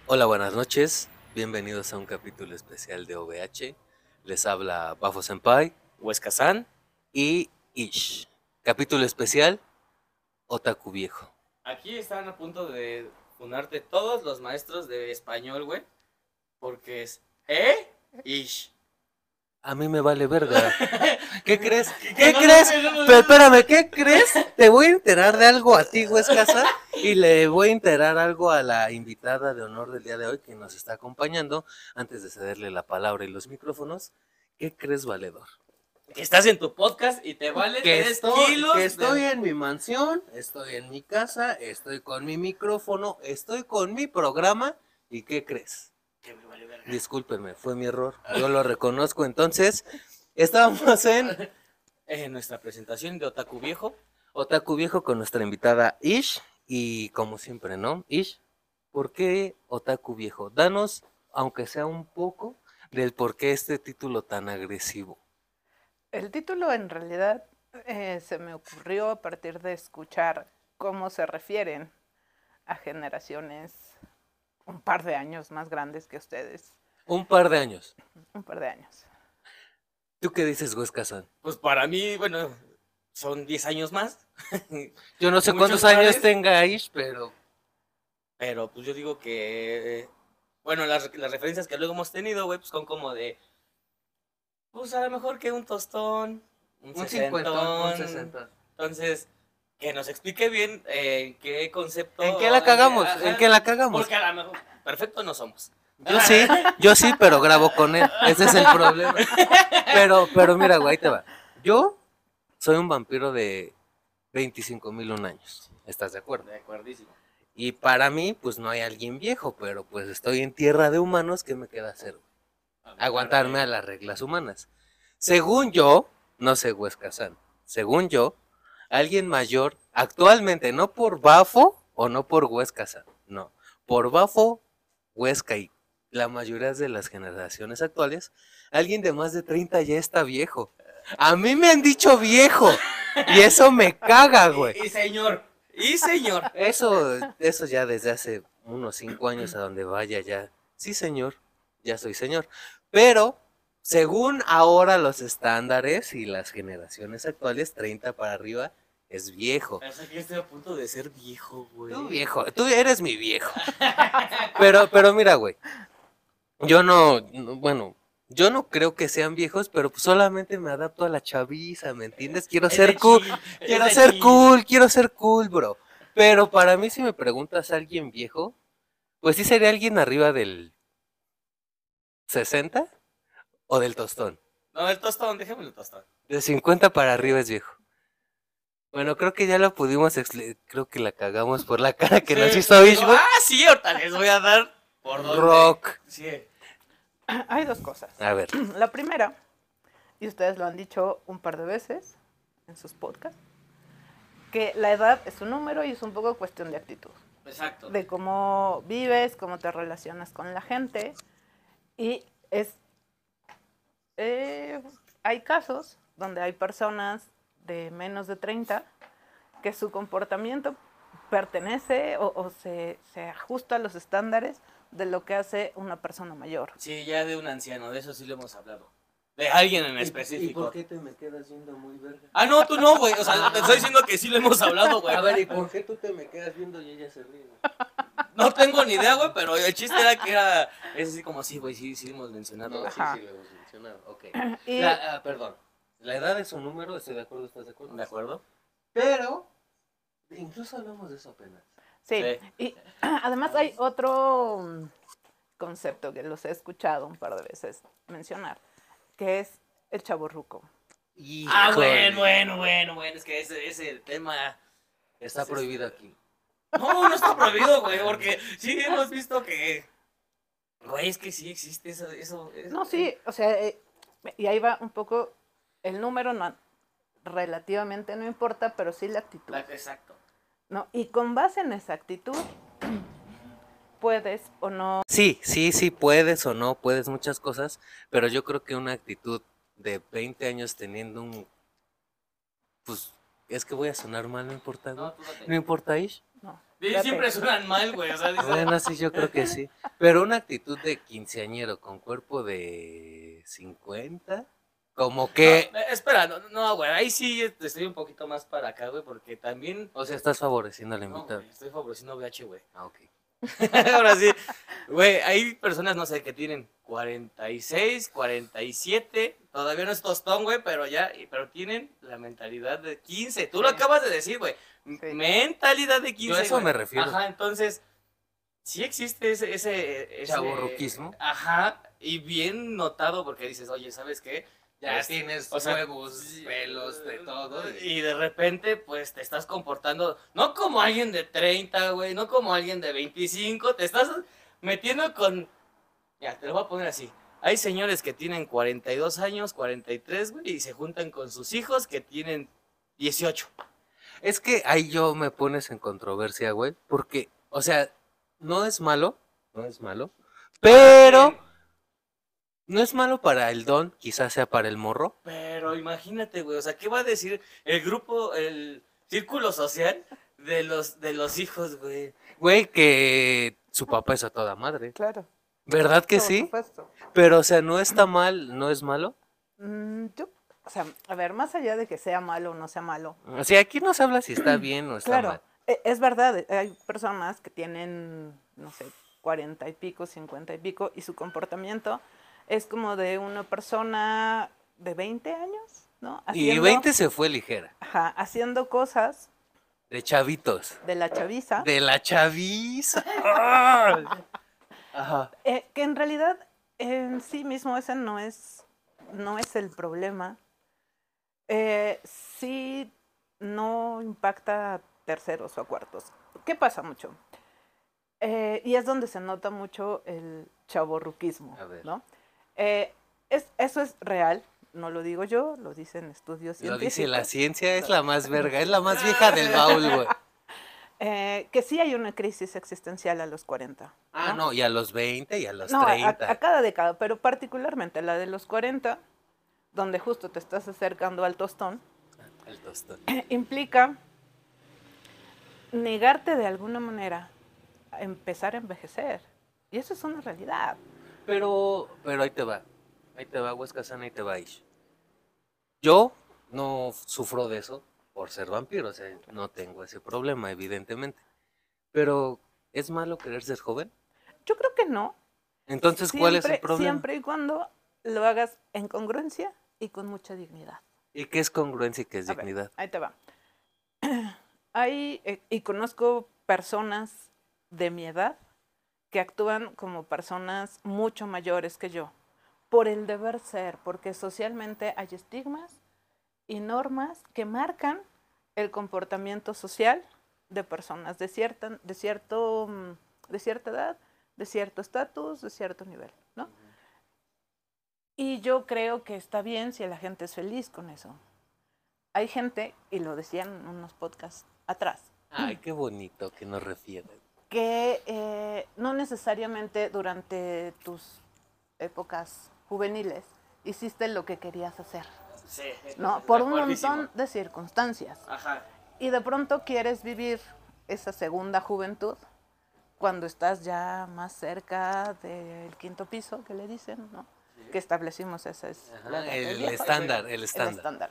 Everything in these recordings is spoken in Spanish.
Hola, buenas noches. Bienvenidos a un capítulo especial de OVH. Les habla Bafo Senpai Huesca-san. y Ish. Capítulo especial, Otaku Viejo. Aquí están a punto de funarte todos los maestros de español, güey. Porque es Ish. A mí me vale verga. ¿Qué crees? Que ¿Qué no, crees? no. Pero espérame, ¿qué crees? Te voy a enterar de algo a ti, Huescasa, y le voy a enterar algo a la invitada de honor del día de hoy que nos está acompañando. Antes de cederle la palabra y los micrófonos, ¿qué crees, valedor? Que estás en tu podcast y te vale Que 3 estoy, kilos que estoy de... en mi mansión, estoy en mi casa, estoy con mi micrófono, estoy con mi programa. ¿Y qué crees? Que me vale verga. Discúlpeme, fue mi error. Yo lo reconozco. Entonces, estábamos en Nuestra presentación de Otaku Viejo. Otaku Viejo con nuestra invitada Ish. Y como siempre, ¿no? Ish, ¿por qué Otaku Viejo? Danos, aunque sea un poco, del por qué este título tan agresivo. El título en realidad se me ocurrió a partir de escuchar cómo se refieren a generaciones un par de años más grandes que ustedes. Un par de años. Un par de años. ¿Tú qué dices, Huesca-san? Pues para mí, bueno, son 10 años más. Yo no sé Muchos cuántos años pares. tenga Ish, pero Pero pues yo digo que... Bueno, las referencias que luego hemos tenido, güey, pues son como de... Pues a lo mejor que un tostón, un cincuentón, un sesentón. 60. Entonces, que nos explique bien qué concepto... ¿En qué la cagamos? Ajá, ¿En qué la cagamos? Porque a lo mejor perfecto no somos. Yo sí, pero grabo con él. Ese es el problema. Pero mira, güey, ahí te va. Yo soy un vampiro de 25,001 años. ¿Estás de acuerdo? De acuerdísimo. Y para mí, pues no hay alguien viejo, pero pues estoy en tierra de humanos, ¿qué me queda hacer? Aguantarme a las reglas humanas. Según yo, no sé, Huesca-san, según yo, alguien mayor, actualmente, no por Bafo o no por Huesca-san, no, por Bafo, Huesca y la mayoría de las generaciones actuales, alguien de más de 30 ya está viejo. A mí me han dicho viejo y eso me caga, güey. Y señor, Eso ya desde hace unos 5 años a donde vaya ya. Sí, señor, ya soy señor. Pero, según ahora los estándares y las generaciones actuales, 30 para arriba es viejo. O sea que yo estoy a punto de ser viejo, güey. Tú viejo, tú eres mi viejo. Pero mira, güey, yo bueno, yo no creo que sean viejos, pero pues solamente me adapto a la chaviza, ¿me entiendes? Quiero ser cool, quiero ser cool, bro. Pero para mí, si me preguntas a alguien viejo, pues sí sería alguien arriba del 60 o del tostón. No, el tostón, déjame el tostón. De 50 para arriba es viejo. Bueno, creo que ya lo pudimos creo que la cagamos por la cara que nos hizo Ishbot. Sí, ahorita les voy a dar por donde. Rock. Sí. Hay dos cosas. A ver. La primera, y ustedes lo han dicho un par de veces en sus podcasts, que la edad es un número y es un poco cuestión de actitud. Exacto. De cómo vives, cómo te relacionas con la gente. Y hay casos donde hay personas de menos de 30 que su comportamiento pertenece o se ajusta a los estándares de lo que hace una persona mayor. Sí, ya de un anciano, de eso sí lo hemos hablado. De alguien en específico. ¿Y por qué te me quedas viendo muy verga? Ah, no, tú no, güey. O sea, te estoy diciendo que sí lo hemos hablado, güey. A ver, ¿y por qué tú te me quedas viendo y ella se ríe? No tengo ni idea, güey, pero el chiste era que era... Es así como así, güey, sí hemos mencionado. No, sí, Ajá. sí lo hemos mencionado. Ok. Y Perdón. La edad es un número, estoy de acuerdo, ¿estás de acuerdo? ¿De acuerdo? Pero, incluso hablamos de eso apenas. sí, Sí. y además hay otro concepto que los he escuchado un par de veces mencionar, que es el chavorruco. Ah, Híjole. bueno, es que ese tema... Está prohibido aquí. No está prohibido, güey, porque sí hemos visto que... Güey, es que sí existe eso. No, sí, o sea, y ahí va un poco, el número relativamente no importa, pero sí la actitud. Exacto. ¿No? Y con base en esa actitud, puedes o no. Sí, puedes o no, puedes muchas cosas, pero yo creo que una actitud de 20 años teniendo pues, es que voy a sonar mal, no importa, ¿no? No, tú date. ¿No importa, Ish? No. Y siempre suenan mal, güey. O sea, dice, Bueno, sí, yo creo que sí. Pero una actitud de quinceañero con cuerpo de 50, como que... espera, no, güey. Ahí sí estoy un poquito más para acá, güey, porque también. O sea, estás favoreciendo al No, invitado. güey, estoy favoreciendo VH, güey. Ah, ok. Ahora sí, güey, hay personas, no sé, que tienen 46, 47, todavía no es tostón, güey, pero tienen la mentalidad de 15. Tú lo Sí. acabas de decir, güey. Sí. Mentalidad de 15. Yo a eso güey. me refiero. Ajá, entonces, sí existe ese Chavorruquismo. Ajá, y bien notado porque dices, oye, ¿sabes qué? Ya Este, tienes o sea, huevos, pelos, de todo. Y de repente, pues, te estás comportando, no como alguien de 30, güey, no como alguien de 25, te estás metiendo con... Ya, te lo voy a poner así. Hay señores que tienen 42 años, 43, güey, y se juntan con sus hijos que tienen 18. Es que ahí yo me pones en controversia, güey, porque, o sea, no es malo, pero no es malo para el don, quizás sea para el morro. Pero imagínate, güey, o sea, ¿qué va a decir el grupo, el círculo social de los hijos, güey? Güey, que su papá es a toda madre. Claro. ¿Verdad que Por sí? supuesto. Pero, o sea, no está mal, no es malo. O sea, a ver, más allá de que sea malo o no sea malo, O sea, aquí no se habla si está bien o está claro, mal. es verdad, hay personas que tienen, no sé, 40 y pico, 50 y pico, y su comportamiento es como de una persona de 20 años, ¿no? Y 20 se fue ligera. Ajá, haciendo cosas De chavitos. de la chaviza, De la chaviza. ¡Ay! Ajá. que en realidad en sí mismo ese no es el problema. Sí no impacta a terceros o a cuartos. ¿Qué pasa mucho? Y es donde se nota mucho el chavorruquismo, A ver. ¿no? Eso es real, no lo digo yo, lo dicen estudios Lo científicos. dice la ciencia, es la más verga, es la más vieja del baúl, güey. Que sí hay una crisis existencial a los 40. Ah, no, y a los 20 y a los No, 30. a cada década, pero particularmente la de los 40, donde justo te estás acercando al tostón, El tostón. implica negarte de alguna manera a empezar a envejecer. Y eso es una realidad. Pero ahí te va. Ahí te va, Huesca Sana, ahí te va, Ish. Yo no sufro de eso por ser vampiro, o sea, no tengo ese problema, evidentemente. Pero, ¿es malo querer ser joven? Yo creo que no. Entonces, ¿cuál es el problema? Siempre y cuando lo hagas en congruencia y con mucha dignidad. ¿Y qué es congruencia y qué es A ver, dignidad? ahí te va. Y conozco personas de mi edad que actúan como personas mucho mayores que yo, por el deber ser, porque socialmente hay estigmas y normas que marcan el comportamiento social de personas de cierta edad, de cierto estatus, de cierto nivel, ¿no? Y yo creo que está bien si la gente es feliz con eso. Hay gente, y lo decían en unos podcasts atrás, Ay, qué bonito que nos refieren. que no necesariamente durante tus épocas juveniles hiciste lo que querías hacer, Sí. ¿no? Por un acuerdísimo. montón de circunstancias. Ajá. Y de pronto quieres vivir esa segunda juventud cuando estás ya más cerca del quinto piso, que le dicen, ¿no? Que establecimos esa es Ajá, la edad del el viejo. estándar, el El estándar. estándar.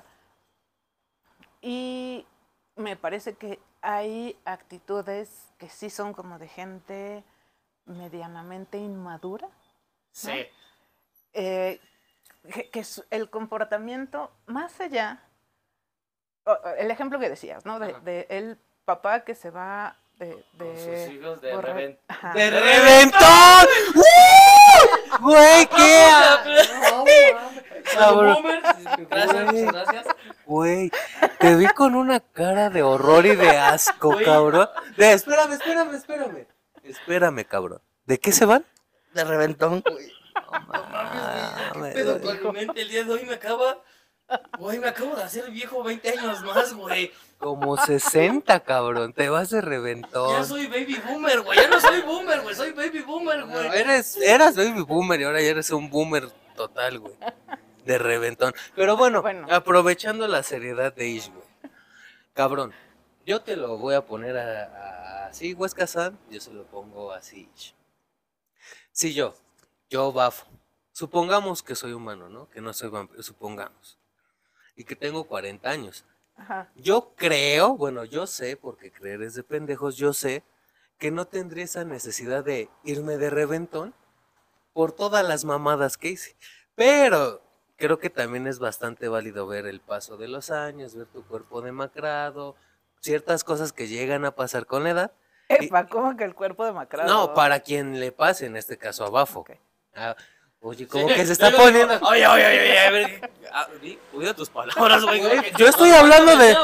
Y me parece que hay actitudes que sí son como de gente medianamente inmadura. Sí. Que el comportamiento, más allá, el ejemplo que decías, ¿no? Ajá. De el papá que se va Con sus hijos de borra- revent... Ajá. ¡De reventón! ¡Uh! ¡Güey, qué! Cabrón. Gracias, Güey. muchas gracias. Güey, te vi con una cara de horror y de asco, Güey. cabrón. Espérame. Espérame, cabrón. ¿De qué se van? De reventón, güey. No ¿Qué mames, pedo güey. con mi mente el día de hoy? Güey, me acabo de hacer viejo 20 años más, güey. Como 60, cabrón. Te vas de reventón. Ya soy baby boomer, güey. Ya no soy boomer, güey. Soy baby boomer, No, güey. eras baby boomer y ahora ya eres un boomer total, güey. De reventón. Pero bueno, Bueno. aprovechando la seriedad de Ish, güey. Cabrón, Yo te lo voy a poner así, Huesca San, yo se lo pongo así. Si yo bafo, supongamos que soy humano, ¿no? Que no soy vampiro, supongamos. Y que tengo 40 años. Ajá. Yo creo, bueno, yo sé, porque creer es de pendejos, yo sé que no tendría esa necesidad de irme de reventón por todas las mamadas que hice. Pero creo que también es bastante válido ver el paso de los años, ver tu cuerpo demacrado, ciertas cosas que llegan a pasar con la edad. Epa, ¿cómo que el cuerpo demacrado? No, para quien le pase, en este caso a Bafo. Ok. Ah, oye, como que se está poniendo... Oye, a ver. Cuida tus palabras, güey. Yo estoy hablando de...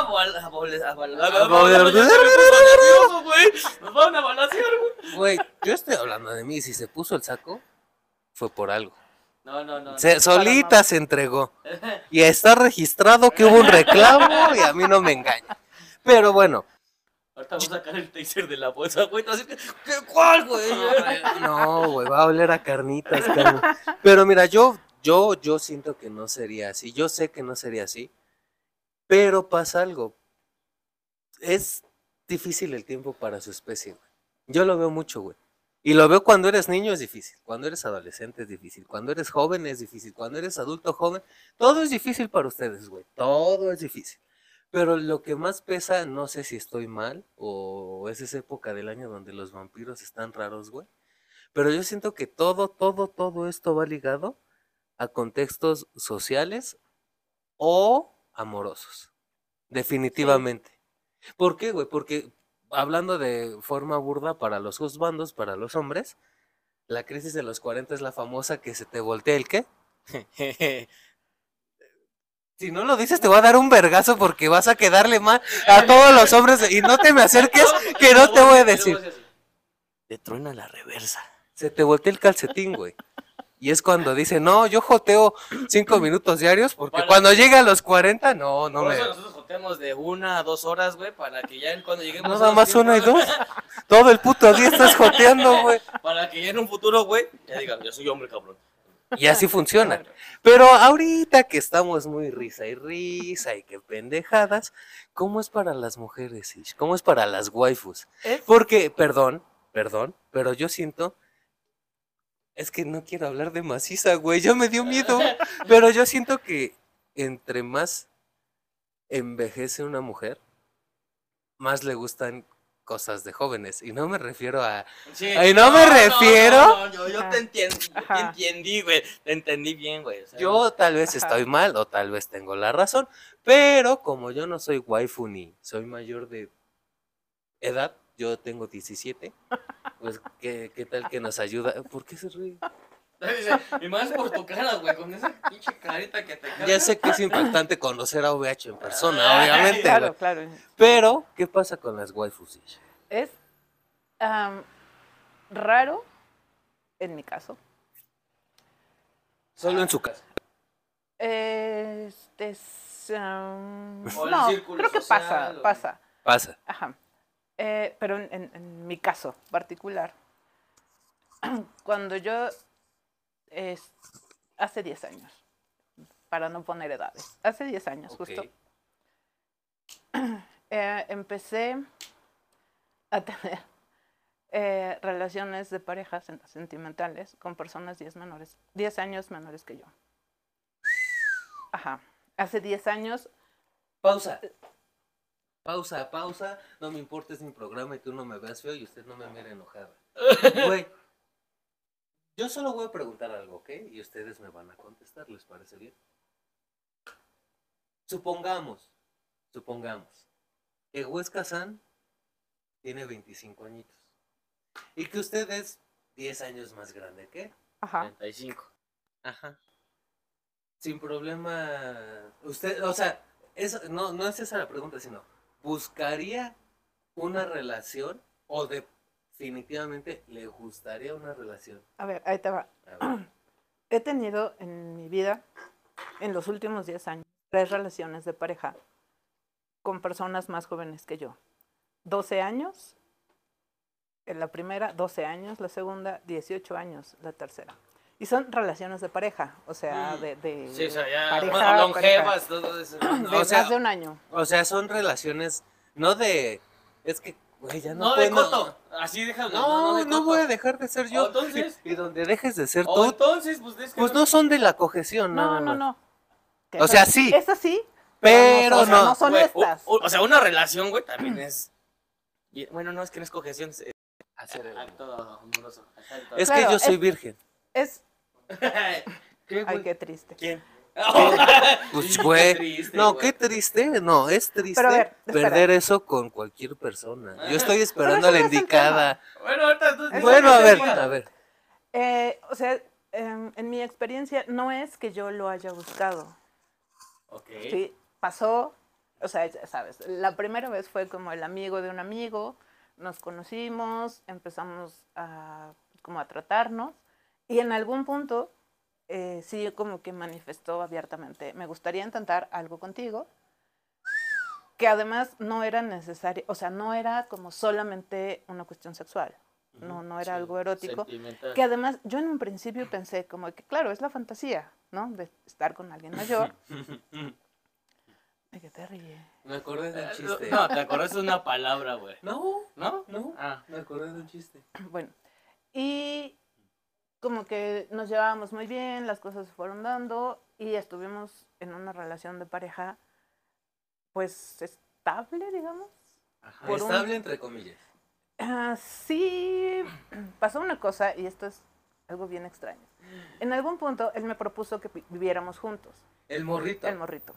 Nos van a balancear, güey. Güey, yo estoy hablando de mí. Si se puso el saco, fue por algo. No. Solita se entregó. Y está registrado que hubo un reclamo y a mí no me engaña. Pero bueno. Ahorita voy a sacar el taser de la bolsa, güey. Así que, ¿cuál, güey? No, güey, va a oler a carnitas, carnal. Pero mira, yo siento que no sería así. Yo sé que no sería así. Pero pasa algo. Es difícil el tiempo para su especie, güey. Yo lo veo mucho, güey. Y lo veo cuando eres niño es difícil, cuando eres adolescente es difícil, cuando eres joven es difícil, cuando eres adulto joven, todo es difícil para ustedes, güey. Todo es difícil. Pero lo que más pesa, no sé si estoy mal o es esa época del año donde los vampiros están raros, güey. Pero yo siento que todo esto va ligado a contextos sociales o amorosos. Definitivamente. ¿Por qué, güey? Porque hablando de forma burda para los juzbandos, para los hombres, la crisis de los 40 es la famosa que se te voltea el qué. Si no lo dices te voy a dar un vergazo porque vas a quedarle mal a todos los hombres y no te me acerques que no te voy a decir. Te truena la reversa. Se te voltea el calcetín, güey. Y es cuando dice, no, yo joteo 5 minutos diarios porque cuando llegue a los 40, no Por me... eso nosotros joteamos de 1 a 2 horas, güey, para que ya cuando lleguemos... Nada más 1 y 2. Todo el puto día estás joteando, güey. Para que ya en un futuro, güey, ya digan, yo soy hombre, cabrón. Y así funciona. Pero ahorita que estamos muy risa y que pendejadas, ¿cómo es para las mujeres, Ish? ¿Cómo es para las waifus? Porque, perdón, pero yo siento... Es que no quiero hablar de maciza, güey, ya me dio miedo. Pero yo siento que entre más envejece una mujer, más le gustan cosas de jóvenes. Y no me refiero a... Sí. Ay, no me refiero... Yo te entiendo, yo te entendí, güey. Te entendí bien, güey. O sea, Yo tal vez estoy mal o tal vez tengo la razón. Pero como yo no soy waifu ni soy mayor de edad, yo tengo 17, pues ¿qué tal que nos ayuda? ¿Por qué se ríe? y más por tu cara, güey, con esa pinche carita que te Ya sé que es impactante conocer a VH en persona, obviamente, Claro, güey. claro. Pero, ¿qué pasa con las waifus, Ish? Es raro, en mi caso. Solo en su casa. O en No, círculo creo que social, pasa. Pasa. Ajá. Pero en mi caso particular, cuando yo, hace 10 años, para no poner edades, hace 10 años justo, empecé a tener relaciones de parejas sentimentales con personas 10 años menores que yo. Ajá. Hace 10 años... Pausa. No me importa, es mi programa y tú no me veas feo y usted no me mire enojada. Güey, yo solo voy a preguntar algo, ¿ok? Y ustedes me van a contestar, ¿les parece bien? Supongamos que Huesca San tiene 25 añitos y que usted es 10 años más grande que Ajá. 35. Ajá. Sin problema, usted, o sea, no es esa la pregunta, sino, ¿buscaría una relación o definitivamente le gustaría una relación? A ver, ahí te va. He tenido en mi vida, en los últimos 10 años, 3 relaciones de pareja con personas más jóvenes que yo. 12 años, en la primera, 12 años, la segunda, 18 años, la tercera. Y son relaciones de pareja, o sea, sí, o sea, ya pareja, longevas, todo eso. de más de un año. O sea, son relaciones No de... Es que, güey, ya no No de puedo... coto. Así déjame. No, de no coto. voy a dejar de ser yo. O entonces- Y donde dejes de ser O tú, entonces, pues es que pues no son de la cogeción, nada No. más. Que O sea, sí. Esas sí, Pero o sea, no. no son güey, estas. o sea, una relación, güey, también es. Bueno, no es que no es cogeción, es Hacer el amor. acto amoroso. Exacto. Es Claro, que yo soy es- virgen. Es... ¿Qué, Ay, qué triste. ¿Quién? Pues, Qué güey. triste, No, güey. qué triste. No, es triste Pero a ver, espera. perder eso con cualquier persona. Yo estoy Pero esperando ese a la no es el indicada. Bueno, ahorita tú. Eso Bueno, no a es ver, el punto. a ver. O sea, en mi experiencia no es que yo lo haya buscado. Ok. Sí, pasó, o sea, ya sabes, la primera vez fue como el amigo de un amigo, nos conocimos, empezamos como a tratarnos y en algún punto sí como que manifestó abiertamente, me gustaría intentar algo contigo, que además no era necesario, o sea, no era como solamente una cuestión sexual, no era algo erótico, Sentimental. que además yo en un principio pensé como que, claro, es la fantasía, ¿no? De estar con alguien mayor. ¿De qué te ríes? Me acordé de un chiste. No, te acuerdas de una palabra, güey. No, ¿No? no. Ah. Me acordé de un chiste. Bueno, y como que nos llevábamos muy bien, las cosas se fueron dando y estuvimos en una relación de pareja, pues estable, digamos. Ajá. Por un- Estable entre comillas. Sí, pasó una cosa y esto es algo bien extraño. En algún punto él me propuso que viviéramos juntos, El morrito. el morrito.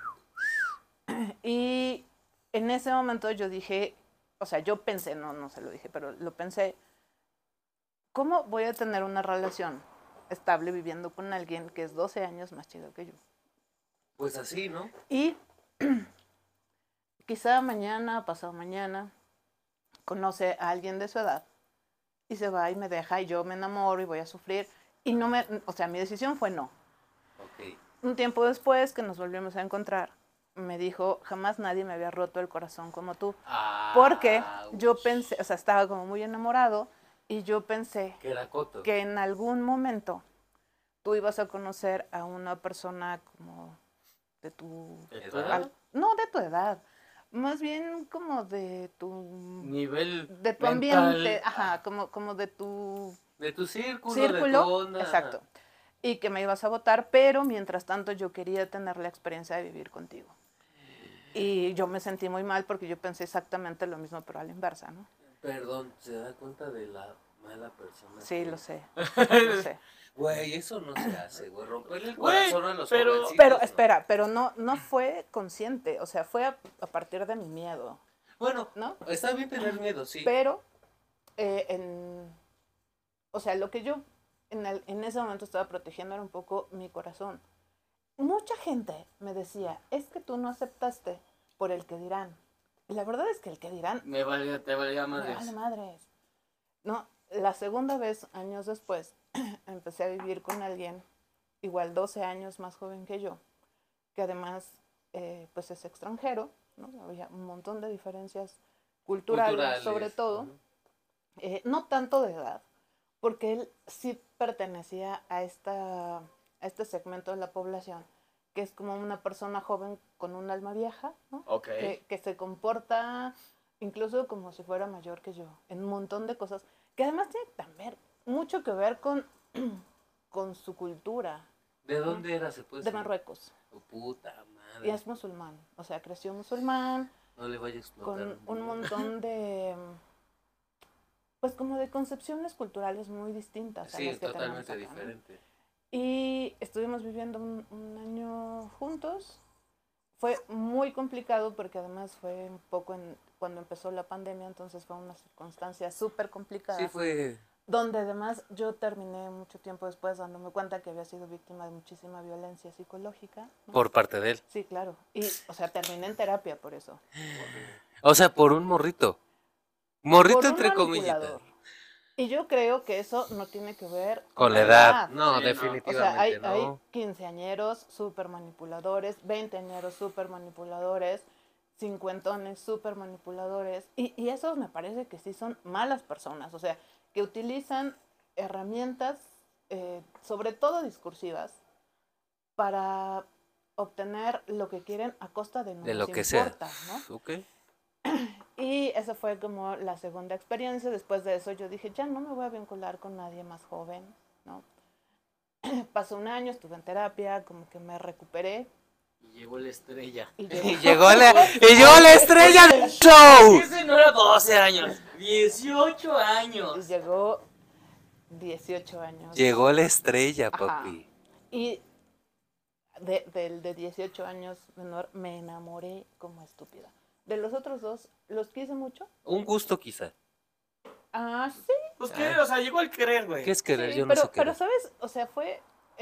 Y en ese momento yo dije, o sea, yo pensé, no se lo dije, pero lo pensé, ¿cómo voy a tener una relación estable viviendo con alguien que es 12 años más chido que yo? Pues así, ¿no? Y quizá mañana, pasado mañana, conoce a alguien de su edad y se va y me deja y yo me enamoro y voy a sufrir. Y no me, o sea, mi decisión fue no. Ok. Un tiempo después que nos volvimos a encontrar, me dijo, jamás nadie me había roto el corazón como tú. Porque yo pensé, o sea, estaba como muy enamorado y yo pensé Que era coto. que en algún momento tú ibas a conocer a una persona como de tu... ¿De tu edad? No, de tu edad. Más bien como de tu... Nivel De tu mental. ambiente, ajá, como de tu De tu círculo, círculo. de tu onda. Exacto. Y que me ibas a votar, pero mientras tanto yo quería tener la experiencia de vivir contigo. Y yo me sentí muy mal porque yo pensé exactamente lo mismo, pero a la inversa, ¿no? Perdón, ¿se da cuenta de la mala persona? Sí, que- lo sé. Lo sé. Güey, eso no se hace, güey. Romperle el Güey, corazón a los pero- jovencitos, Pero ¿no? espera, pero no fue consciente, o sea, fue a partir de mi miedo, Bueno, ¿no? está bien tener miedo, sí. Pero, o sea, lo que yo en ese momento estaba protegiendo era un poco mi corazón. Mucha gente me decía, es que tú no aceptaste por el que dirán. Y la verdad es que el que dirán Te valía me madres. vale madres. No, la segunda vez, años después, empecé a vivir con alguien, igual 12 años más joven que yo, que además pues es extranjero, ¿no? Había un montón de diferencias culturales. Sobre todo, Ujú. no tanto de edad, porque él sí pertenecía a este segmento de la población, que es como una persona joven con un alma vieja, ¿no? Ok. Que se comporta incluso como si fuera mayor que yo, en un montón de cosas, que además tiene también mucho que ver con su cultura, ¿De dónde era? ¿Se puede de saber? Marruecos, Oh, puta y madre. es musulmán, o sea, creció musulmán, No le vaya a explotar. con un montón de, pues como de concepciones culturales muy distintas a Sí, las que tenemos totalmente acá, ¿no? diferente. Y estuvimos viviendo un año juntos. Fue muy complicado porque además fue un poco cuando empezó la pandemia, entonces fue una circunstancia súper complicada. Sí, fue. Donde además yo terminé mucho tiempo después dándome cuenta que había sido víctima de muchísima violencia psicológica, ¿no? Por parte de él. Sí, claro. Y, o sea, terminé en terapia por eso. O sea, por un morrito. Morrito Por un entre comillas. manipulador. Y yo creo que eso no tiene que ver Con la edad. Sí, No, no. definitivamente O sea, hay no. quinceañeros súper manipuladores, veinteañeros súper manipuladores, cincuentones súper manipuladores, y esos me parece que sí son malas personas, o sea, que utilizan herramientas, sobre todo discursivas, para obtener lo que quieren a costa de no De nos lo que importa, sea. ¿no? Ok. Y esa fue como la segunda experiencia. Después de eso yo dije, ya no me voy a vincular con nadie más joven, ¿no? Pasó un año, estuve en terapia, como que me recuperé. Y llegó la estrella. Y Y llegó la estrella del show. Ese no era 12 años, 18 años. llegó 18 años. Llegó la estrella, Ajá. papi. Y del de 18 años menor me enamoré como estúpida. De los otros dos, los quise mucho. Un gusto quizá. Ah, sí. Pues qué, o sea, llegó al querer, güey. ¿Qué es querer? Sí, Yo no sé pero querer. ¿sabes? O sea, fue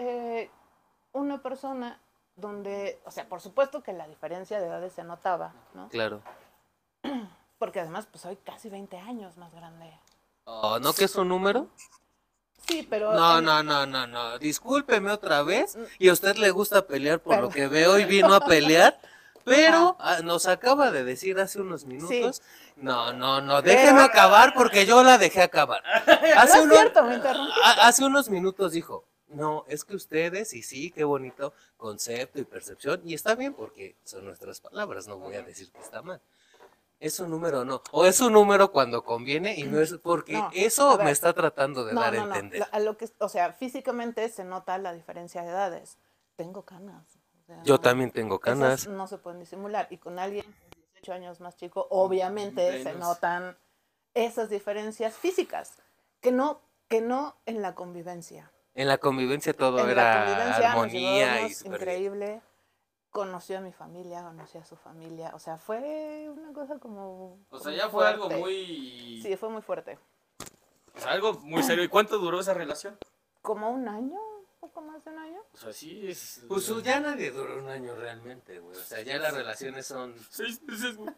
una persona donde, o sea, por supuesto que la diferencia de edades se notaba, ¿no? Claro. Porque además, pues soy casi 20 años más grande. Oh, ¿no que es un número? Sí, pero... No. Discúlpeme otra vez. Y a usted le gusta pelear por lo Perdón. que veo y vino a pelear. Pero nos acaba de decir hace unos minutos. No. Déjeme acabar porque yo la dejé acabar. No es cierto, me interrumpí. Hace unos minutos dijo, no, es que ustedes, y sí, qué bonito concepto y percepción. Y está bien porque son nuestras palabras, no voy a decir que está mal. ¿Es un número o no? O es un número cuando conviene y no es porque No, eso a ver. me está tratando de dar a No. entender. A lo que, o sea, físicamente se nota la diferencia de edades. Tengo canas. O sea, Yo también tengo esas canas. no se pueden disimular. Y con alguien 18 años más chico, obviamente se Menos. notan esas diferencias físicas. Que no en la convivencia. En la convivencia todo En la era convivencia nos armonía y llevábamos súper bien. increíble. Conoció a mi familia, conoció a su familia. O sea, fue una cosa como... O sea, como ya fue algo fuerte. muy. Sí, fue muy fuerte. O sea, algo muy serio. ¿Y cuánto duró esa relación? Como un año, poco más de un año. O sea, sí es. Pues ya nadie duró un año realmente, güey. O sea, ya las relaciones son... 6 meses, güey.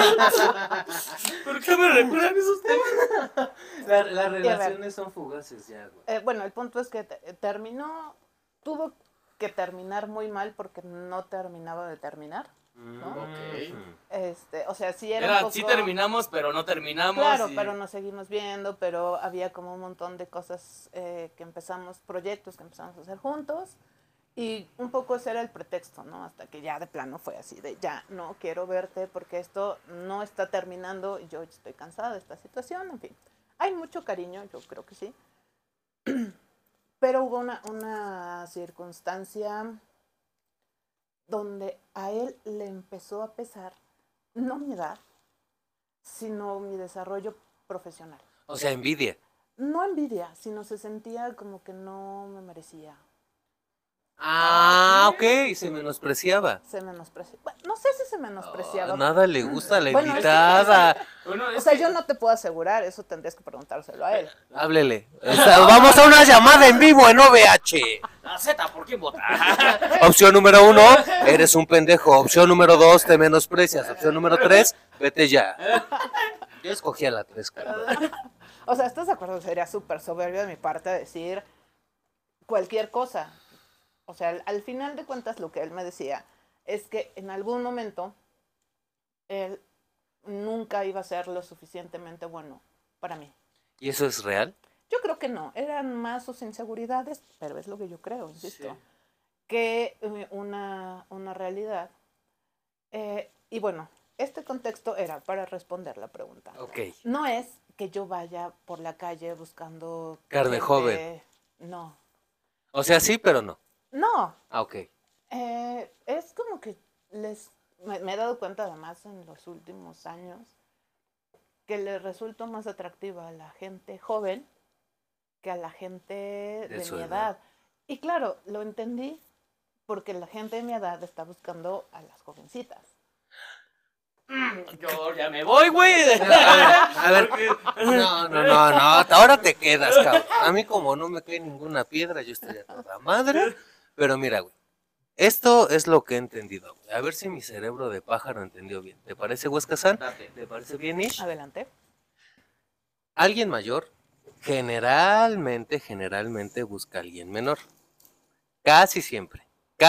¿Por qué me recuerdan esos temas? Las relaciones son fugaces ya, güey. Bueno, el punto es que terminó, tuvo que terminar muy mal porque no terminaba de terminar. ¿no? Ok. O sea, sí era un poco... Sí terminamos, pero no terminamos. Claro, y- pero nos seguimos viendo, pero había como un montón de cosas que empezamos, proyectos que empezamos a hacer juntos. Y un poco ese era el pretexto, ¿no? Hasta que ya de plano fue así de, ya, no quiero verte porque esto no está terminando y yo estoy cansada de esta situación, en fin. Hay mucho cariño, yo creo que sí. Pero hubo una circunstancia donde a él le empezó a pesar, no mi edad, sino mi desarrollo profesional. O sea, envidia. No envidia, sino se sentía como que no me merecía. Ok, se menospreciaba. Se menospreciaba. Bueno, no sé si se menospreciaba. Nada le gusta a la Bueno, invitada. Bueno, O es sea, que- yo no te puedo asegurar, eso tendrías que preguntárselo a él. Háblele. Vamos a una llamada en vivo en OVH. La Z, ¿por qué vota? Opción número 1, eres un pendejo. Opción número 2, te menosprecias. Opción número 3, vete ya. Yo escogí a la 3, carnal. O sea, ¿estás de acuerdo? Sería súper soberbio de mi parte decir cualquier cosa. O sea, al final de cuentas lo que él me decía es que en algún momento él nunca iba a ser lo suficientemente bueno para mí. ¿Y eso es real? Yo creo que no, eran más sus inseguridades, pero es lo que yo creo, insisto, Sí. que una realidad. Y bueno, este contexto era para responder la pregunta. Ok. No es que yo vaya por la calle buscando... Carne gente- joven. No. O sea, sí, pero no. No. Ok. Es como que me he dado cuenta además en los últimos años que les resulto más atractiva a la gente joven que a la gente de su mi edad. edad. Y claro, lo entendí porque la gente de mi edad está buscando a las jovencitas. Yo ya me voy, güey. A ver. No. Ahora te quedas, cabrón. A mí como no me cae ninguna piedra, yo estoy a toda madre. Pero mira, güey. Esto es lo que he entendido, güey. A ver si mi cerebro de pájaro entendió bien. ¿Te parece, Huesca-san? Date. ¿Te parece bien, Ish? Adelante. Alguien mayor generalmente busca a alguien menor. Casi siempre.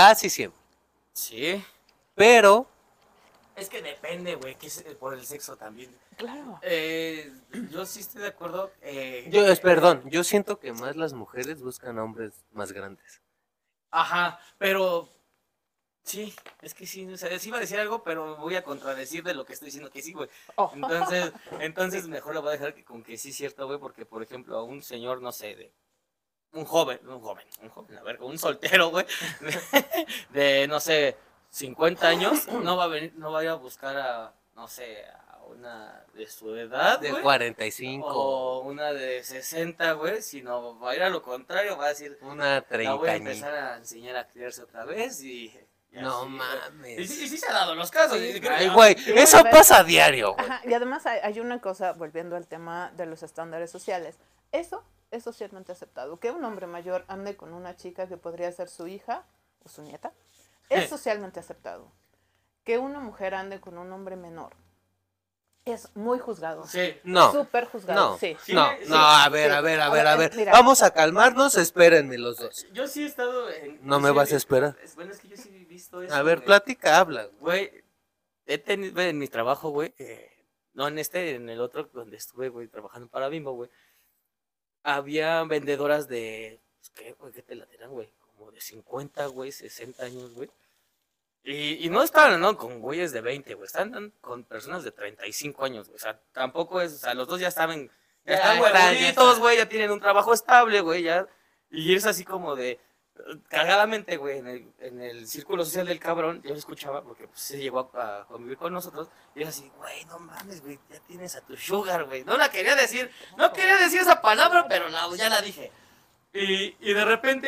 Sí. Pero, Es que depende, güey, que es por el sexo también. Claro. Yo sí estoy de acuerdo. perdón, yo siento que más las mujeres buscan a hombres más grandes. Ajá, pero Sí, es que sí, o sea, sí iba a decir algo, pero voy a contradecir de lo que estoy diciendo que sí, güey. Oh. Entonces mejor lo voy a dejar que con que sí es cierto, güey, porque por ejemplo a un señor, no sé, de un joven, a ver, un soltero, güey, de, no sé, 50 años, no va a venir, no vaya a buscar a, no sé, a una de su edad, De güey, 45, o una de 60, güey, sino va a ir a lo contrario, va a decir, una la voy a 30 empezar a enseñar a criarse otra vez y No así, güey. Y mames. sí se han dado los casos. Sí. y creo- Ay, güey, Y eso volver- pasa a diario, güey. Ajá, y además hay una cosa, volviendo al tema de los estándares sociales. Eso es socialmente aceptado. Que un hombre mayor ande con una chica que podría ser su hija o su nieta, es socialmente aceptado. Que una mujer ande con un hombre menor es muy juzgado. Sí. No. Súper juzgado, No, sí. Sí, no, sí, no, a ver, sí. a ver, a A ver, ver, a ver. mira. Vamos a calmarnos, espérenme los dos. Yo sí he estado No yo me sí he vas a vi- esperar. Bueno, es que yo sí he visto eso. A ver, güey. plática, habla, güey. Güey, he tenido en mi trabajo, güey, no en el otro donde estuve, güey, trabajando para Bimbo, güey. Había vendedoras de, pues, ¿qué, güey? ¿Qué te la dirán, güey? Como de 50, güey, 60 años, güey. Y no estaban andando con güeyes de 20, güey. Están andando con personas de 35 años, güey. O sea, tampoco es, o sea, los dos ya estaban, ya están están, huevuditos, güey, ya tienen un trabajo estable, güey, ya. Y es así como de, cagadamente, güey, en el círculo social del cabrón, yo lo escuchaba porque pues, se llegó a convivir con nosotros, y era así, güey, no mames, güey, ya tienes a tu sugar, güey. No la quería decir, no quería decir esa palabra, pero ya la dije. Y de repente,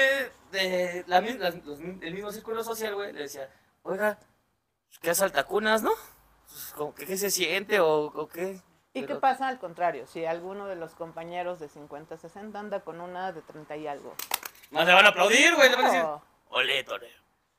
el mismo círculo social, güey, le decía, oiga, ¿qué asaltacunas, no? Pues, como que, ¿qué se siente o qué? ¿Y qué Pero- pasa al contrario? Si alguno de los compañeros de 50, 60 anda con una de 30 y algo. Más le van a aplaudir, güey, le van a decir, Oh, olé, torero.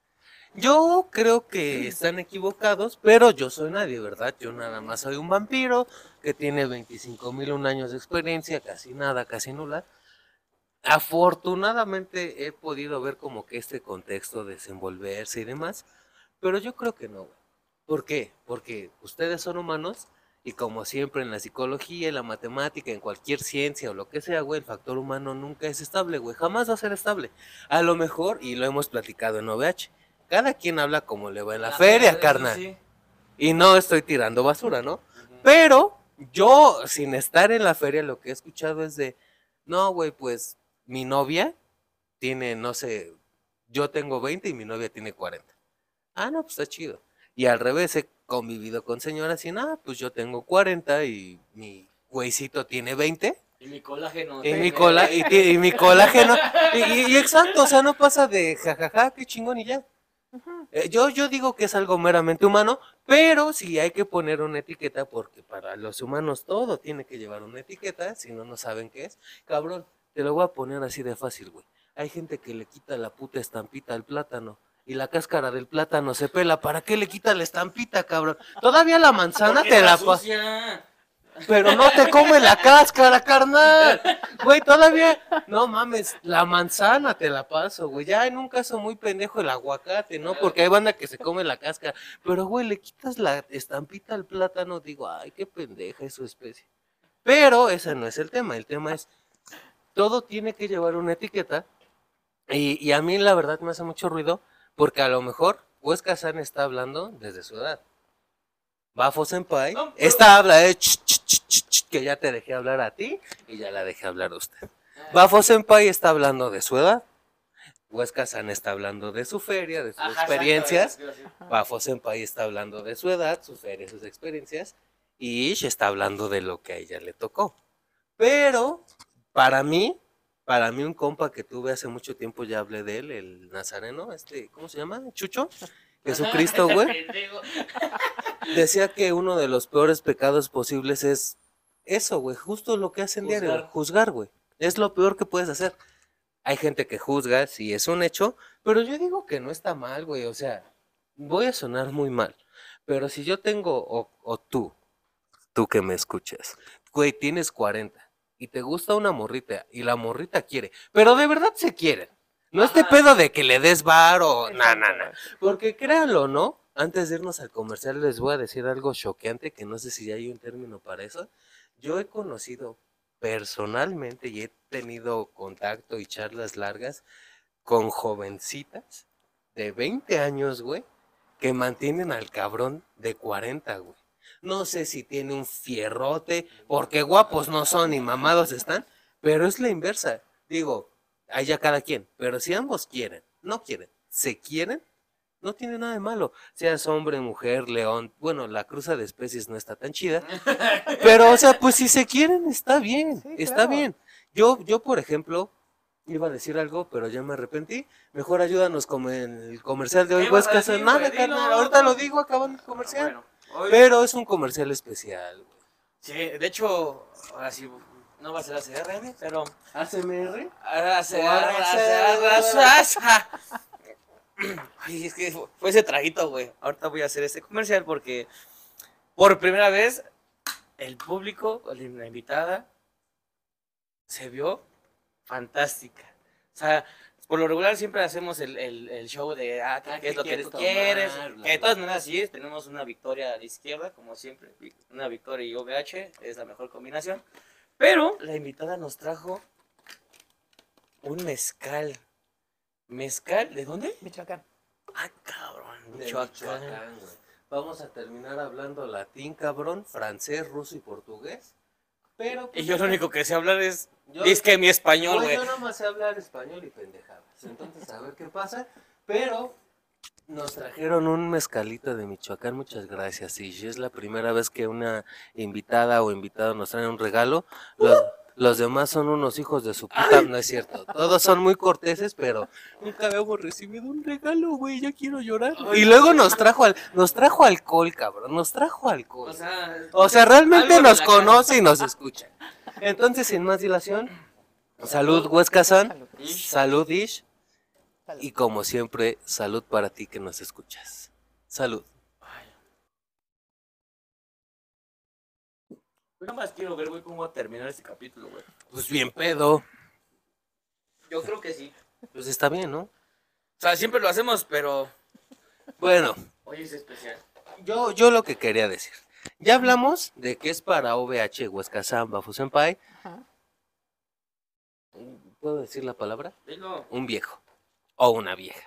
Yo creo que están equivocados, pero yo soy nadie, ¿verdad? Yo nada más soy un vampiro que tiene 25,001 años de experiencia, casi nada, casi nula. Afortunadamente he podido ver como que este contexto desenvolverse y demás, pero yo creo que no, güey. ¿Por qué? Porque ustedes son humanos y como siempre en la psicología, en la matemática, en cualquier ciencia o lo que sea, güey, el factor humano nunca es estable, güey, jamás va a ser estable. A lo mejor, y lo hemos platicado en OVH, cada quien habla como le va en la feria, eso carnal. sí. Y no estoy tirando basura, ¿no? Pero yo, sin estar en la feria, lo que he escuchado es de, no, güey, pues mi novia tiene, no sé, yo tengo 20 y mi novia tiene 40. Ah, no, pues está chido. Y al revés, he convivido con señoras y nada, pues yo tengo 40 y mi güeycito tiene 20. Y mi colágeno. Y mi colágeno. Y exacto, o sea, no pasa de jajaja, qué chingón y ya. ujú. Yo digo que es algo meramente humano, pero sí hay que poner una etiqueta porque para los humanos todo tiene que llevar una etiqueta, si no, no saben qué es. Cabrón, te lo voy a poner así de fácil, güey. Hay gente que le quita la puta estampita al plátano y la cáscara del plátano se pela. ¿Para qué le quita la estampita, cabrón? Todavía la manzana Porque te la está pasa. sucia. Pero no te come la cáscara, carnal. Güey, todavía. No mames, la manzana te la paso, güey. Ya en un caso muy pendejo el aguacate, ¿no? Porque hay banda que se come la cáscara. Pero, güey, le quitas la estampita al plátano, digo, ay, qué pendeja es su especie. Pero ese no es el tema. El tema es, todo tiene que llevar una etiqueta. Y a mí la verdad me hace mucho ruido, porque a lo mejor Huesca San está hablando desde su edad. Bafo Senpai, No, pero- esta habla de que ya te dejé hablar a ti y ya la dejé hablar a usted. Bafo Senpai está hablando de su edad. Huesca San está hablando de su feria, de sus Ajá, experiencias. exacto, Bafo Senpai está hablando de su edad, su feria, sus experiencias. Y Ish está hablando de lo que a ella le tocó. Pero, para mí un compa que tuve hace mucho tiempo, ya hablé de él, el nazareno, ¿cómo se llama? ¿Chucho? Jesucristo, güey. Pendejo. Decía que uno de los peores pecados posibles es eso, güey, justo lo que hacen Juzgar. diario, juzgar, güey. Es lo peor que puedes hacer. Hay gente que juzga, sí es un hecho, pero yo digo que no está mal, güey, o sea, voy a sonar muy mal, pero si yo tengo, o tú que me escuchas, güey, tienes 40 y te gusta una morrita y la morrita quiere, pero de verdad se quieren. No este Ajá. pedo de que le des varo, Exacto. na. Porque créanlo, ¿no? Antes de irnos al comercial les voy a decir algo choqueante, que no sé si hay un término para eso. Yo he conocido personalmente y he tenido contacto y charlas largas con jovencitas de 20 años, güey, que mantienen al cabrón de 40, güey. No sé si tiene un fierrote, porque guapos no son ni mamados están, pero es la inversa. Digo, allá cada quien, pero si ambos quieren, no quieren, se quieren, no tiene nada de malo. Seas hombre, mujer, león, bueno, la cruza de especies no está tan chida, pero, o sea, pues si se quieren, está bien, Sí, está claro. bien. Yo, por ejemplo, iba a decir algo, pero ya me arrepentí. Mejor ayúdanos como en el comercial de hoy, ¿Qué ibas a Huesca. decir, Nada, güey? Dilo, carnal, ahorita no. lo digo, acabando el comercial. Bueno, hoy- Pero es un comercial especial, güey. sí, de hecho, ahora sí, no va a ser ACRM, pero... ¿ACMR? Ay, es que fue ese traguito, güey. Ahorita voy a hacer este comercial porque por primera vez el público, la invitada, se vio fantástica. O sea, por lo regular siempre hacemos el show de, ¿qué es lo que tú quieres? Que de todas maneras sí, tenemos una victoria a la izquierda, como siempre. Una victoria y OVH es la mejor combinación. Pero la invitada nos trajo un mezcal. ¿Mezcal? ¿De dónde? Michoacán. Ah, cabrón, De Michoacán. Michoacán, güey. Vamos a terminar hablando latín, cabrón, francés, ruso y portugués. Pero. Y yo lo único que sé hablar es Yo- que mi español, Pues güey. yo nada más sé hablar español y pendejadas. Entonces, a ver qué pasa. Pero nos trajeron un mezcalito de Michoacán. Muchas gracias. Y si es la primera vez que una invitada o invitado nos trae un regalo, los demás son unos hijos de su puta. No es cierto. Todos son muy corteses, pero nunca habíamos recibido un regalo, güey. Ya quiero llorar. Y luego nos trajo alcohol, cabrón. Nos trajo alcohol. O sea, realmente algo de nos la conoce y nos escucha. Entonces, sin más dilación, salud, Huesca-san. Salud. Salud, Ish. Salud. Y como siempre, salud para ti que nos escuchas. Salud. Yo nada más quiero ver, güey, cómo va a terminar este capítulo, güey. Pues bien pedo. Yo creo que sí. Pues está bien, ¿no? O sea, siempre lo hacemos, pero Bueno, hoy es especial. yo lo que quería decir. Ya hablamos de que es para OVH, Huesca-san, Bafu-senpai. Ajá. ¿Puedo decir la palabra? Dilo. Un viejo o una vieja.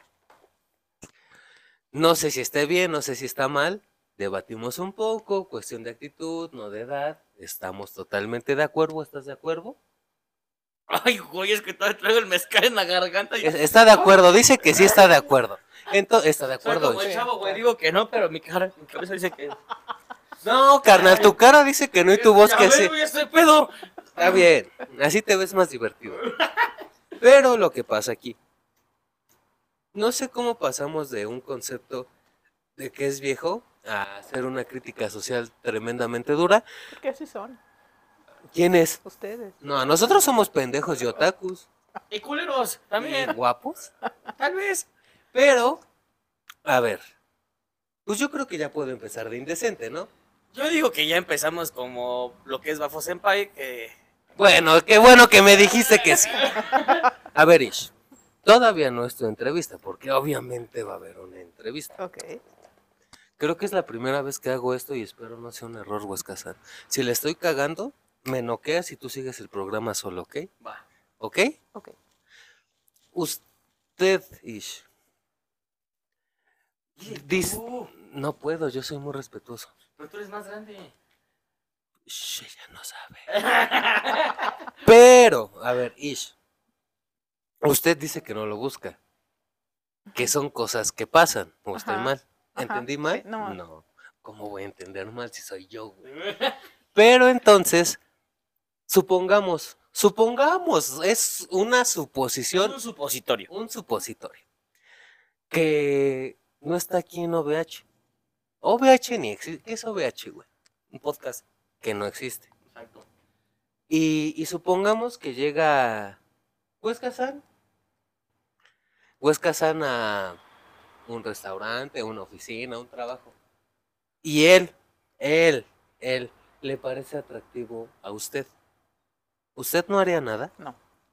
No sé si esté bien, no sé si está mal. Debatimos un poco, cuestión de actitud, no de edad. Estamos totalmente de acuerdo, ¿estás de acuerdo? Ay, güey, es que todavía traigo el mezcal en la garganta. Y... Está de acuerdo, dice que sí está de acuerdo. Entonces, está de soy acuerdo. como el Ish. chavo, güey. Digo que no, pero mi cabeza dice que... No, carnal, tu cara dice que no y tu voz Ya que ves, sí. güey, estoy pedo. Está bien, así te ves más divertido. Pero lo que pasa aquí, no sé cómo pasamos de un concepto de que es viejo a hacer una crítica social tremendamente dura. Porque así son ¿Quién es? ustedes. No, nosotros somos pendejos y otakus. Y culeros, Y también. guapos. Tal vez. Pero, a ver, pues yo creo que ya puedo empezar de indecente, ¿no? Yo digo que ya empezamos como lo que es Bafo Senpai, que... Bueno, qué bueno que me dijiste que sí. A ver, Ish, todavía no es tu entrevista, porque obviamente va a haber una entrevista. Ok. Creo que es la primera vez que hago esto y espero no sea un error, Huesca-san. Si le estoy cagando, me noqueas y tú sigues el programa solo, ¿ok? Va. ¿Ok? Ok. Usted, Ish, dice... Tú, No puedo, yo soy muy respetuoso. pero tú eres más grande. Shh, ella no sabe. Pero, a ver, Ish, usted dice que no lo busca, que son cosas que pasan, o estoy Ajá, mal. ajá, ¿Entendí mal? sí, no. No. ¿Cómo voy a entender mal si soy yo, güey? Pero entonces, supongamos, es una Es suposición, un supositorio. un supositorio, que no está aquí en OVH. OVH ni existe. ¿Qué es OVH, güey? Un podcast. Que no existe. Exacto. Y supongamos que llega Huesca-san a un restaurante, una oficina, un trabajo. Y él le parece atractivo a usted. ¿Usted no haría nada? No.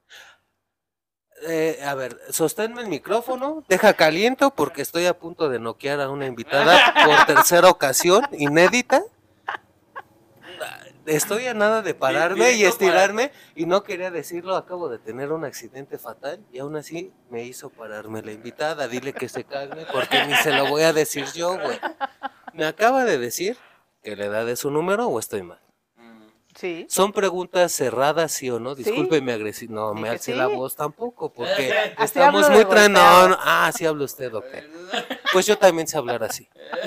A ver, sosténme el micrófono, deja caliento porque estoy a punto de noquear a una invitada por tercera ocasión, inédita. estoy a nada de pararme y estirarme y no quería decirlo, acabo de tener un accidente fatal y aún así me hizo pararme la invitada, dile que se calme porque ni se lo voy a decir yo, güey. Me acaba de decir que la edad es su número o estoy mal. Sí. Son preguntas cerradas, sí o no. Sí. Disculpe mi agresión. No, me Dije alce sí. la voz tampoco, porque Así estamos hablo muy de golpeado. no, ah, sí habla usted, ok. Pues yo también sé hablar así.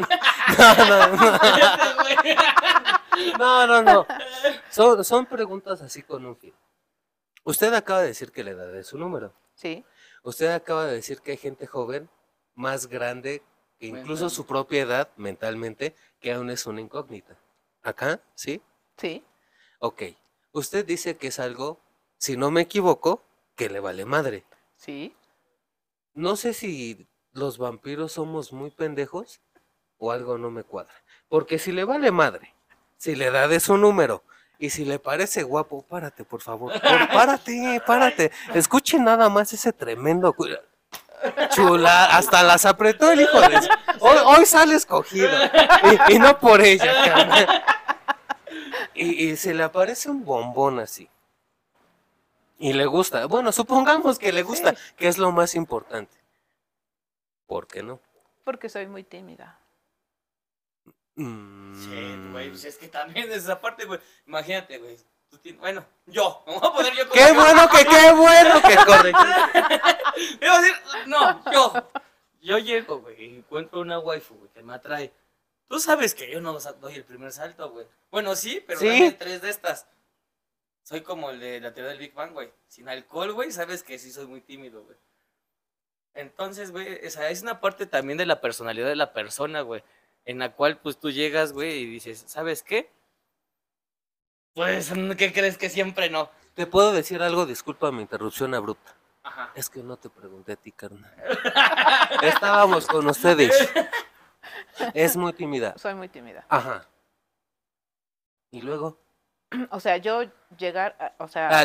No. Son preguntas así con un fin. Usted acaba de decir que la edad es su número. Sí. Usted acaba de decir que hay gente joven, más grande, que incluso su propia edad, mentalmente, que aún es una incógnita. ¿Acá? ¿Sí? Sí. Ok. Usted dice que es algo, si no me equivoco, que le vale madre. Sí. No sé si los vampiros somos muy pendejos o algo no me cuadra. Porque si le vale madre, si le da de su número y si le parece guapo, párate, por favor. Párate. Escuche nada más ese tremendo... Chula, hasta las apretó el hijo de... Hoy sale escogido. Y no por ella, carnal. Y se le aparece un bombón así. Y le gusta. Bueno, supongamos que le gusta, Sí. que es lo más importante. ¿Por qué no? Porque soy muy tímida. Shit, güey, pues es que también es esa parte, güey. Imagínate, güey. Bueno, yo. Me voy a poner yo como Qué bueno que corregiste. Iba a decir, no, yo. Yo llego, güey, y encuentro una waifu, güey, que me atrae. Tú sabes que yo no doy el primer salto, güey. Bueno, sí, pero ¿Sí? dame 3 de estas. Soy como el de la teoría del Big Bang, güey. Sin alcohol, güey, sabes que sí soy muy tímido, güey. Entonces, güey, o sea, es una parte también de la personalidad de la persona, güey. En la cual, pues, tú llegas, güey, y dices, ¿sabes qué? Pues, ¿qué crees que siempre no? ¿Te puedo decir algo? Disculpa mi interrupción abrupta. Ajá. Es que no te pregunté a ti, carnal. Estábamos con ustedes. Es muy tímida. Soy muy tímida. Ajá. ¿Y luego? O sea, yo llegar, o sea,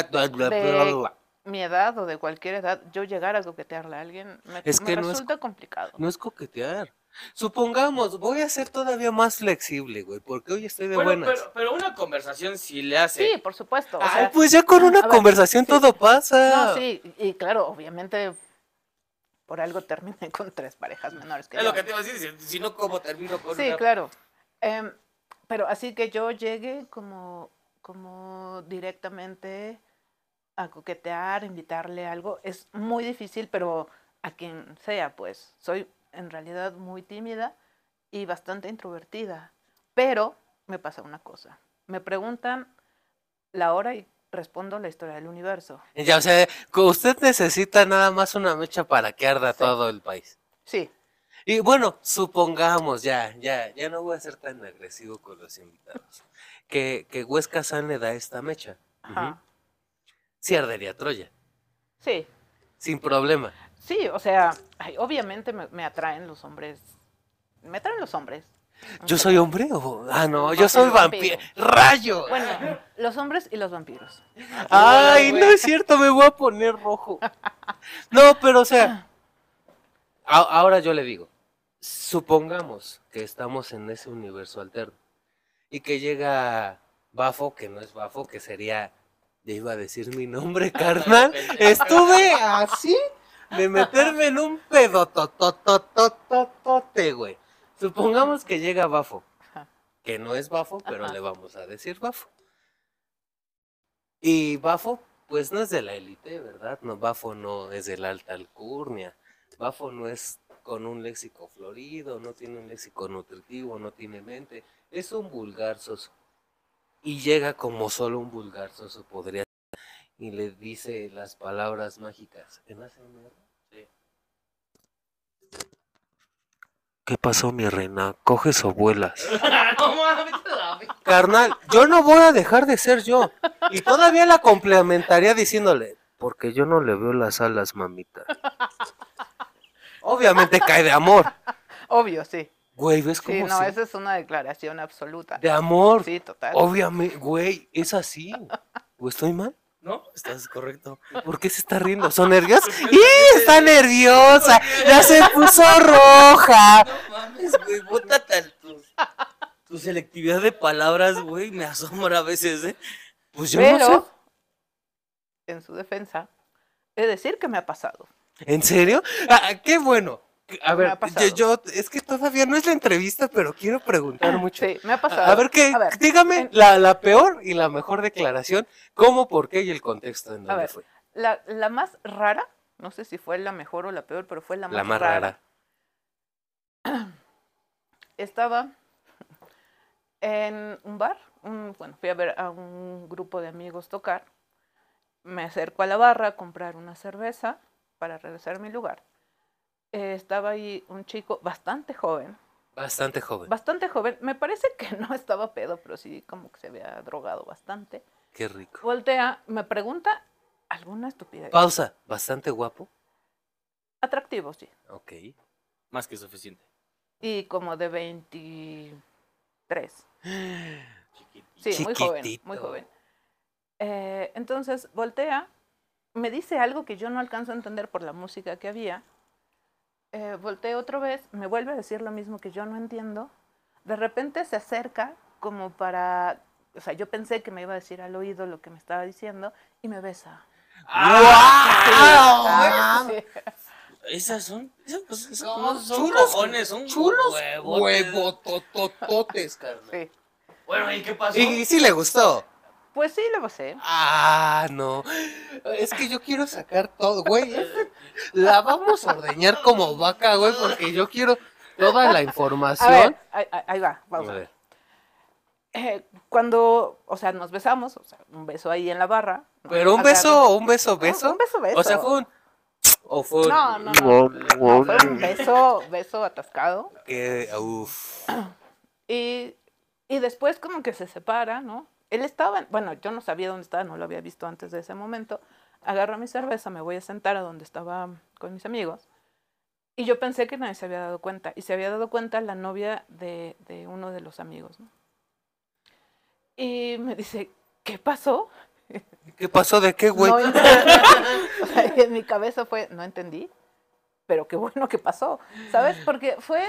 de mi edad o de cualquier edad, yo llegar a coquetearle a alguien Es me que no es resulta complicado. No es coquetear. Supongamos, voy a ser todavía más flexible, güey, porque hoy estoy de Bueno, buenas. pero una conversación sí le hace. Sí, por supuesto. O Ay, sea, pues ya con una a ver, conversación sí. todo pasa. No, sí, y claro, obviamente por algo terminé con 3 parejas menores que Es yo. lo que te iba a decir, si no, ¿cómo termino con Sí, una? claro. Pero así que yo llegue como directamente a coquetear, invitarle algo, es muy difícil, pero a quien sea, pues, soy en realidad muy tímida y bastante introvertida. Pero me pasa una cosa. Me preguntan la hora y respondo la historia del universo. Ya, o sea, usted necesita nada más una mecha para que arda Sí. todo el país. Sí, Y bueno, supongamos, ya no voy a ser tan agresivo con los invitados. Que Huesca San le da esta mecha. ajá. Ujú. Sí ardería Troya, Sí, sin problema. sí, o sea, ay, obviamente me atraen los hombres. Me atraen los hombres. ¿Yo soy hombre o...? Ah, no, yo soy vampiro. ¡Rayo! Bueno, los hombres y los vampiros. Ay, güey. no es cierto, me voy a poner rojo. No, pero o sea, ahora yo le digo, supongamos que estamos en ese universo alterno y que llega Bafo, que no es Bafo, que sería, ya iba a decir mi nombre, carnal. Estuve así de meterme en un pedotototototote, güey. Supongamos que llega Bafo, que no es Bafo, pero le vamos a decir Bafo. Y Bafo, pues no es de la élite, ¿verdad? No, Bafo no es de la alta alcurnia. Bafo no es con un léxico florido, no tiene un léxico nutritivo, no tiene mente. Es un vulgar soso. Y llega como solo un vulgar soso podría ser. Y le dice las palabras mágicas. ¿En ASMR? Sí. ¿Qué pasó, mi reina? ¿Coges o vuelas? No mames, la vi- Carnal, yo no voy a dejar de ser yo. Y todavía la complementaría diciéndole, porque yo no le veo las alas, mamita. Obviamente cae de amor. Obvio, sí. Güey, ¿ves cómo Sí, no, se- esa es una declaración absoluta. De amor. Sí, total. Obviamente, güey, es así. ¿O estoy mal? No, estás correcto. ¿Por qué se está riendo? ¿Son nervios? ¡Y está nerviosa! ¡Ya se puso roja! No mames, güey, bótate tus selectividad de palabras, güey, me asombra a veces, ¿eh? Pues yo Pero, no sé. en su defensa, he de decir que me ha pasado. ¿En serio? Qué bueno. A Me ver, ha pasado. es que todavía no es la entrevista, pero quiero preguntar mucho. Sí, me ha pasado. A ver, A ver, dígame la peor y la mejor declaración, cómo, por qué y el contexto en A donde ver, fue. la más rara, no sé si fue la mejor o la peor, pero fue la La más más rara. Estaba en un bar, bueno, fui a ver a un grupo de amigos tocar. Me acerco a la barra a comprar una cerveza para regresar a mi lugar. Estaba ahí un chico Bastante joven. bastante joven. Me parece que no estaba pedo, pero sí como que se había drogado bastante. Qué rico. Voltea, me pregunta alguna estupidez. Pausa. Bastante guapo. Atractivo, sí. Ok. Más que suficiente. Y como de 23. Chiquitito. Sí, muy joven, Chiquitito. muy joven. Entonces voltea, me dice algo que yo no alcanzo a entender por la música que había. Volteo otra vez, me vuelve a decir lo mismo que yo no entiendo. De repente se acerca como para... O sea, yo pensé que me iba a decir al oído lo que me estaba diciendo y me besa. ¡Ah! Sí. Esas son No, son chulos, cojones, son chulos huevotes. huevototototes, carnal. Sí. Bueno, ¿y qué pasó? Y sí le gustó. Pues sí, le besé. No. Es que yo quiero sacar todo, güey. La vamos a ordeñar como vaca, güey, porque yo quiero toda la A información. ver, ahí va, A vamos a ver. ver. Cuando, o sea, nos besamos, o sea, un beso ahí en la barra. ¿no? Pero un Agarro- beso. Un beso, beso. O sea, fue un. O fue un. No, no, fue un beso atascado. Uf. Y después como que se separa, ¿no? Él estaba, bueno, yo no sabía dónde estaba, no lo había visto antes de ese momento. Agarro mi cerveza, me voy a sentar a donde estaba con mis amigos. Y yo pensé que nadie se había dado cuenta. Y se había dado cuenta la novia de uno de los amigos, ¿no? Y me dice, ¿qué pasó? ¿Qué pasó de qué, güey? No entendí. O sea, en mi cabeza fue, no entendí, pero qué bueno que pasó, ¿sabes? Porque fue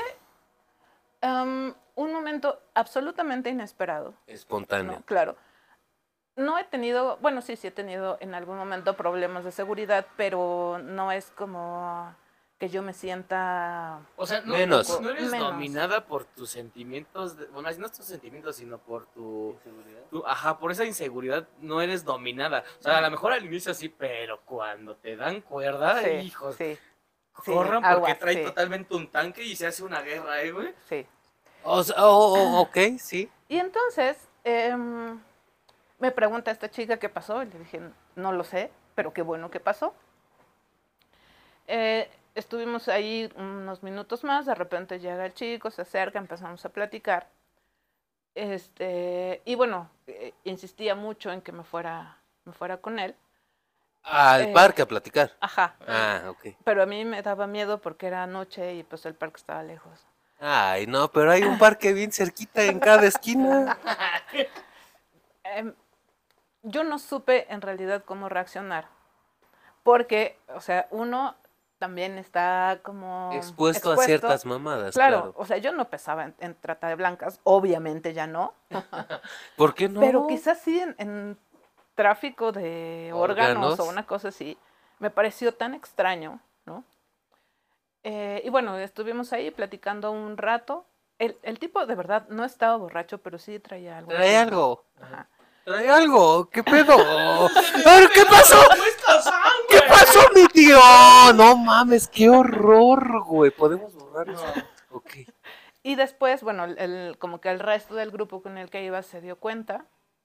un momento absolutamente inesperado, Espontáneo. ¿no? Claro. No he tenido, bueno, sí he tenido en algún momento problemas de seguridad, pero no es como que yo me sienta... O sea, no, Menos. no eres Menos. dominada por tus sentimientos, bueno, no tus sentimientos, sino por ajá, por esa inseguridad no eres dominada. O sea, a lo mejor al inicio sí, pero cuando te dan cuerda, Sí, hijos, sí, corran sí, porque aguas, trae sí. totalmente un tanque y se hace una guerra, güey. sí. O sea, ok, sí. Y entonces me pregunta esta chica qué pasó, y le dije, no lo sé, pero qué bueno que pasó. Estuvimos ahí unos minutos más, de repente llega el chico, se acerca, empezamos a platicar. Y bueno, insistía mucho en que me fuera con él. Al parque a platicar. Ajá. Ok. Pero a mí me daba miedo porque era noche y pues el parque estaba lejos. Ay, no, pero hay un parque bien cerquita en cada esquina. Yo no supe en realidad cómo reaccionar. Porque, o sea, uno también está como... Expuesto a ciertas mamadas, Claro, claro. o sea, yo no pesaba en trata de blancas, obviamente ya no. ¿Por qué no? Pero quizás sí en tráfico de órganos o una cosa así. Me pareció tan extraño, ¿no? Y bueno, estuvimos ahí platicando un rato. El tipo de verdad no estaba borracho, pero sí traía algo. Trae algo. Ajá. Trae algo. ¿Qué pedo? Ay, ¿qué pasó? ¿Qué ¿Qué pasó, mi tío? No mames, qué horror, güey. ¿Podemos borrar eso? Ok. Y después, bueno, como que el resto del grupo con el que iba se dio cuenta.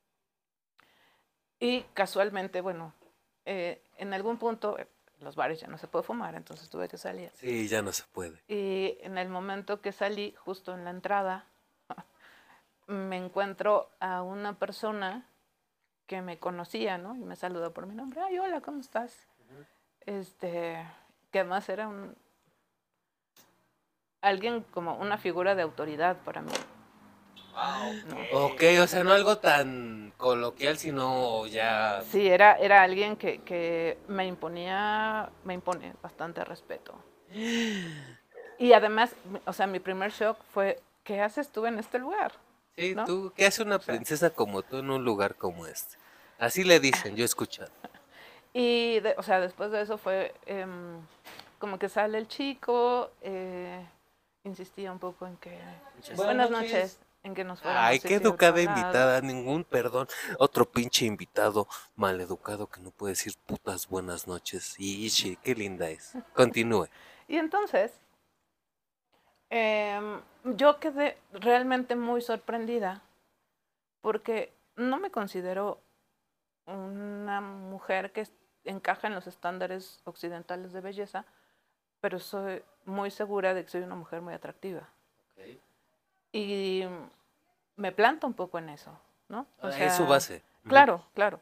Y casualmente, bueno, en algún punto los bares ya no se puede fumar, entonces tuve que salir. Sí, ya no se puede. Y en el momento que salí, justo en la entrada, me encuentro a una persona que me conocía, ¿no? Y me saludó por mi nombre. Ay, hola, ¿cómo estás? Que además era alguien como una figura de autoridad para mí. Wow. Ok, o sea, no algo tan coloquial, sino ya... Sí, era alguien que me impone bastante respeto. Y además, o sea, mi primer shock fue, ¿qué haces tú en este lugar? Sí, ¿no? tú, ¿qué hace una O sea, princesa como tú en un lugar como este? Así le dicen, yo he escuchado. y, o sea, después de eso fue como que sale el chico, insistía un poco en que, buenas noches, en que nos fuéramos Ay, qué hacia otro educada lado. invitada, ningún perdón. Otro pinche invitado maleducado que no puede decir putas buenas noches. Y sí, qué linda es. Continúe. Y entonces, yo quedé realmente muy sorprendida porque no me considero una mujer que encaja en los estándares occidentales de belleza, pero soy muy segura de que soy una mujer muy atractiva. Y me planto un poco en eso, ¿no? O Es su sea, base. claro, claro.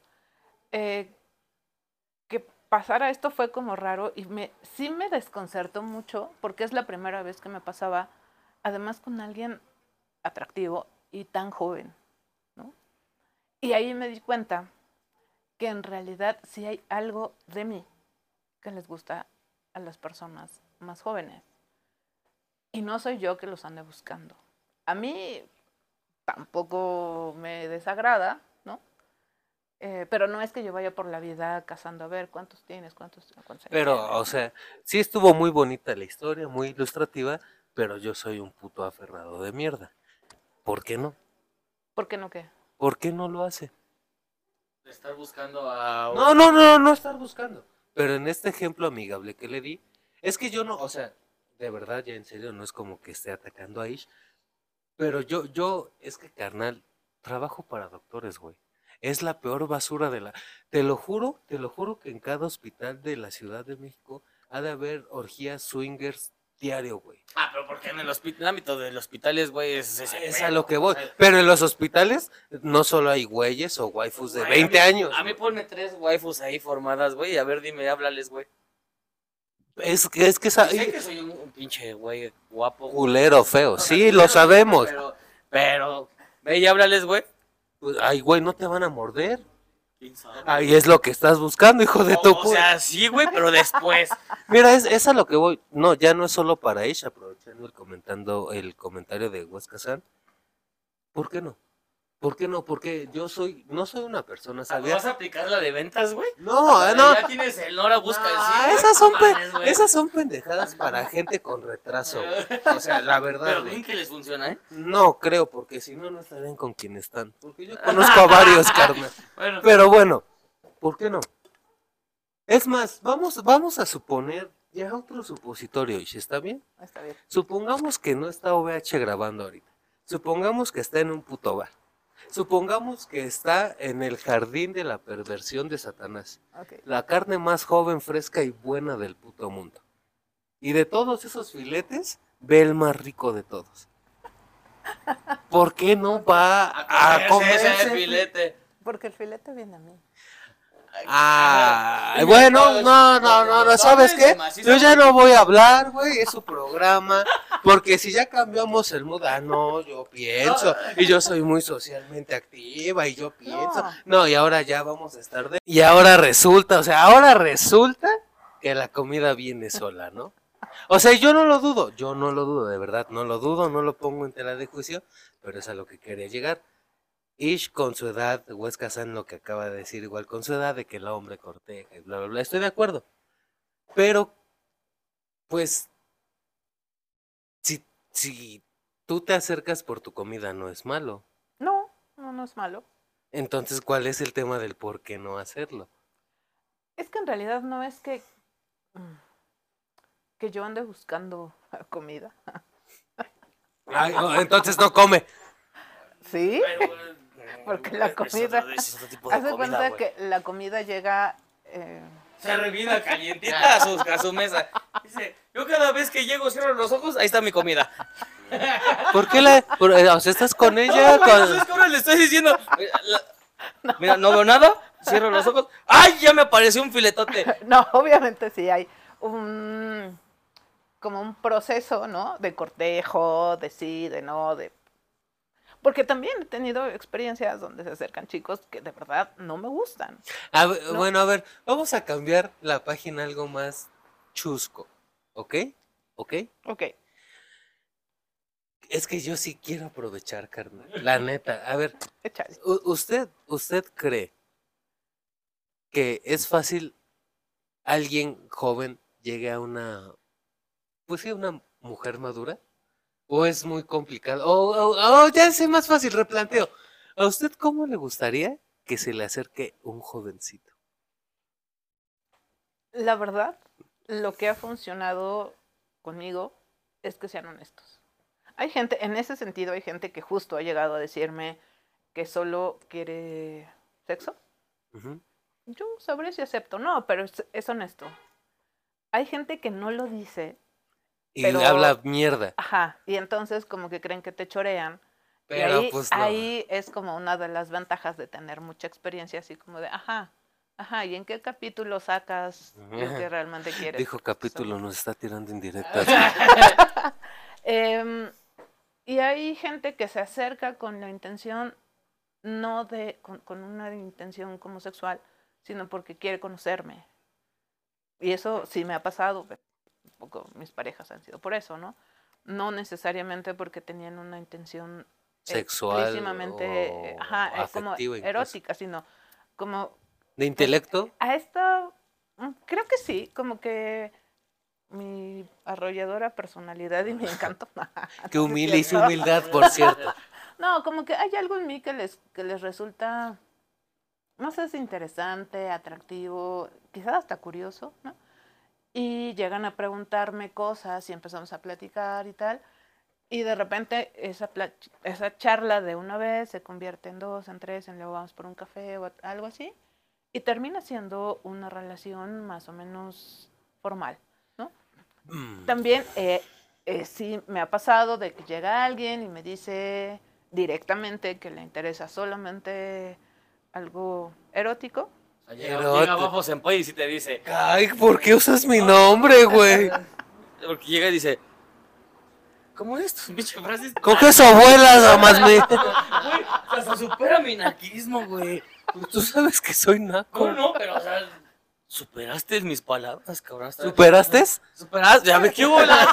Que pasara esto fue como raro y sí me desconcertó mucho porque es la primera vez que me pasaba, además con alguien atractivo y tan joven, ¿no? Y ahí me di cuenta que en realidad sí hay algo de mí que les gusta a las personas más jóvenes. Y no soy yo que los ande buscando. A mí tampoco me desagrada, ¿no? Pero no es que yo vaya por la vida cazando a ver cuántos tienes, cuántos años Pero, tienes, o ¿no? sea, sí estuvo muy bonita la historia, muy ilustrativa, pero yo soy un puto aferrado de mierda. ¿Por qué no? ¿Por qué no qué? ¿Por qué no lo hace? De estar buscando a No estar buscando. Pero en este ejemplo amigable que le di, es que yo no, o sea, de verdad, ya en serio, no es como que esté atacando a Ish, pero es que carnal, trabajo para doctores, güey. Es la peor basura de la... te lo juro que en cada hospital de la Ciudad de México ha de haber orgías swingers diario, güey. Ah, pero porque en el ámbito del hospital es, güey, es ese Es a pedo, lo que o voy. sea, Pero en los hospitales no solo hay güeyes o waifus de güey, 20 años. A mí güey. ponme 3 waifus ahí formadas, güey, a ver, dime, háblales, güey. Es que Y sé que soy un pinche güey guapo, güey. culero feo. O sea, Sí, lo culero, sabemos. pero, ve y háblales, güey. Pues, ay, güey, no te van a morder. ¿Quién sabe? Ahí es lo que estás buscando, hijo de tu O sea, sí, güey, pero después. Mira, es a lo que voy. No, ya no es solo para ella, aprovechando el comentario de Huesca San. ¿Por qué no? ¿Por qué no? Porque no soy una persona sabia. ¿Vas a aplicar la de ventas, güey? No, no. Ya tienes el Nora, busca el No, sí, güey, esas son, no mames, güey. esas son pendejadas para gente con retraso. O sea, la verdad. Pero güey. bien que les funciona, ¿eh? No creo, porque si no, no estarían con quien están. Porque yo conozco a varios, carnal. Bueno, Pero bueno, ¿por qué no? Es más, vamos a suponer ya otro supositorio, ¿y si está bien? Está bien. Supongamos que no está OVH grabando ahorita. Supongamos que está en un puto bar. Supongamos que está en el jardín de la perversión de Satanás. Okay. La carne más joven, fresca y buena del puto mundo. Y de todos esos filetes, ve el más rico de todos. ¿Por qué no va a comerse ese comerse? filete. Porque el filete viene a mí. Ah, bueno, no, ¿sabes qué? Yo ya no voy a hablar, güey, es su programa, porque si ya cambiamos el mood, no, yo pienso, y yo soy muy socialmente activa, y yo pienso, no, y ahora ya vamos a estar de... Y ahora resulta que la comida viene sola, ¿no? O sea, yo no lo dudo, de verdad, no lo dudo, no lo pongo en tela de juicio, pero es a lo que quería llegar. Ish con su edad, Huesca San lo que acaba de decir, igual con su edad de que el hombre corteja y bla, bla, bla, estoy de acuerdo. Pero, pues, si tú te acercas por tu comida, no es malo. No es malo. Entonces, ¿cuál es el tema del por qué no hacerlo? Es que en realidad no es que yo ande buscando comida. Ay, entonces no come. ¿Sí? Porque la Pues, comida... es otro tipo de Haz de comida, cuenta güey. que la comida llega... Se revina calientita a su mesa. Dice, yo cada vez que llego cierro los ojos, ahí está mi comida. ¿Por qué o sea, estás con ella? No, güey, ¿sabes cómo le estoy diciendo? Mira, no veo nada, cierro los ojos. ¡Ay, ya me apareció un filetote! No, obviamente sí hay como un proceso, ¿no? De cortejo, de sí, de no, de... Porque también he tenido experiencias donde se acercan chicos que de verdad no me gustan. ¿no? Bueno, a ver, vamos a cambiar la página a algo más chusco, ¿ok? ¿Ok? Ok. Es que yo sí quiero aprovechar, carnal. La neta. A ver, Échale. ¿usted cree que es fácil alguien joven llegue a pues sí, a una mujer madura? ¿O es muy complicado? Ya sé más fácil, replanteo. ¿A usted cómo le gustaría que se le acerque un jovencito? La verdad, lo que ha funcionado conmigo es que sean honestos. Hay gente, en ese sentido, hay gente que justo ha llegado a decirme que solo quiere sexo. Ujú. Yo sabré si acepto, no, pero es honesto. Hay gente que no lo dice, Y pero habla mierda. ajá, y entonces como que creen que te chorean. Y Pero ahí, pues no. ahí es como una de las ventajas de tener mucha experiencia, así como de, ajá, ¿y en qué capítulo sacas lo que realmente quieres? Dijo Porque capítulo, son- nos está tirando indirectas. Em, y hay gente que se acerca con la intención, no de, con una intención como sexual, sino porque quiere conocerme. Y eso sí me ha pasado, un poco mis parejas han sido por eso, ¿no? No necesariamente porque tenían una intención Sexual explícimamente, o como afectiva incluso. erótica, sino como, ¿De pues, intelecto? a esta, creo que sí, como que mi arrolladora personalidad y mi encanto. Qué No, no es humilde y su cierto. humildad, por cierto. No, como que hay algo en mí que les resulta, no sé si interesante, atractivo, quizás hasta curioso, ¿no? Y llegan a preguntarme cosas y empezamos a platicar y tal. Y de repente esa charla de una vez se convierte en dos, en tres, en luego vamos por un café o algo así. Y termina siendo una relación más o menos formal, ¿no? Mm. También sí me ha pasado de que llega alguien y me dice directamente que le interesa solamente algo erótico. O sea, Pero llega abajo Senpai y sí te dice, Ay, ¿por qué usas mi nombre, güey? porque llega y dice, ¿cómo es tu pinche frase? Coge su abuela, nada más me. Güey, hasta supera mi naquismo, güey. Tú sabes que soy naco. No, pero, o sea, superaste mis palabras, cabrón. ¿Superaste? Superaste, ya me qué bola.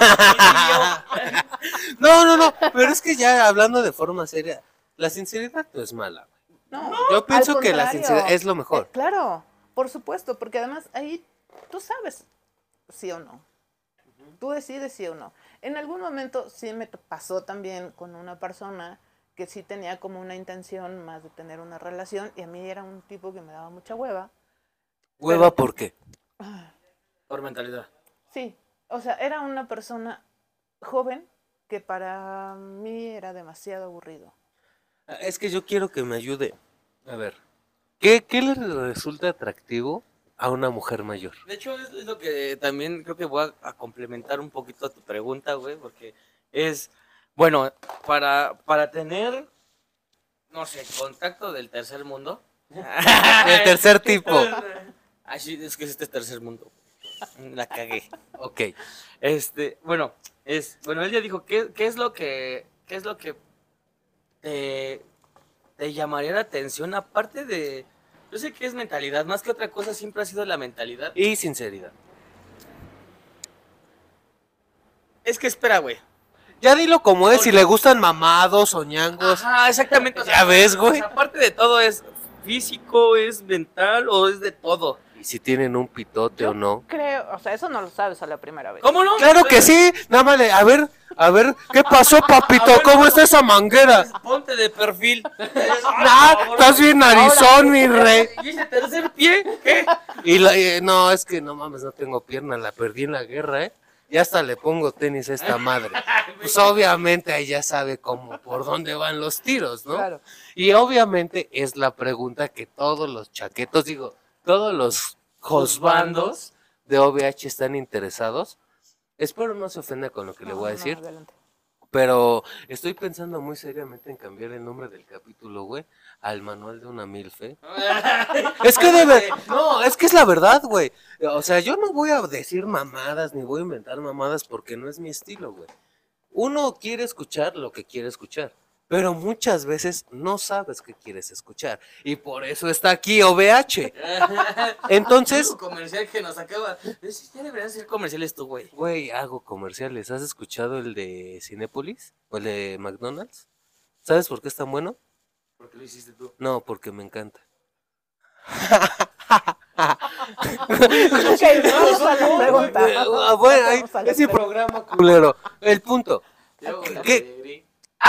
No, pero es que ya hablando de forma seria, la sinceridad no es mala, güey. No, Yo pienso al que la contrario. sinceridad es lo mejor. Claro, por supuesto, porque además ahí tú sabes sí o no. Tú decides sí o no. En algún momento sí me pasó también con una persona que sí tenía como una intención más de tener una relación y a mí era un tipo que me daba mucha hueva. ¿Hueva por qué? Por mentalidad. Sí, o sea, era una persona joven que para mí era demasiado aburrido. Es que yo quiero que me ayude. A ver, ¿qué le resulta atractivo a una mujer mayor? De hecho, es lo que también creo que voy a complementar un poquito a tu pregunta, güey, porque es, bueno, para tener, no sé, contacto del tercer mundo. El tercer tipo. Ay, sí, es que es este tercer mundo. La cagué. Ok. Bueno, bueno, él ya dijo, ¿qué es lo que te llamaría la atención? Aparte de, yo sé que es mentalidad, más que otra cosa siempre ha sido la mentalidad. Y sinceridad. Es que espera, güey. Ya dilo como es, si le gustan mamados, soñangos. Ajá, exactamente. O sea, Ya ves, güey. o sea, aparte de todo, ¿es físico, es mental o es de todo? Y si tienen un pitote o no. Creo, o sea, eso no lo sabes a la primera vez. ¿Cómo no? Claro que sí, nada más a ver, ¿qué pasó, papito? ¿Cómo está esa manguera? Ponte de perfil. Estás bien narizón, mi rey. ¿Y ese tercer pie? ¿Qué? No, es que no mames, no tengo pierna, la perdí en la guerra, ¿eh? Y hasta le pongo tenis a esta madre. Pues obviamente ahí ya sabe por dónde van los tiros, ¿no? Claro. Y obviamente es la pregunta que todos los chaquetos, todos los josbandos de OVH están interesados. Espero no se ofenda con lo que le voy a decir, Adelante. pero estoy pensando muy seriamente en cambiar el nombre del capítulo, güey, al manual de una milfe. Es que no, es que es la verdad, güey. O sea, yo no voy a decir mamadas ni voy a inventar mamadas porque no es mi estilo, güey. Uno quiere escuchar lo que quiere escuchar, pero muchas veces no sabes qué quieres escuchar. Y por eso está aquí OVH. Entonces, Un comercial que nos acaba. Ya deberías hacer comerciales tú, güey. güey, hago comerciales. ¿Has escuchado el de Cinépolis o el de McDonald's? ¿Sabes por qué es tan bueno? ¿Por qué lo hiciste tú? No, porque me encanta. Ok, vamos a la pregunta. Bueno, Vamos a la es mi pregunta. programa culero. El punto. Yo, ¿Qué?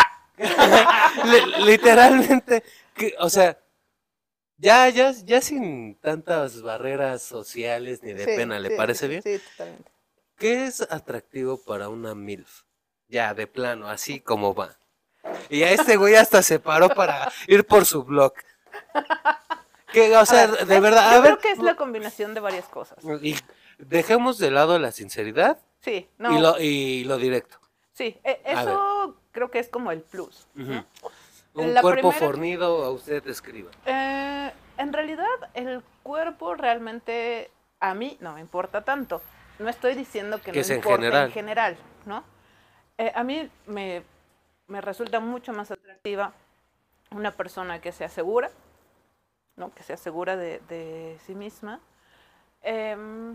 Literalmente, o sea, ya sin tantas barreras sociales ni de Sí, pena, ¿le sí, parece sí, bien? Sí, totalmente. ¿Qué es atractivo para una MILF? Ya, de plano, así como va. Y a este güey hasta se paró para ir por su blog. Que, o sea, A ver, de verdad, a yo ver, creo que es la combinación de varias cosas. y dejemos de lado la sinceridad Sí, y no, lo directo. sí, A eso creo que es como el plus. ¿no? Ujú. Un La cuerpo primera- fornido, a usted escriba. En realidad, el cuerpo realmente a mí no me importa tanto. No estoy diciendo que Que no es en importa general. en general, ¿no? A mí me resulta mucho más atractiva una persona que sea segura, ¿no? Que sea segura de sí misma, em,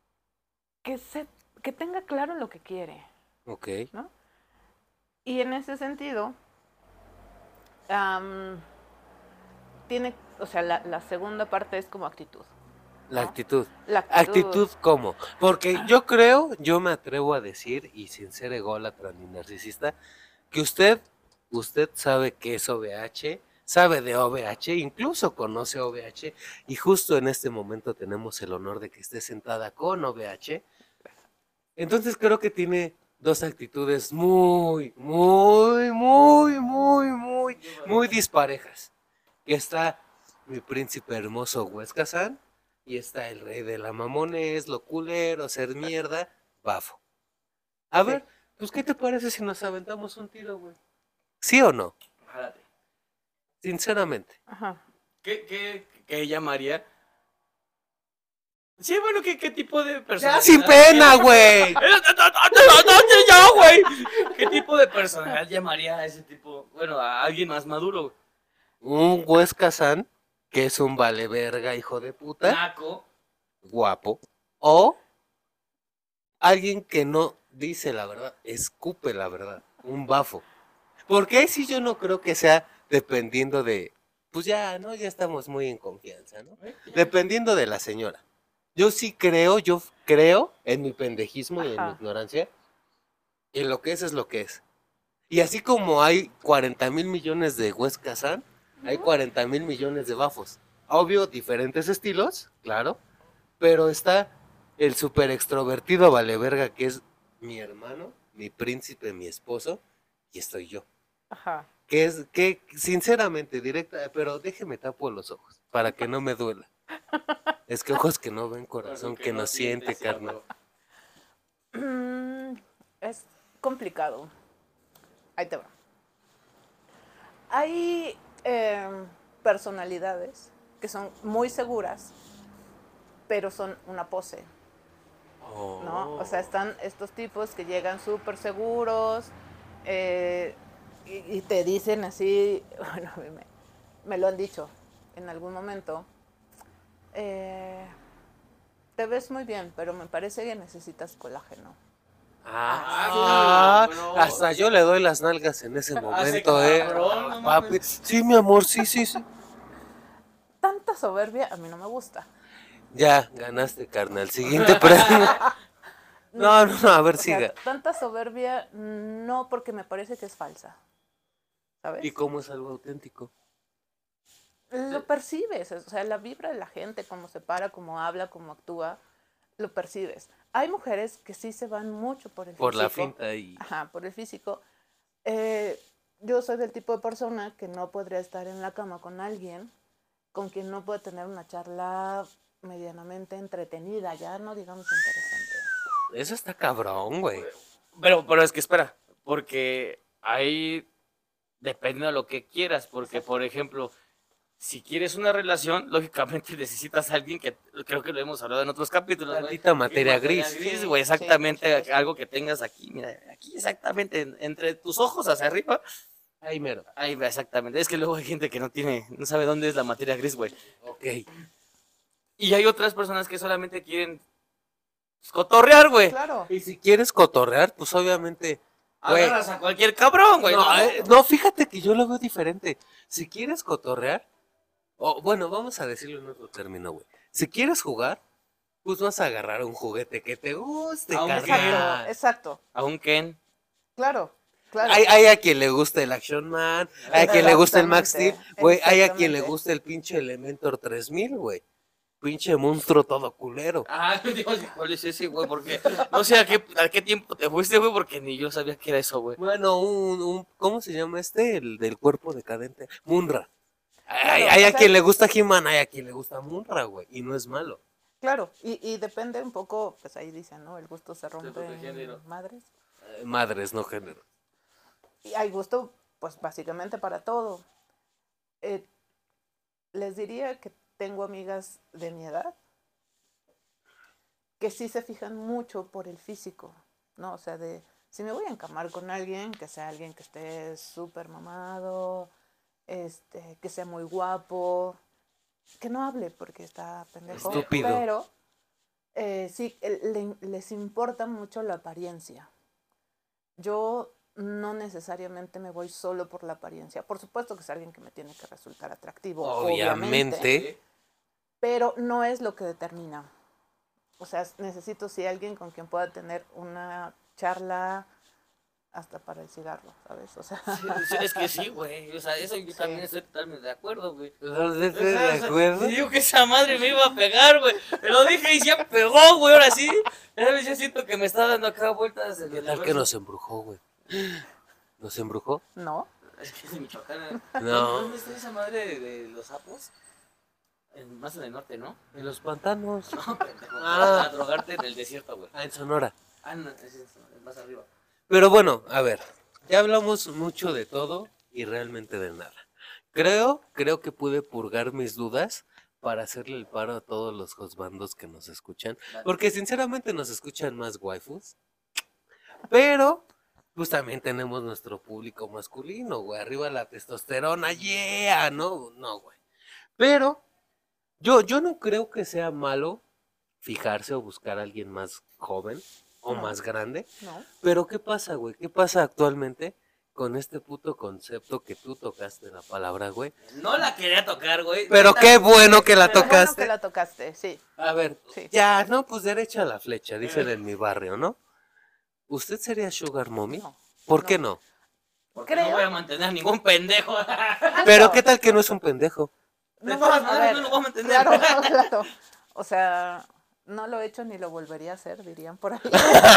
que tenga claro lo que quiere, Ok. ¿no? Y en ese sentido, am, tiene, o sea, la segunda parte es como actitud. La ¿no? actitud. La ¿Actitud cómo? Porque yo creo, yo me atrevo a decir, y sin ser ególatra ni narcisista, que usted sabe qué es OVH, sabe de OVH, incluso conoce OVH, y justo en este momento tenemos el honor de que esté sentada con OVH. Entonces creo que tiene dos actitudes muy disparejas. Que está mi príncipe hermoso Huesca San, y está el rey de la mamones, lo culero, ser mierda, Bafo. A ver, pues ¿qué te parece si nos aventamos un tiro, güey? ¿Sí o no? Jálate. Sinceramente. Ajá. ¿Qué llamaría? Sí, bueno, ¿qué tipo de persona? ¡Ya sin pena, güey! ¡Ya, güey! ¿Qué tipo de personalidad llamaría a ese tipo? Bueno, a alguien más maduro. Un Huesca San, que es un vale verga, hijo de puta, Naco. guapo, o alguien que no dice la verdad, escupe la verdad, un bafo. Porque ahí sí yo no creo que sea dependiendo de, pues ya, ¿no? Ya estamos muy en confianza, ¿no? Dependiendo de la señora. Yo creo en mi pendejismo y en mi Ajá. ignorancia, y lo que es lo que es. Y así como hay 40,000 millones de Huesca San, hay 40,000 millones de bafos. Obvio, diferentes estilos, claro, pero está el súper extrovertido vale verga que es mi hermano, mi príncipe, mi esposo, y estoy yo. Ajá. Que sinceramente, directa, pero déjeme tapo los ojos, para que no me duela. Es que ojos que no ven, corazón que no siente, carnal. Es complicado. Ahí te va. Hay personalidades que son muy seguras, pero son una pose, ¿no? O sea, están estos tipos que llegan súper seguros y te dicen así, bueno, me lo han dicho en algún momento, te ves muy bien, pero me parece que necesitas colágeno. Ah, sí, bro. hasta yo le doy las nalgas en ese momento, cabrón, no papi. mames. Sí, mi amor, sí. Tanta soberbia a mí no me gusta. Ya, ganaste, carnal. Siguiente pregunta. No, a ver, O sea, siga. tanta soberbia no, porque me parece que es falsa, ¿sabes? ¿Y cómo es algo auténtico? Lo percibes, o sea, la vibra de la gente, cómo se para, cómo habla, cómo actúa, lo percibes. Hay mujeres que sí se van mucho por el Por la físico. finta y... Ajá, por el físico. Yo soy del tipo de persona que no podría estar en la cama con alguien con quien no puede tener una charla medianamente entretenida, ya no digamos interesante. Eso está cabrón, güey. Pero es que espera, porque ahí depende de lo que quieras, porque por ejemplo, si quieres una relación, lógicamente necesitas a alguien que creo que lo hemos hablado en otros capítulos. ¿no? Tantita materia gris. Gris, güey, exactamente, Sí, por supuesto. algo que tengas aquí, mira, aquí exactamente, entre tus ojos hacia arriba, Ahí mero. Ahí va, exactamente. Es que luego hay gente que no sabe dónde es la materia gris, güey. Ok. Y hay otras personas que solamente quieren cotorrear, güey. Claro. Y si quieres cotorrear, pues obviamente, güey. Agarras a cualquier cabrón, güey. No, fíjate que yo lo veo diferente. Si quieres cotorrear, o bueno, vamos a decirlo en otro término, güey. Si quieres jugar, pues vas a agarrar un juguete que te guste, A un Exacto, carnal. exacto. A un Ken. Claro, claro. Hay a quien le gusta el Action Man, hay a quien le gusta el Max Steel, Exactamente, güey, hay a quien le exactamente. gusta el pinche Elementor 3000, güey. Pinche monstruo todo culero. Ah, Dios, ¿cuál es ese, güey? Porque no sé a qué tiempo te fuiste, güey, porque ni yo sabía que era eso, güey. Bueno, ¿cómo se llama este? El del cuerpo decadente. Munra. Hay, Claro, hay o a sea, quien le gusta He-Man, hay a quien le gusta Munra, güey. Y no es malo. Claro, y depende un poco, pues ahí dicen, ¿no? El gusto se rompe tu género. en madres. Madres, no género. Y hay gusto, pues básicamente para todo. Eh, les diría que tengo amigas de mi edad que sí se fijan mucho por el físico, ¿no? O sea, si me voy a encamar con alguien, que sea alguien que esté súper mamado, que sea muy guapo, que no hable porque está pendejo, Estúpido. pero sí, les importa mucho la apariencia. Yo no necesariamente me voy solo por la apariencia. Por supuesto que es alguien que me tiene que resultar atractivo, obviamente, pero no es lo que determina. O sea, necesito sí alguien con quien pueda tener una charla hasta para el cigarro, ¿sabes? O sea, Es que sí, güey. O sea, eso yo también estoy totalmente de acuerdo, güey. ¿Estás de acuerdo? Te digo que esa madre me iba a pegar, güey. Te lo dije y ya pegó, güey. Ahora sí. Ya siento que me está dando acá vueltas. ¿Qué tal que nos embrujó, güey? ¿Nos embrujó? no. Es que es de Michoacán. No. ¿Dónde está esa madre de los sapos? Más en el norte, ¿no? En los pantanos. No, pendejo. Ah. A drogarte en el desierto, güey. Ah, en Sonora. Ah, no, es más arriba. Pero bueno, a ver. Ya hablamos mucho de todo y realmente de nada. Creo que pude purgar mis dudas para hacerle el paro a todos los juzbandos que nos escuchan. Porque sinceramente nos escuchan más waifus. Pero, pues también tenemos nuestro público masculino, güey. Arriba la testosterona, yeah, no, no, güey. Pero, yo no creo que sea malo fijarse o buscar a alguien más joven o No. más grande. No. Pero, ¿qué pasa, güey? ¿Qué pasa actualmente con este puto concepto que tú tocaste la palabra, güey? No la quería tocar, güey. Pero qué bueno que la Pero bueno tocaste. que la tocaste, sí. A ver, Sí. ya, no, pues derecha a la flecha, dicen en mi barrio, ¿no? ¿Usted sería Sugar Mommy? No. ¿Por qué no? Porque Creo- no voy a mantener ningún pendejo. Pero ¿qué tal que no es un pendejo? De No, todas a maneras, ver, no lo voy a mantener. Claro, claro. O sea, no lo he hecho ni lo volvería a hacer, dirían por ahí.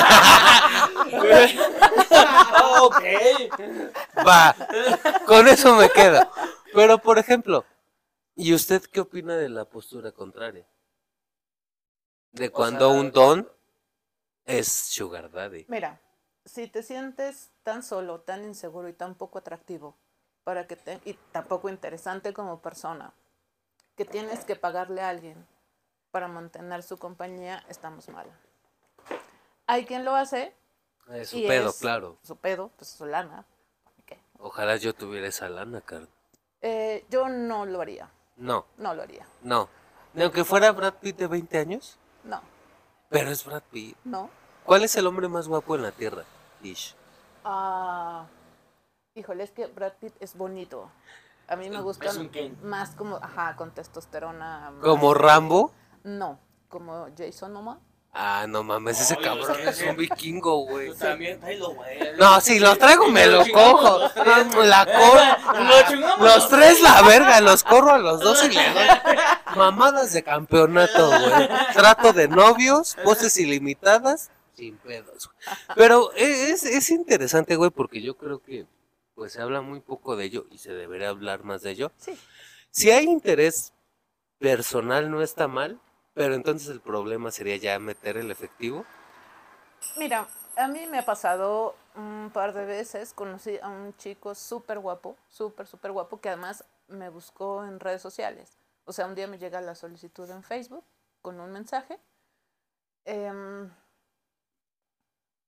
Ok. Va, con eso me quedo. Pero, por ejemplo, ¿y usted qué opina de la postura contraria? De cuando sea, un don es Sugar Daddy. Mira, si te sientes tan solo, tan inseguro y tan poco atractivo y tan poco interesante como persona, que tienes que pagarle a alguien para mantener su compañía, estamos mal. Hay quien lo hace. Es su y pedo, es claro. Su pedo, pues su lana. ¿Qué? Ojalá yo tuviera esa lana, Carl. Yo no lo haría. No, No lo haría. no. Ni aunque fuera Brad Pitt de 20 años, No, pero es Brad Pitt. no. ¿Cuál es el hombre más guapo en la Tierra? Ish. Híjole, es que Brad Pitt es bonito. A mí me Es gustan un Ken. más como, con testosterona. más- ¿Como Rambo? No, como Jason Momoa. Ah, no mames, ese Oye, cabrón es que es un vikingo, güey. Tú también, tráelo, güey. No, si los traigo me lo cojo. La Lo chingamos Los los tres la verga, los corro a los dos y le doy mamadas de campeonato, güey. Trato de novios, poses ilimitadas, sin pedos, güey. Pero es interesante, güey, porque yo creo que pues se habla muy poco de ello y se debería hablar más de ello. Sí. Si hay interés personal no está mal, pero entonces el problema sería ya meter el efectivo. Mira, a mí me ha pasado un par de veces, conocí a un chico súper guapo, súper guapo, que además me buscó en redes sociales. O sea, un día me llega la solicitud en Facebook con un mensaje.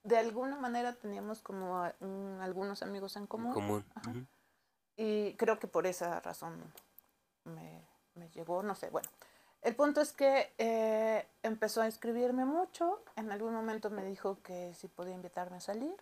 de alguna manera teníamos como algunos amigos en En común. común. Ajá. Ujú. Y creo que por esa razón me llegó, no sé, bueno. El punto es que empezó a escribirme mucho. En algún momento me dijo que si podía invitarme a salir.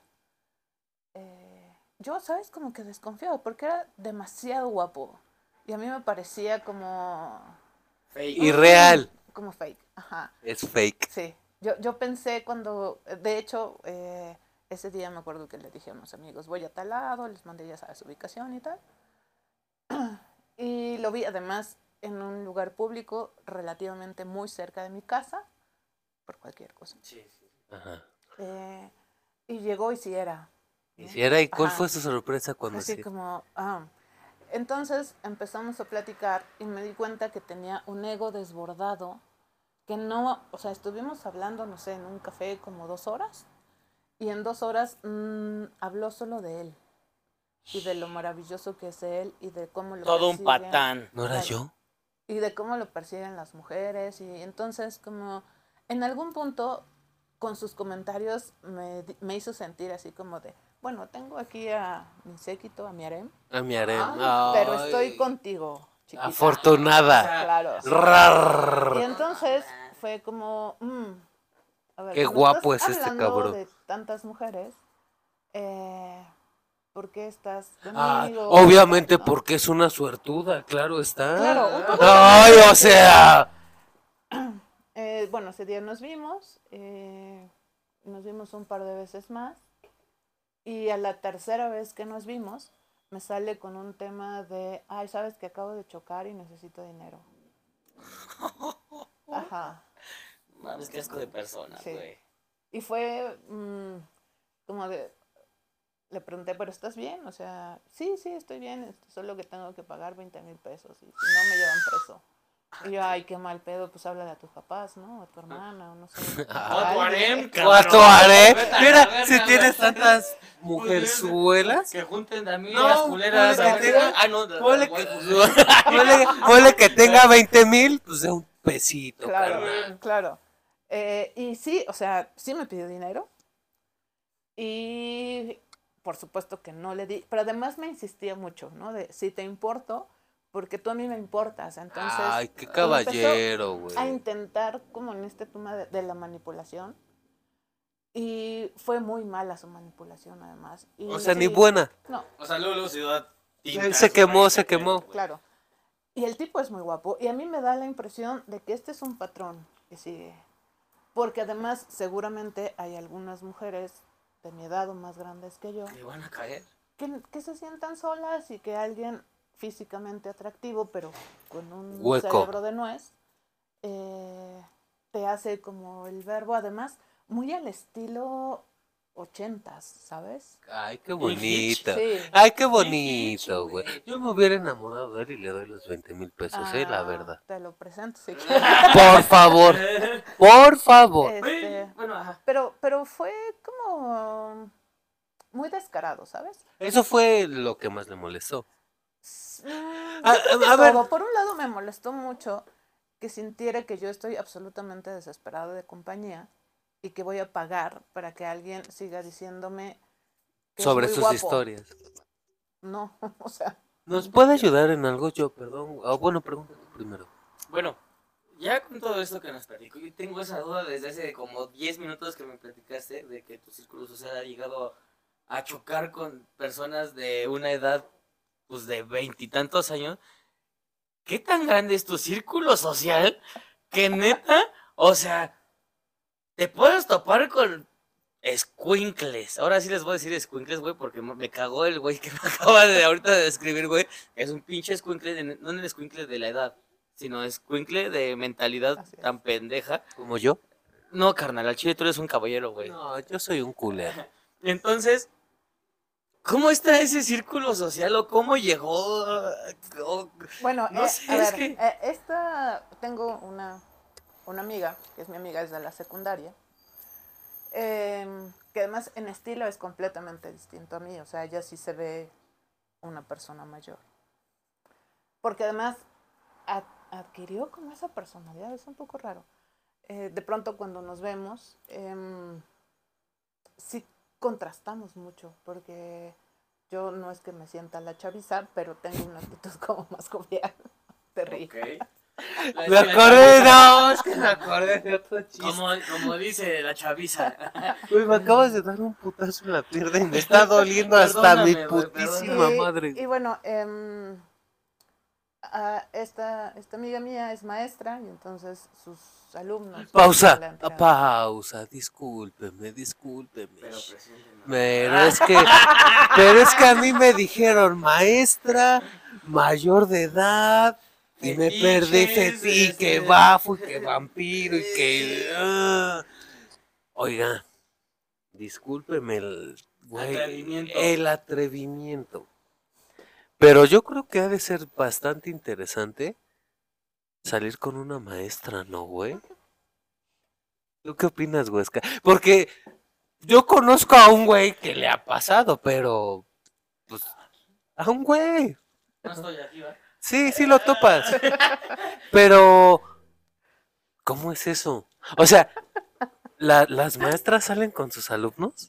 Yo, ¿sabes? Como que desconfiaba porque era demasiado guapo. Y a mí me parecía como... Fake. Irreal. Como fake, ajá. Es fake. Sí, yo pensé cuando, de hecho, ese día me acuerdo que le dije a unos amigos, voy a tal lado, les mandé ya sabes su ubicación y tal. Y lo vi además en un lugar público relativamente muy cerca de mi casa, por cualquier cosa. Sí, sí. Ajá. Y llegó y sí era. ¿no? Y si era, ¿y cuál Ajá. fue su sorpresa cuando Así sí? como, Entonces empezamos a platicar y me di cuenta que tenía un ego desbordado, que no, o sea, estuvimos hablando, no sé, en un café como 2 horas, y en 2 horas habló solo de él, y de lo maravilloso que es él, y de cómo lo Todo un persiguen. patán. ¿No era Claro. yo? Y de cómo lo persiguen las mujeres, y entonces como en algún punto con sus comentarios me hizo sentir así como de, bueno, tengo aquí a mi séquito, a mi harem, A mi harem. pero Ay, estoy contigo, chiquita. afortunada. O sea, Claro. Rar. Y entonces fue como, a ver, Qué como guapo estás es este hablando cabrón. de tantas mujeres, ¿por qué estás Ah, conmigo? obviamente ¿No? porque es una suertuda, claro está. Claro, un poco Ay, también o sea. bueno, ese día nos vimos un par de veces más, y a la tercera vez que nos vimos, me sale con un tema de, ay, sabes que acabo de chocar y necesito dinero. Ajá, Mames, qué asco de persona, sí. güey. Y fue como de, le pregunté, ¿pero estás bien? O sea, sí, estoy bien, solo que tengo que pagar 20,000 pesos y si no me llevan preso. Y yo, ay, qué mal pedo, pues háblale a tus papás, ¿no? A tu hermana, o no sé. O a tu harem, ¿Cuánto cabrón. haré? Vete a la Mira, verga, si tienes güey. tantas Pues, mujerzuelas. Que junten también No, las culeras. ponle A que ver, tenga- ah, no, Ponle voy, que, pues. ponle que tenga 20,000, pues de un pesito, Claro, carnal. claro. Y sí, o sea, sí me pidió dinero. Y por supuesto que no le di, pero además me insistía mucho, ¿no? De si te importo, porque tú a mí me importas. Entonces, Ay, qué empezó caballero, a güey. intentar como en este tema de la manipulación. Y fue muy mala su manipulación, además. Y O sea, ni sí, buena. no, O sea, luego ciudad. Se quemó, se quemó. claro. Y el tipo es muy guapo. Y a mí me da la impresión de que este es un patrón que sigue. Porque además, seguramente hay algunas mujeres de mi edad o más grandes que yo Que van a caer. que se sientan solas y que alguien físicamente atractivo, pero con un Hueco. cerebro de nuez, te hace como el verbo, además, muy al estilo 80s, ¿sabes? Ay, qué Y Hitch. bonito. Sí. Ay, qué Hitch, bonito, güey. güey. Yo me hubiera enamorado de él y le doy los 20,000 pesos, la verdad. Te lo presento si quieres. Por favor, por favor. Bueno, ajá. Pero fue como muy descarado, ¿sabes? Eso fue lo que más le molestó. Yo A- creo que a ver. todo. Por un lado me molestó mucho que sintiera que yo estoy absolutamente desesperado de compañía y que voy a pagar para que alguien siga diciéndome que Sobre es muy sus guapo. historias. No, o sea, ¿Nos puede ayudar en algo? Yo, perdón. Bueno, pregúntate primero. Bueno, ya con todo esto que nos platicó, yo tengo esa duda desde hace como 10 minutos que me platicaste de que tu círculo social ha llegado a chocar con personas de una edad, pues de 20 y tantos años. ¿Qué tan grande es tu círculo social que neta, o sea, te puedes topar con escuincles? Ahora sí les voy a decir escuincles, güey, porque me cagó el güey que me acaba de ahorita de describir, güey. Es un pinche escuincle, no un escuincle de la edad, sino escuincle de mentalidad Así es. tan pendeja. ¿Como yo? No, carnal, al chile tú eres un caballero, güey. No, yo soy un culero. Entonces, ¿cómo está ese círculo social o cómo llegó? bueno, No sé, a es ver, que... tengo una amiga, que es mi amiga desde la secundaria, que además en estilo es completamente distinto a mí, o sea, ella sí se ve una persona mayor. Porque además adquirió como esa personalidad, es un poco raro. De pronto cuando nos vemos, sí contrastamos mucho, porque yo no es que me sienta la chaviza, pero tengo una actitud como más jovial. Te ríes. Ok. Me acordé, no, es que me acordé de otro chiste. Como dice la chaviza. Güey, me acabas de dar un putazo en la pierna y me está doliendo hasta mi Perdóname, güey, putísima Y, madre. y bueno, esta amiga mía es maestra y entonces sus alumnos... Pausa, le han tirado. pausa, discúlpeme. Pero presénteme. Pero es que a mí me dijeron maestra, mayor de edad, y me perdí Fetiches, y que bafo, y que vampiro, y que... Oiga, discúlpeme Atrevimiento. el atrevimiento. Pero yo creo que ha de ser bastante interesante salir con una maestra, ¿no, güey? ¿Tú qué opinas, Huesca? Porque yo conozco a un güey que le ha pasado, pero... Pues, a un güey. No estoy aquí, ¿va? Sí, sí lo topas. Pero, ¿cómo es eso? O sea, ¿las maestras salen con sus alumnos?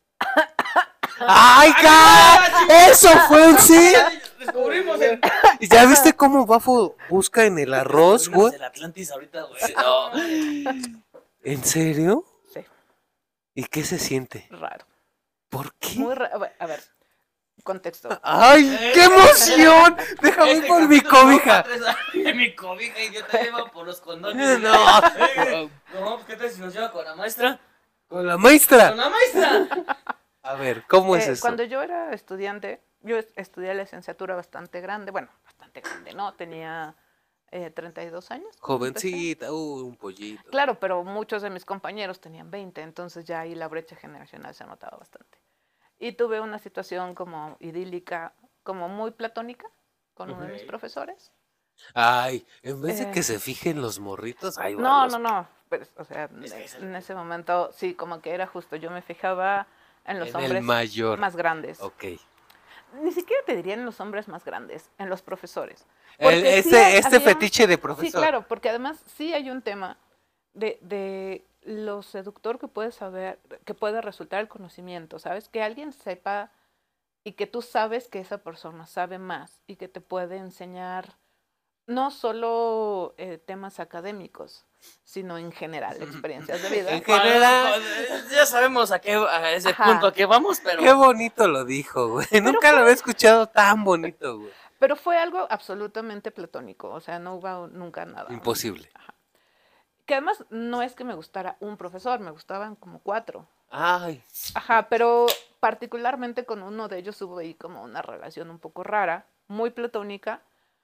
¡Ay, ¡eso fue en sí! Descubrimos el... ¿Ya viste cómo Bafo busca en el arroz, Descubrimos güey? el Atlantis ahorita, güey. No. ¿En serio? Sí, ¿Y qué se siente? raro. ¿Por qué? Muy raro. A ver, contexto. ¡Ay, qué emoción! Déjame ir por mi cobija. Mi cobija, idiota, lleva por los condones. No, No, ¿qué tal si nos lleva con la maestra? con la maestra. ¡Con la maestra! A ver, ¿cómo es eso? Cuando yo era estudiante, yo estudié licenciatura bastante grande, bueno, bastante grande, ¿no? Tenía 32 años. cuando empecé. Jovencita, un pollito. Claro, pero muchos de mis compañeros tenían 20, entonces ya ahí la brecha generacional se notaba bastante. Y tuve una situación como idílica, como muy platónica, con uno de mis Ok. profesores. Ay, en vez de Eh, que se fijen los morritos, ay, No, pero, o sea, Es que es el- en ese momento sí, como que era justo, yo me fijaba en los En el hombres mayor. más grandes. Ok. Ni siquiera te diría en los hombres más grandes, en los profesores. Porque sí Este había- fetiche de Sí, profesor. claro, porque además sí hay un tema de lo seductor que puede saber, que puede resultar el conocimiento, ¿sabes? Que alguien sepa y que tú sabes que esa persona sabe más y que te puede enseñar no solo temas académicos, sino en general experiencias de vida. En general. Ya sabemos a ese Ajá. punto a qué vamos, pero... Qué bonito lo dijo, güey. Nunca lo había escuchado tan bonito, güey. Pero fue algo absolutamente platónico, o sea, no hubo nunca nada. Imposible. Que además no es que me gustara un profesor, me gustaban como 4. Ay, Ajá, pero particularmente con uno de ellos hubo ahí como una relación un poco rara, muy platónica.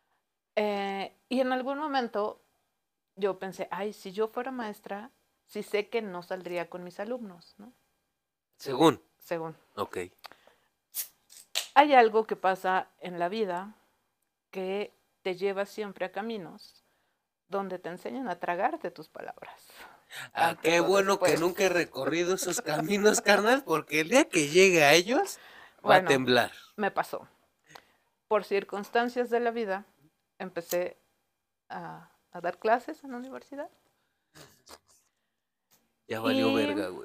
Y en algún momento yo pensé, ay, si yo fuera maestra, sí sé que no saldría con mis alumnos, ¿no? según. Según. Ok. Hay algo que pasa en la vida que te lleva siempre a caminos donde te enseñan a tragarte tus palabras. Ah, Antes qué o bueno que después. nunca he recorrido esos caminos, carnal, porque el día que llegue a ellos va a Bueno, temblar. me pasó. Por circunstancias de la vida, empecé a dar clases en la universidad. Ya valió Y- verga, güey.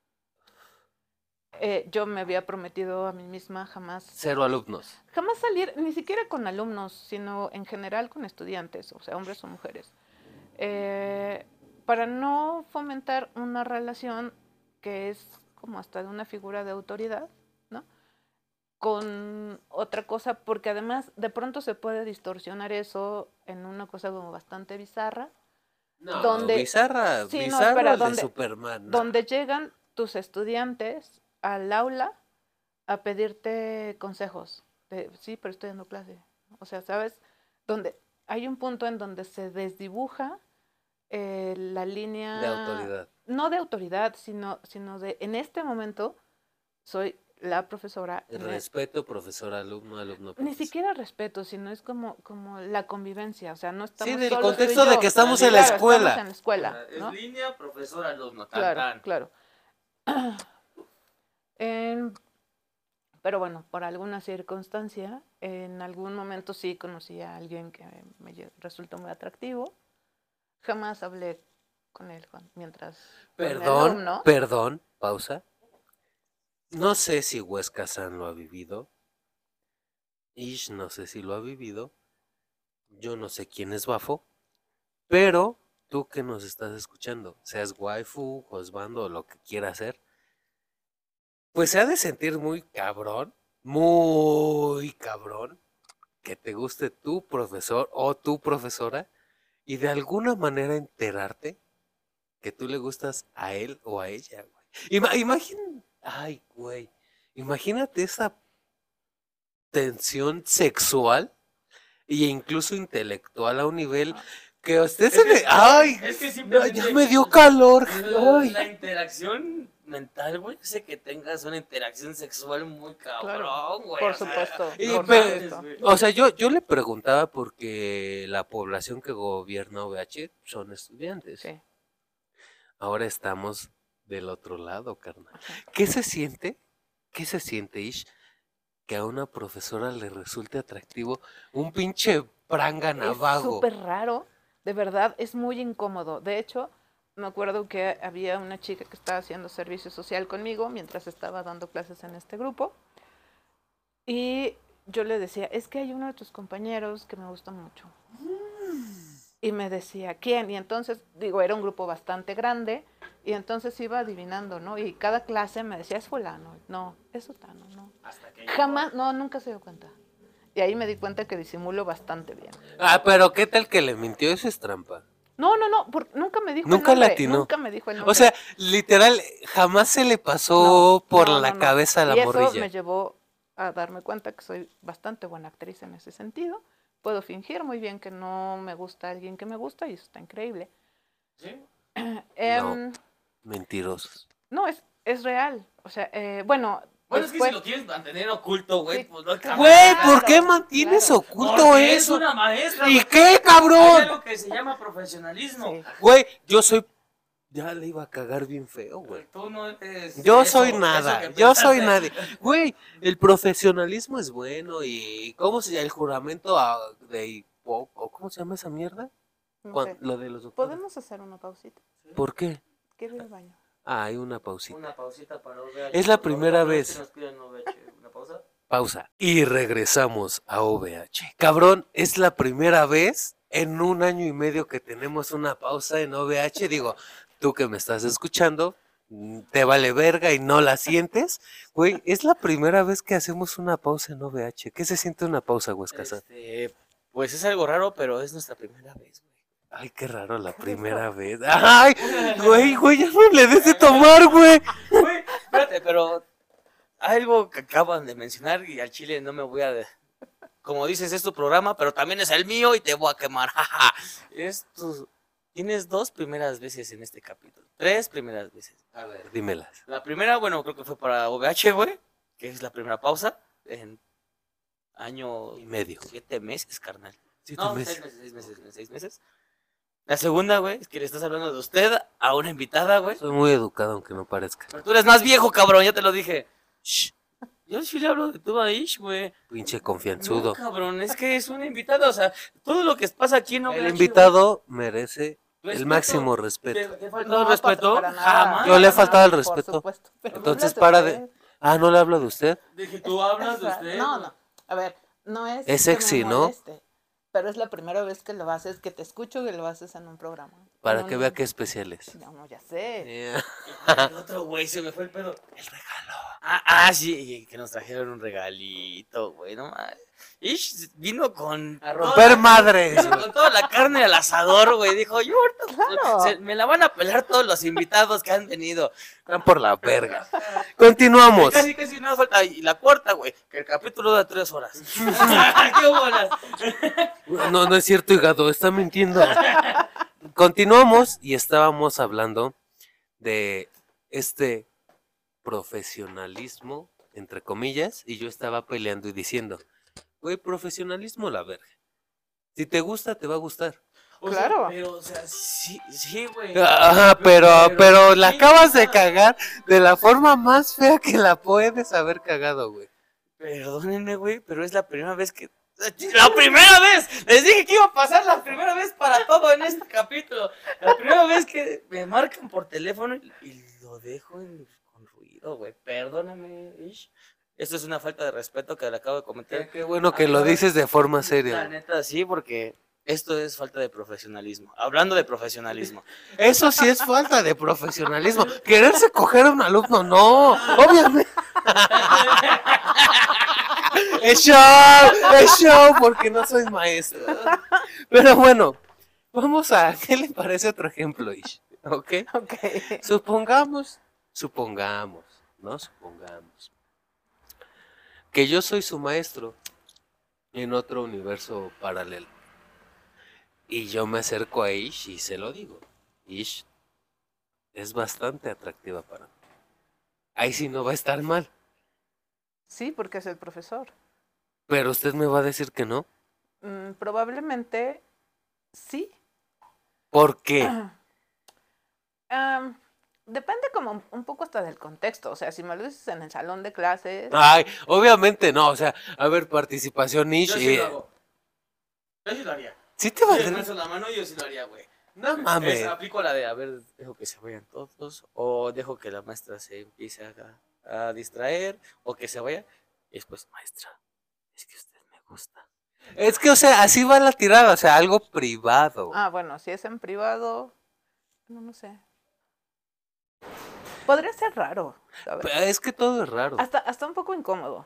Yo me había prometido a mí misma jamás 0 alumnos. salir, ni siquiera con alumnos, sino en general con estudiantes, o sea, hombres o mujeres, para no fomentar una relación que es como hasta de una figura de autoridad, ¿no? Con otra cosa, porque además de pronto se puede distorsionar eso en una cosa como bastante bizarra, No, Donde- bizarra, Sí, no, bizarro espera, el de donde- Superman. no. donde llegan tus estudiantes al aula a pedirte consejos. Sí, pero estoy dando clase. O sea, ¿sabes? Donde hay un punto en donde se desdibuja la línea... De autoridad. No de autoridad, sino de, en este momento, soy la profesora. El respeto, profesor, alumno, alumno, Ni profesor. siquiera respeto, sino es como la convivencia. O sea, no estamos del solos tú y contexto de yo. que estamos en la Claro, escuela. Estamos en la escuela, ¿no? Es línea, profesor, alumno. Tan, Claro, tan. claro. Pero bueno, por alguna circunstancia, en algún momento sí conocí a alguien que me resultó muy atractivo. Jamás hablé con él mientras fue mi alumno. Perdón, pausa. No sé si Huesca San lo ha vivido. Ish, no sé si lo ha vivido. Yo no sé quién es Bafo. Pero tú que nos estás escuchando, seas waifu, josbando o lo que quieras hacer, pues se ha de sentir muy cabrón, que te guste tu profesor o tu profesora y de alguna manera enterarte que tú le gustas a él o a ella, güey. Ay, güey, imagínate esa tensión sexual e incluso intelectual a un nivel que usted se le... ¡Ay! Es que No, simplemente ya me dio calor. Ay. la interacción mental, güey, hace que tengas una interacción sexual muy cabrón, güey. Por o sea, supuesto. Y por pero- supuesto. güey. O sea, yo le preguntaba porque la población que gobierna OVH son estudiantes. Sí. Ahora estamos del otro lado, carnal. Ajá. ¿Qué se siente? ¿Qué se siente, Ish? Que a una profesora le resulte atractivo un pinche pranga Es navago. súper raro, de verdad, es muy incómodo. De hecho, me acuerdo que había una chica que estaba haciendo servicio social conmigo mientras estaba dando clases en este grupo. Y yo le decía, es que hay uno de tus compañeros que me gusta mucho. Y me decía, ¿quién? Y entonces, digo, era un grupo bastante grande, y entonces iba adivinando, ¿no? Y cada clase me decía, es fulano, no, es sutano, no. Hasta que Jamás, no, nunca se dio cuenta. Y ahí me di cuenta que disimulo bastante bien. Ah, pero ¿qué tal que le mintió? Eso es trampa. No, nunca me dijo Nunca el nombre. le atinó. Nunca me dijo el nombre. O sea, literal, jamás se le pasó por la cabeza a la y eso morrilla. me llevó a darme cuenta que soy bastante buena actriz en ese sentido. Puedo fingir muy bien que no me gusta alguien que me gusta y eso está increíble. ¿Sí? Em, Mentirosos. no, es real. O sea, bueno, Bueno, es que si después... lo quieres mantener oculto, güey, Sí. pues no Claro. Güey, ¿por qué Claro, mantienes claro. oculto Porque es eso? una maestra. ¿Y güey. qué, Hay cabrón? algo que se llama profesionalismo. Sí. Güey, yo soy... Ya le iba a cagar bien feo, güey. Tú no eres Yo eso- soy eso nada, que yo soy pensaste. nadie. Güey, el profesionalismo es bueno y... ¿Cómo se llama? El juramento de Hipócrates, ¿cómo se llama esa mierda? No sé. Lo de los doctores. ¿Podemos hacer una pausita? ¿Por qué? Quiero ir al baño. Ah, hay una pausita. Una pausita para OVH. Es la por favor, primera cada vez. que nos pidan OVH. ¿Una pausa? Pausa. Y regresamos a OVH. Cabrón, es la primera vez en 1 año y medio que tenemos una pausa en OVH. Digo, tú que me estás escuchando, te vale verga y no la sientes. Güey, es la primera vez que hacemos una pausa en OVH. ¿Qué se siente una pausa, Huescasa? Pues es algo raro, pero es nuestra primera vez, güey. Ay, qué raro la primera vez. Ay, güey, ya no le des de tomar, güey. Güey, espérate, pero algo que acaban de mencionar y al chile no me voy a... Como dices, es tu programa, pero también es el mío y te voy a quemar. Tienes 2 primeras veces en este capítulo. 3 primeras veces. A ver, dímelas. La primera, bueno, creo que fue para OVH, güey, que es la primera pausa en año Y medio. 7 meses, carnal. 7 No, meses. 6 meses. La segunda, güey, es que le estás hablando de usted a una invitada, güey. Soy muy educado, aunque no parezca. Pero tú eres más viejo, cabrón, ya te lo dije. Shh. Yo sí le hablo de tú a Ish, güey. Pinche No, confianzudo. cabrón, es que es una invitada, o sea, todo lo que pasa aquí no El invitado merece el máximo respeto. ¿Te faltó el respeto? para nada. Jamás. Yo le he Para faltado el nada, respeto. Por supuesto. Pero Entonces, háblate para usted. de... Ah, ¿no le hablo de usted? Dije, tú hablas de usted. No. A ver, no es. Es que sexy, me ¿no? moleste, pero es la primera vez que lo haces, que te escucho que lo haces en un programa. Para En que un- vea qué especial es. No, ya sé. El otro güey se me fue el pedo. El regalo. Ah, sí, y que nos trajeron un regalito, güey, no mames. Ish vino con... A romper madres. Vino con toda la carne al asador, güey. Dijo, yo ahorita Claro. me la van a pelar todos los invitados que han venido. Están por la verga. Continuamos. Casi nada falta. Y la cuarta, güey, que el capítulo dura 3 horas. ¡Qué bolas! No, no es cierto, hígado, está mintiendo. Continuamos y estábamos hablando de este profesionalismo, entre comillas, y yo estaba peleando y diciendo, güey, profesionalismo la verga. Si te gusta, te va a gustar. Claro. Pero, o sea, sí, güey. Ajá, pero la sí, acabas de no. cagar de la forma más fea que la puedes haber cagado, güey. Perdónenme, güey, pero es la primera vez que... ¡La primera vez! Les dije que iba a pasar la primera vez para todo en este capítulo. La primera vez que me marcan por teléfono y lo dejo en con ruido, güey. Perdóname, Ish. Esto es una falta de respeto que le acabo de cometer. Qué bueno que lo dices de forma La seria. neta, sí, porque esto es falta de profesionalismo. Hablando de profesionalismo. Eso sí es falta de profesionalismo. Quererse coger a un alumno, no. Obviamente. Es show, porque no soy maestro. Pero bueno, vamos a, ¿qué le parece otro ejemplo, Ish? ¿Ok? Ok. Supongamos, que yo soy su maestro en otro universo paralelo. Y yo me acerco a Ish y se lo digo. Ish es bastante atractiva para mí. Ahí sí no va a estar mal. Sí, porque es el profesor. Pero usted me va a decir que no. Probablemente sí. ¿Por qué? Depende como un poco hasta del contexto. O sea, si me lo dices en el salón de clases. Ay, obviamente no. O sea, a ver, participación Ish. Yo sí lo hago. Yo sí lo haría. ¿Sí te va a Si me tener? alzo la mano, yo sí lo haría, güey. No mames. Aplico la de, a ver, dejo que se vayan todos, o dejo que la maestra se empiece a distraer, o que se vaya, y después, maestra, es que usted me gusta. Es que, o sea, así va la tirada. O sea, algo privado. Bueno, si es en privado, no sé. Podría ser raro, ¿sabes? Es que todo es raro. Hasta un poco incómodo.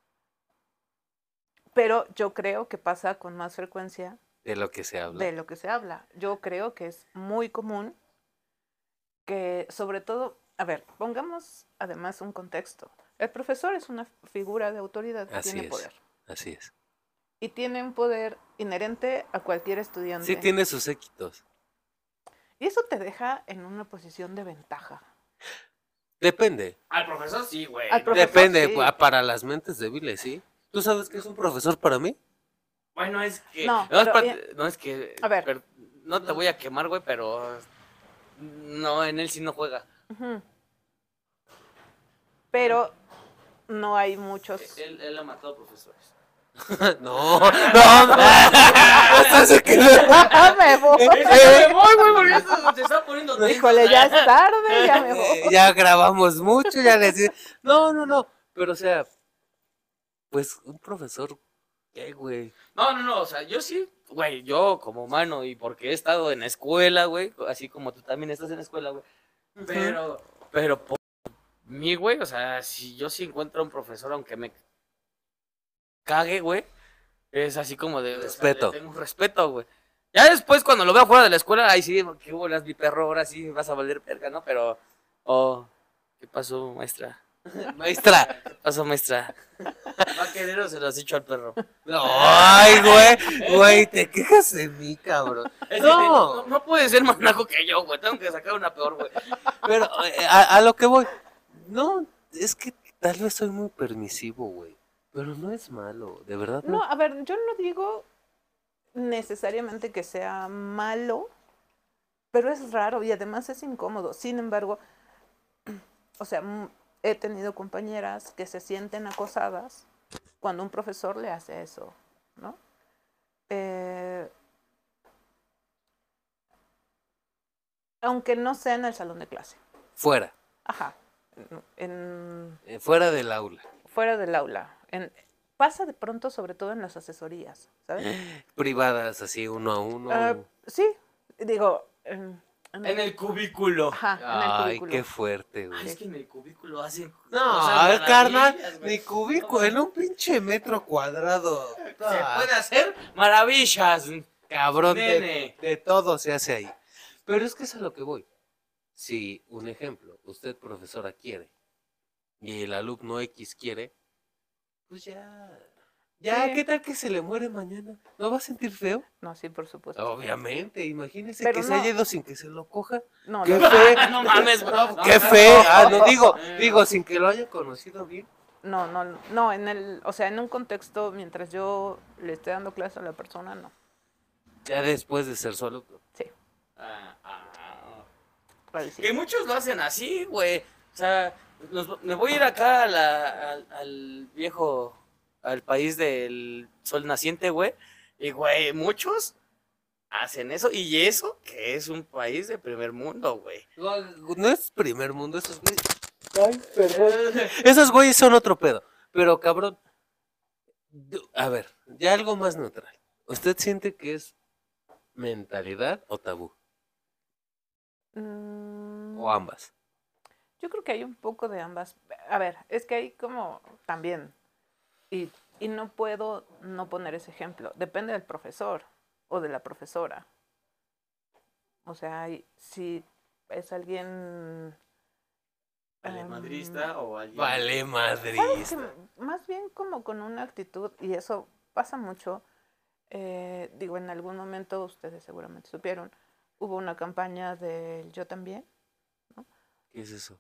Pero yo creo que pasa con más frecuencia De lo que se habla. de lo que se habla. Yo creo que es muy común que, sobre todo, a ver, pongamos además un contexto. El profesor es una figura de autoridad que Así tiene es. poder. Así es. Y tiene un poder inherente a cualquier estudiante. Sí tiene sus séquitos. Y eso te deja en una posición de ventaja. Depende. Al profesor sí, güey. Al profesor, Depende. sí. Para las mentes débiles, ¿sí? ¿Tú sabes qué es un profesor para mí? Bueno, es que. No, No, es, pero, no, es que. A ver. No te voy a quemar, güey, pero. No, en él sí no juega. Ujú. Pero no hay muchos. Él ha matado profesores. No. Hasta se quedó. Me voy. Me voy, güey, porque esto se está poniendo tenso. Híjole, ya es tarde, ya me voy. Ya grabamos mucho, ya les dije. No. Pero, o sea, pues un profesor, ¿qué, güey? No, o sea, yo sí, güey, yo como humano y porque he estado en la escuela, güey, así como tú también estás en la escuela, güey. Pero por mí, güey, o sea, si yo sí encuentro a un profesor, aunque me cague, güey, es así como de Respeto. Tengo un respeto, güey. Ya después, cuando lo veo fuera de la escuela, ahí sí, ¿qué bolas, mi perro? Ahora sí vas a valer verga, ¿no? Pero, ¿qué pasó, maestra? Maestra. ¿Qué pasó, maestra? ¿Va a querer o se lo has dicho al perro? Ay, güey, te quejas de mí, cabrón. Es que no puede ser más naco que yo, güey. Tengo que sacar una peor, güey. Pero a lo que voy, no, es que tal vez soy muy permisivo, güey. Pero no es malo, de verdad. No, a ver, yo no digo necesariamente que sea malo, pero es raro y además es incómodo. Sin embargo, o sea, he tenido compañeras que se sienten acosadas cuando un profesor le hace eso, ¿no? Aunque no sea en el salón de clase. Fuera. Ajá. Fuera del aula. Fuera del aula. Pasa de pronto, sobre todo en las asesorías, ¿sabes? Privadas, así, uno a uno. Sí, digo... En el cubículo. Ajá, en el Ay, cubículo. qué fuerte, güey. Ay, es que en el cubículo hacen No, cosas carnal, maravillas, güey. ni cubículo, en un pinche metro cuadrado. Se puede hacer maravillas. Cabrón, Nene. de todo se hace ahí. Pero es que es a lo que voy. Si, un ejemplo, usted, profesora, quiere y el alumno X quiere, pues ya, Sí. ¿qué tal que se le muere mañana? ¿No va a sentir feo? No, sí, por supuesto. Obviamente, imagínese Pero que se no. haya ido sin que se lo coja. No, ¡Qué no, fe! No mames, güey. No, ¡Qué fe! No, digo, sin que lo haya conocido bien. no, o sea, en un contexto, mientras yo le esté dando clase a la persona, no. Ya después de ser solo. Sí, Que claro. muchos lo hacen así, güey. O sea, me voy a ir acá al viejo, al país del sol naciente, güey. Y, güey, muchos hacen eso. Y eso que es un país de primer mundo, güey. No es primer mundo, esos güeyes. Ay, perdón. Esos güeyes son otro pedo. Pero cabrón, a ver, ya algo más neutral. ¿Usted siente que es mentalidad o tabú? Mm, O ambas. yo creo que hay un poco de ambas. A ver, es que hay como también, y, y no puedo no poner ese ejemplo. Depende del profesor o de la profesora. O sea, si es alguien... ¿Vale em, madrista o alguien? Vale, ¿sabes qué? madrista. Más bien como con una actitud, y eso pasa mucho, digo, en algún momento ustedes seguramente supieron, hubo una campaña del Yo también, ¿Qué es eso?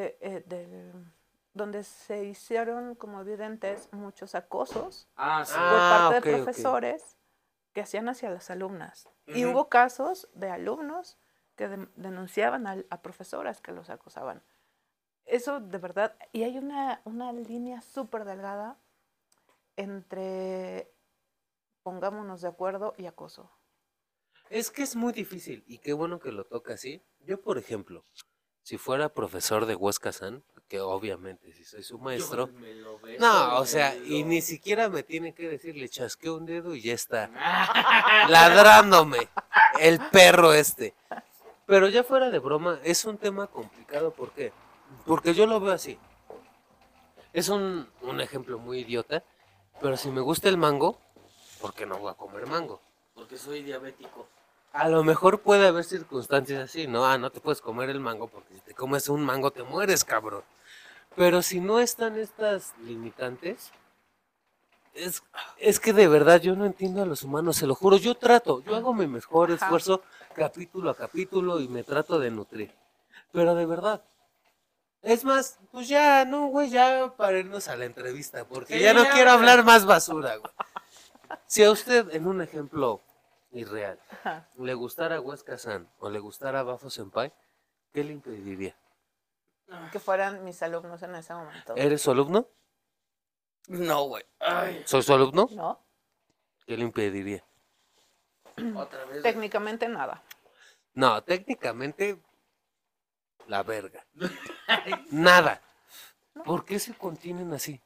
donde se hicieron como evidentes muchos acosos Ah, sí. por Ah, parte ok, de ok. profesores que hacían hacia las alumnas. Y Ujú. hubo casos de alumnos que denunciaban a profesoras que los acosaban. Eso de verdad, y hay una línea súper delgada entre pongámonos de acuerdo y acoso. Es que es muy difícil y qué bueno que lo toca así. Yo, por ejemplo, si fuera profesor de Huesca San, que obviamente si soy su maestro, Yo me lo beso no, o en sea, el y ni ojo. siquiera me tiene que decir, le chasqueo un dedo y ya está ladrándome el perro este. Pero ya fuera de broma, es un tema complicado, ¿por qué? Porque yo lo veo así. Es un ejemplo muy idiota, pero si me gusta el mango, ¿por qué no voy a comer mango? Porque soy diabético. A lo mejor puede haber circunstancias así, ¿no? Ah, no te puedes comer el mango porque si te comes un mango te mueres, cabrón. Pero si no están estas limitantes, es, es que de verdad yo no entiendo a los humanos, se lo juro. Yo trato, yo hago mi mejor Ajá. esfuerzo capítulo a capítulo y me trato de nutrir. Pero de verdad. Es más, pues ya, no, güey, ya para irnos a la entrevista, porque Sí, ya no ya, quiero güey. hablar más basura, güey. Si a usted, en un ejemplo irreal, Ajá. le gustara Huesca San o le gustara Bafo Senpai, ¿qué le impediría? Que fueran mis alumnos en ese momento. ¿Eres su alumno? No, güey. Ay, ¿Soy su alumno? ¿No? ¿Qué le impediría? otra vez. Técnicamente nada. No, técnicamente, la verga. Nada. ¿Por qué se contienen así?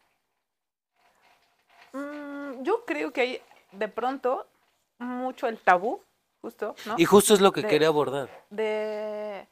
Yo creo que hay de pronto mucho el tabú, justo, ¿no? Y justo es lo que De- quería abordar. de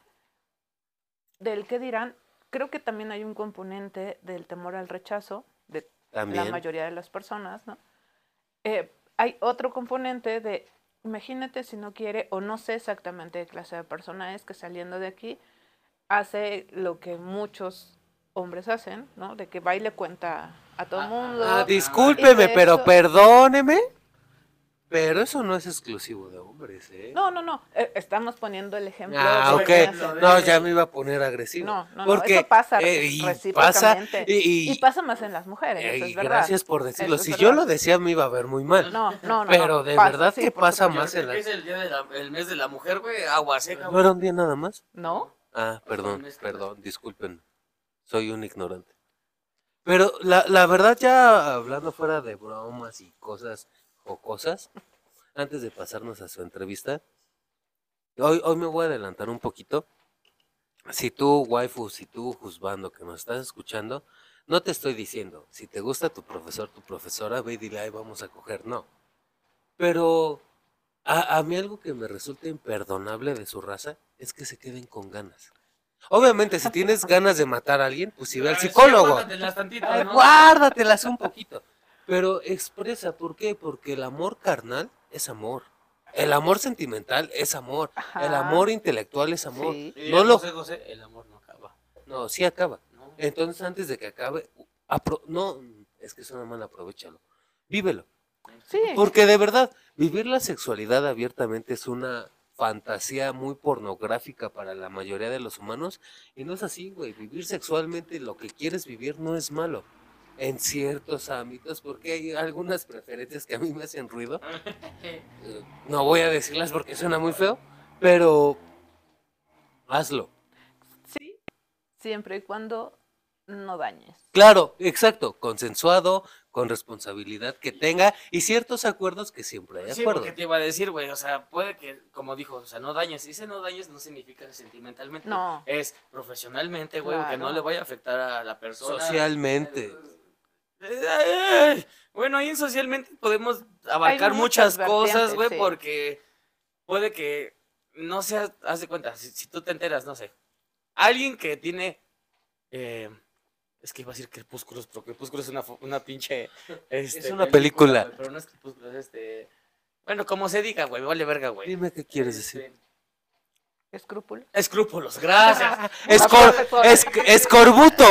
del que dirán, creo que también hay un componente del temor al rechazo de la También. mayoría de las personas, ¿no? Hay otro componente de, imagínate si no quiere o no sé exactamente qué clase de persona es que saliendo de aquí hace lo que muchos hombres hacen, ¿no? De que va y le cuenta a todo el mundo. Ah, y discúlpeme, de pero eso- perdóneme. Pero eso no es exclusivo de hombres, ¿eh? No, estamos poniendo el ejemplo. Ah, de ok. que hacen. No, ya me iba a poner agresivo. No, Porque, eso pasa y recíprocamente. pasa, Y pasa más en las mujeres, eso y es verdad. gracias por decirlo. Eso es Si verdad. yo lo decía me iba a ver muy mal. No, Pero de pasa, verdad sí, que por pasa supuesto. más en la... Es el día el mes de la mujer, güey. Agua seca, ¿No güey. era un día nada más? ¿No? Ah, perdón, mezclas. perdón, disculpen. Soy un ignorante. Pero la verdad ya hablando fuera de bromas y cosas jocosas, antes de pasarnos a su entrevista, hoy me voy a adelantar un poquito. Si tú, waifu, si tú, juzgando que nos estás escuchando, no te estoy diciendo, si te gusta tu profesor, tu profesora, ve y dile, ay, vamos a coger, no. Pero a mí algo que me resulta imperdonable de su raza es que se queden con ganas. Obviamente, si tienes ganas de matar a alguien, pues si ve al Sí, psicólogo. aguántatelas tantito, Ay, ¿no? guárdatelas un poquito. Pero expresa, ¿por qué? Porque el amor carnal es amor. El amor sentimental es amor. Ajá. El amor intelectual es amor. Sí. Y No lo... José, el amor no acaba. No, sí acaba. ¿No? Entonces, antes de que acabe, no, es que suena mal, aprovechalo. Vívelo. Sí. Porque de verdad, vivir la sexualidad abiertamente es una fantasía muy pornográfica para la mayoría de los humanos. Y no es así, güey. Vivir sexualmente lo que quieres vivir no es malo. En ciertos ámbitos, porque hay algunas preferencias que a mí me hacen ruido. No voy a decirlas porque suena muy feo, pero hazlo. Sí, siempre y cuando no dañes. Claro, exacto, consensuado, con responsabilidad que tenga y ciertos acuerdos que siempre hay Sí, acuerdo. porque te iba a decir, güey, o sea, puede que, como dijo, o sea, no dañes. Dice no dañes no significa sentimentalmente. No. Es profesionalmente, güey, que no Claro. le vaya a afectar a la persona. Socialmente. Bueno, ahí en socialmente podemos abarcar Hay muchas muchas cosas, vertientes, güey, sí. porque puede que no sea, haz de cuenta, si tú te enteras, no sé, alguien que tiene, es que iba a decir Crepúsculos, pero Crepúsculos es una pinche, Es una película. güey, pero no es Crepúsculos, bueno, como se diga, güey, me vale verga, güey. Dime qué quieres decir. ¿Escrúpulo? Escrúpulos, gracias. Escorbuto.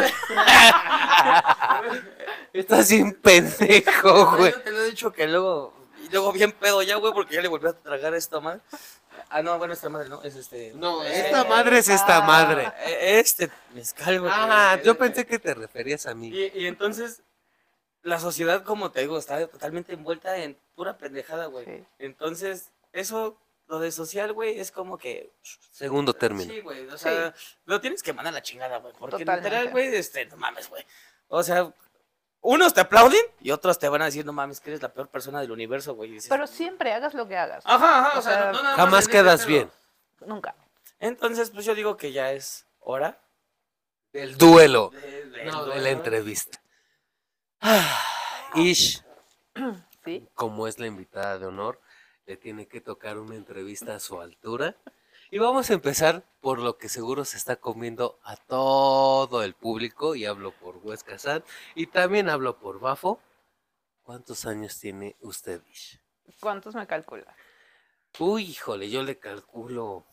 Estás bien pendejo, güey. Yo te lo he dicho que luego, y luego bien pedo ya, güey, porque ya le volví a tragar esta madre. Ah, no, bueno, esta madre no, es No, esta madre es esta madre. Mezcal, güey. Ah, yo pensé que te referías a mí. Y entonces, la sociedad, como te digo, está totalmente envuelta en pura pendejada, güey. Sí. Entonces, eso, lo de social, güey, es como que... Segundo término. Sí, güey, o sea, lo tienes que mandar a la chingada, güey, porque Totalmente. literal, güey, no mames, güey. O sea, unos te aplauden y otros te van a decir, no mames, que eres la peor persona del universo, güey. Y dices, Pero siempre hagas lo que hagas. ajá, o sea, no nada más Jamás en ese quedas pedo. bien. Nunca. Entonces, pues yo digo que ya es hora Del duelo. de No, de la entrevista. Ish, ¿Sí? como es la invitada de honor, le tiene que tocar una entrevista a su altura. Y vamos a empezar por lo que seguro se está comiendo a todo el público, y hablo por Huesca San, y también hablo por Bafo. ¿Cuántos años tiene usted, Ish? ¿Cuántos me calculas? Uy, híjole, yo le calculo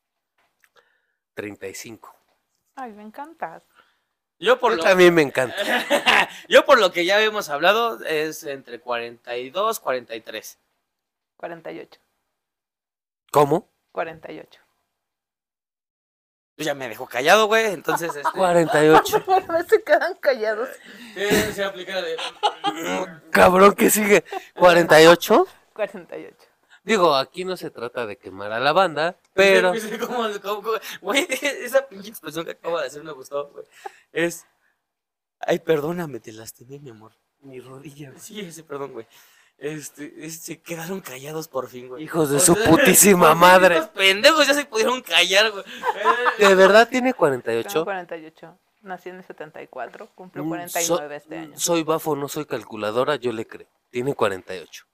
35. Ay, me encantas. Yo por Yo lo también me encanta. yo por lo que ya hemos hablado es entre 42, 43. 48. ¿Cómo? 48. Pues ya me dejó callado, güey, entonces 48. No se quedan callados. se aplica de Cabrón, ¿qué sigue? 48. 48. Digo, aquí no se trata de quemar a la banda, pero... Güey, esa pinche expresión que acabo de hacer me gustó, güey. Es, ay, perdóname, te lastimé, mi amor. Mi rodilla, güey. Sí, ese perdón, güey. Se quedaron callados por fin, güey. Hijos de O su sea, putísima por fin madre. Estos pendejos ya se pudieron callar, güey. ¿De verdad tiene Tengo 48? 48. Nací en el 74. Cumplo Mm, 49 este año. Soy Bafo, no soy calculadora, yo le creo. Tiene 48.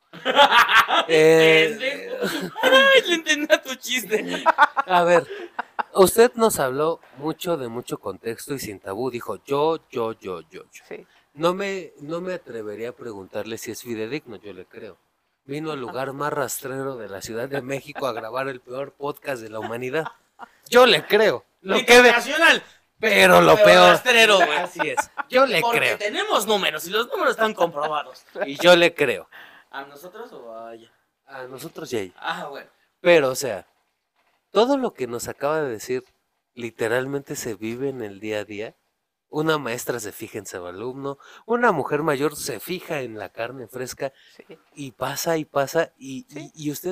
Pendejo. Ay, le entendí a tu chiste. A ver, usted nos habló mucho de mucho contexto y sin tabú. Dijo yo. Sí. No me atrevería a preguntarle si es fidedigno, yo le creo. Vino al lugar más rastrero de la Ciudad de México a grabar el peor podcast de la humanidad. Yo le creo. Lo que ve, Internacional. pero lo Pero peor. rastrero, güey. Así es. Yo le Porque creo. tenemos números y los números están comprobados. Y yo le creo. ¿A nosotros o a ella? A nosotros y a ella. Ah, bueno. Pero, o sea, todo lo que nos acaba de decir literalmente se vive en el día a día. Una maestra se fija en su alumno, una mujer mayor se fija en la carne fresca Sí. y pasa y pasa. Sí. Y usted,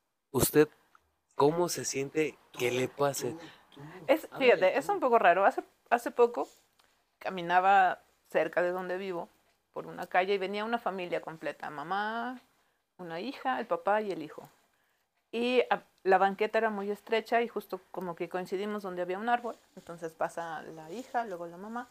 ¿cómo se siente que le pase? Fíjate, es un poco raro. Hace poco caminaba cerca de donde vivo por una calle y venía una familia completa, mamá, una hija, el papá y el hijo. Y la banqueta era muy estrecha y justo como que coincidimos donde había un árbol. Entonces pasa la hija, luego la mamá.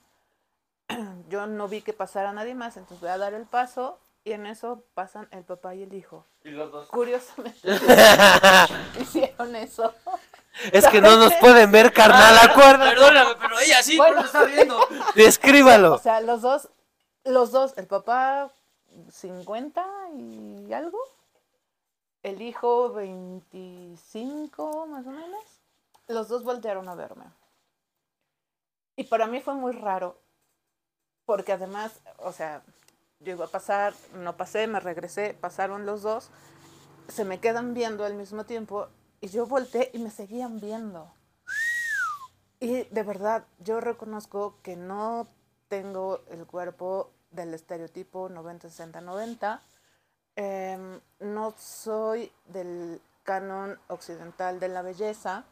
Yo no vi que pasara nadie más, entonces voy a dar el paso y en eso pasan el papá y el hijo. Y los dos. Curiosamente hicieron eso. Es que no nos pueden ver, carnal, acuérdate. Perdóname, pero ella sí, Bueno. por eso está viendo. O Descríbalo. sea, los dos, el papá 50 y algo, el hijo 25 más o menos, los dos voltearon a verme. Y para mí fue muy raro, porque además, o sea, yo iba a pasar, no pasé, me regresé, pasaron los dos, se me quedan viendo al mismo tiempo, y yo volteé y me seguían viendo. Y de verdad, yo reconozco que no tengo el cuerpo del estereotipo 90-60-90. No soy del canon occidental de la belleza,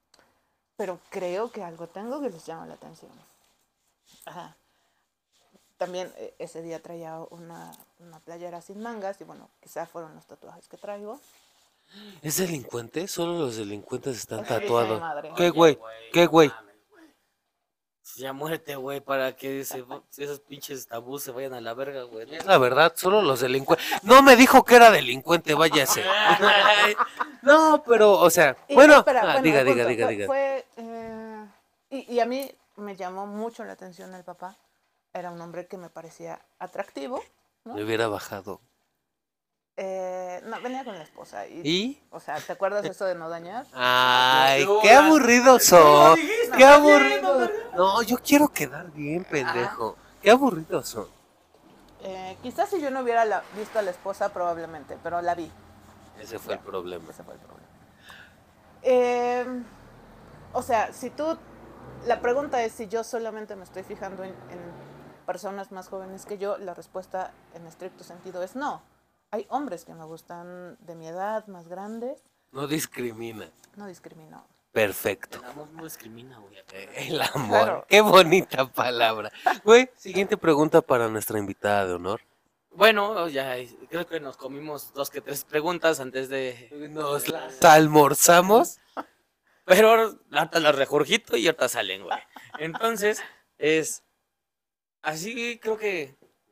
pero creo que algo tengo que les llama la atención. Ajá. también ese día traía una playera sin mangas y bueno, quizás fueron los tatuajes que traigo. ¿Es delincuente? Solo los delincuentes están Esa es mi tatuados. madre. ¿Qué, güey? ¿Qué, güey? Ya muérete, güey, para que esos pinches tabús se vayan a la verga, güey. Es la verdad, solo los delincuentes. No me dijo que era delincuente, váyase. No, pero, o sea, Y, bueno, espera, bueno, diga, el diga, punto diga, diga. fue, y a mí me llamó mucho la atención el papá. Era un hombre que me parecía atractivo, ¿no? Me hubiera bajado. No, venía con la esposa. ¿Y? O sea, ¿te acuerdas eso de no dañar? Ay, qué aburridos son. Qué aburridos. No, yo quiero quedar bien, pendejo. Qué aburridos son. Quizás si yo no hubiera visto a la esposa, probablemente, pero la vi. Ese fue el problema. Ese fue el problema. O sea, si tú... La pregunta es si yo solamente me estoy fijando en personas más jóvenes que yo, la respuesta en estricto sentido es no. Hay hombres que me gustan de mi edad, más grandes. No discrimina. No discrimino. Perfecto. El amor no discrimina, güey. El amor. Claro. Qué bonita palabra. Güey, siguiente pregunta para nuestra invitada de honor. Bueno, ya creo que nos comimos 2 que 3 preguntas antes de... Nos las almorzamos. Pero ahorita las regurgito y ahorita salen, güey. Entonces, es... Así creo que...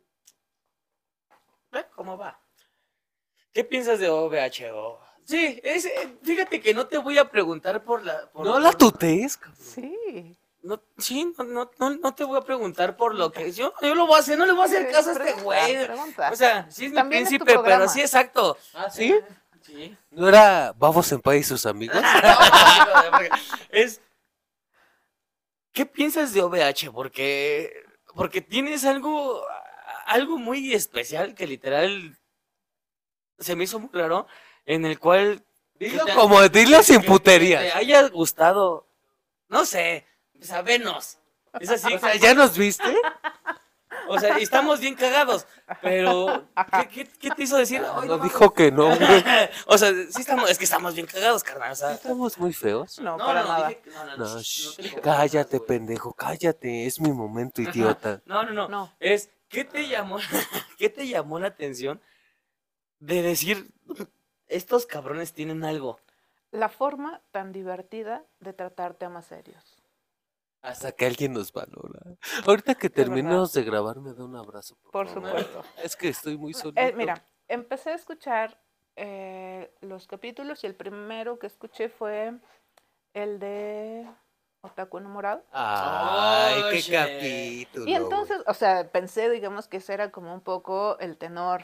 ¿Cómo va? ¿Qué piensas de OVHO? Sí, fíjate que no te voy a preguntar por la... No la tutees, cabrón. Sí. No, sí, no te voy a preguntar por lo que... Yo lo voy a hacer, no le voy a hacer caso a este güey. Pregunta. O sea, sí es mi También es tu príncipe, pero programa. sí, exacto. ¿Ah, sí? Sí. ¿No era Babo Senpai y sus amigos? Es... ¿Qué piensas de OVH? Porque tienes algo muy especial que literal se me hizo muy raro, en el cual... Dilo sin que puterías. te haya gustado, no sé, o sea, venos. Es así, O sea, ¿ya nos viste? o sea, estamos bien cagados, pero ¿qué te hizo decir? Ay, No no dijo que no, güey. O sea, sí es que estamos bien cagados, carnal, o sea... Estamos muy feos. No, para nada. dije que- no, No, shh, shh, no te digo cállate, güey. pendejo, cállate. Es mi momento, idiota. No. No. Es, ¿qué te llamó la atención de decir, estos cabrones tienen algo? La forma tan divertida de tratar temas serios. Hasta que alguien nos valora. Ahorita que De terminemos de grabar, me da un abrazo. Por favor. supuesto. Es que estoy muy solito. Mira, empecé a escuchar los capítulos y el primero que escuché fue el de Otaku enamorado. Ay, Oh, qué shit. capítulo. Y entonces, o sea, pensé, digamos, que ese era como un poco el tenor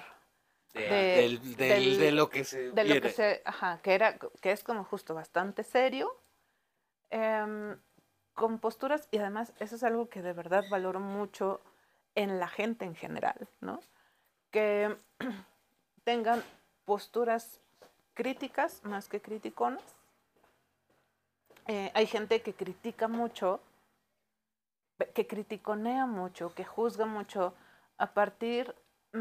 de lo que se de lo que viene. ajá, que es como justo bastante serio, con posturas, y además eso es algo que de verdad valoro mucho en la gente en general, ¿no? Que tengan posturas críticas más que criticonas. Hay gente que critica mucho, que criticonea mucho, que juzga mucho a partir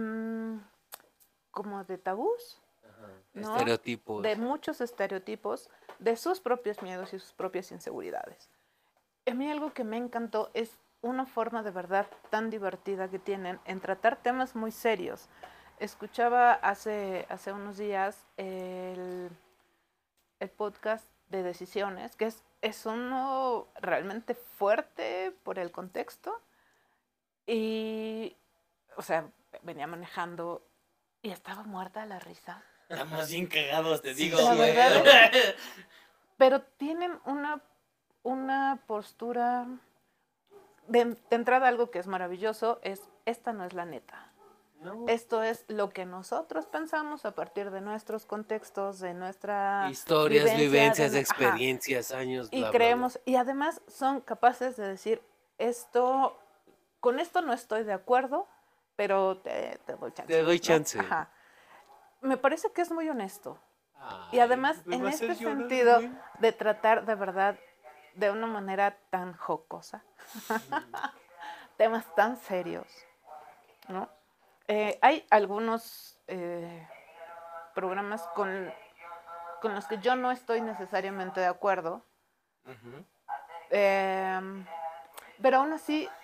como de tabús, ¿no? Estereotipos. De muchos estereotipos, de sus propios miedos y sus propias inseguridades. A mí algo que me encantó es una forma de verdad tan divertida que tienen en tratar temas muy serios. Escuchaba hace unos días el podcast de Decisiones, que es uno realmente fuerte por el contexto. Y, o sea, venía manejando y estaba muerta de la risa. Estamos bien cagados, te digo. la güey. verdad Pero tienen una postura de entrada. Algo que es maravilloso es, esta no es la neta. No. Esto es lo que nosotros pensamos a partir de nuestros contextos, de nuestra Historias, vivencias, ajá. experiencias, años, Y bla, creemos, bla, y además son capaces de decir, con esto no estoy de acuerdo, pero te doy chance. Te doy ¿no? chance. Ajá. Me parece que es muy honesto. bla. Y además, Ay, me en va a hacer este llorar, sentido güey. de tratar de verdad de una manera tan jocosa, temas tan serios, ¿no? Hay algunos programas con los que yo no estoy necesariamente de acuerdo, Ujú. pero aún así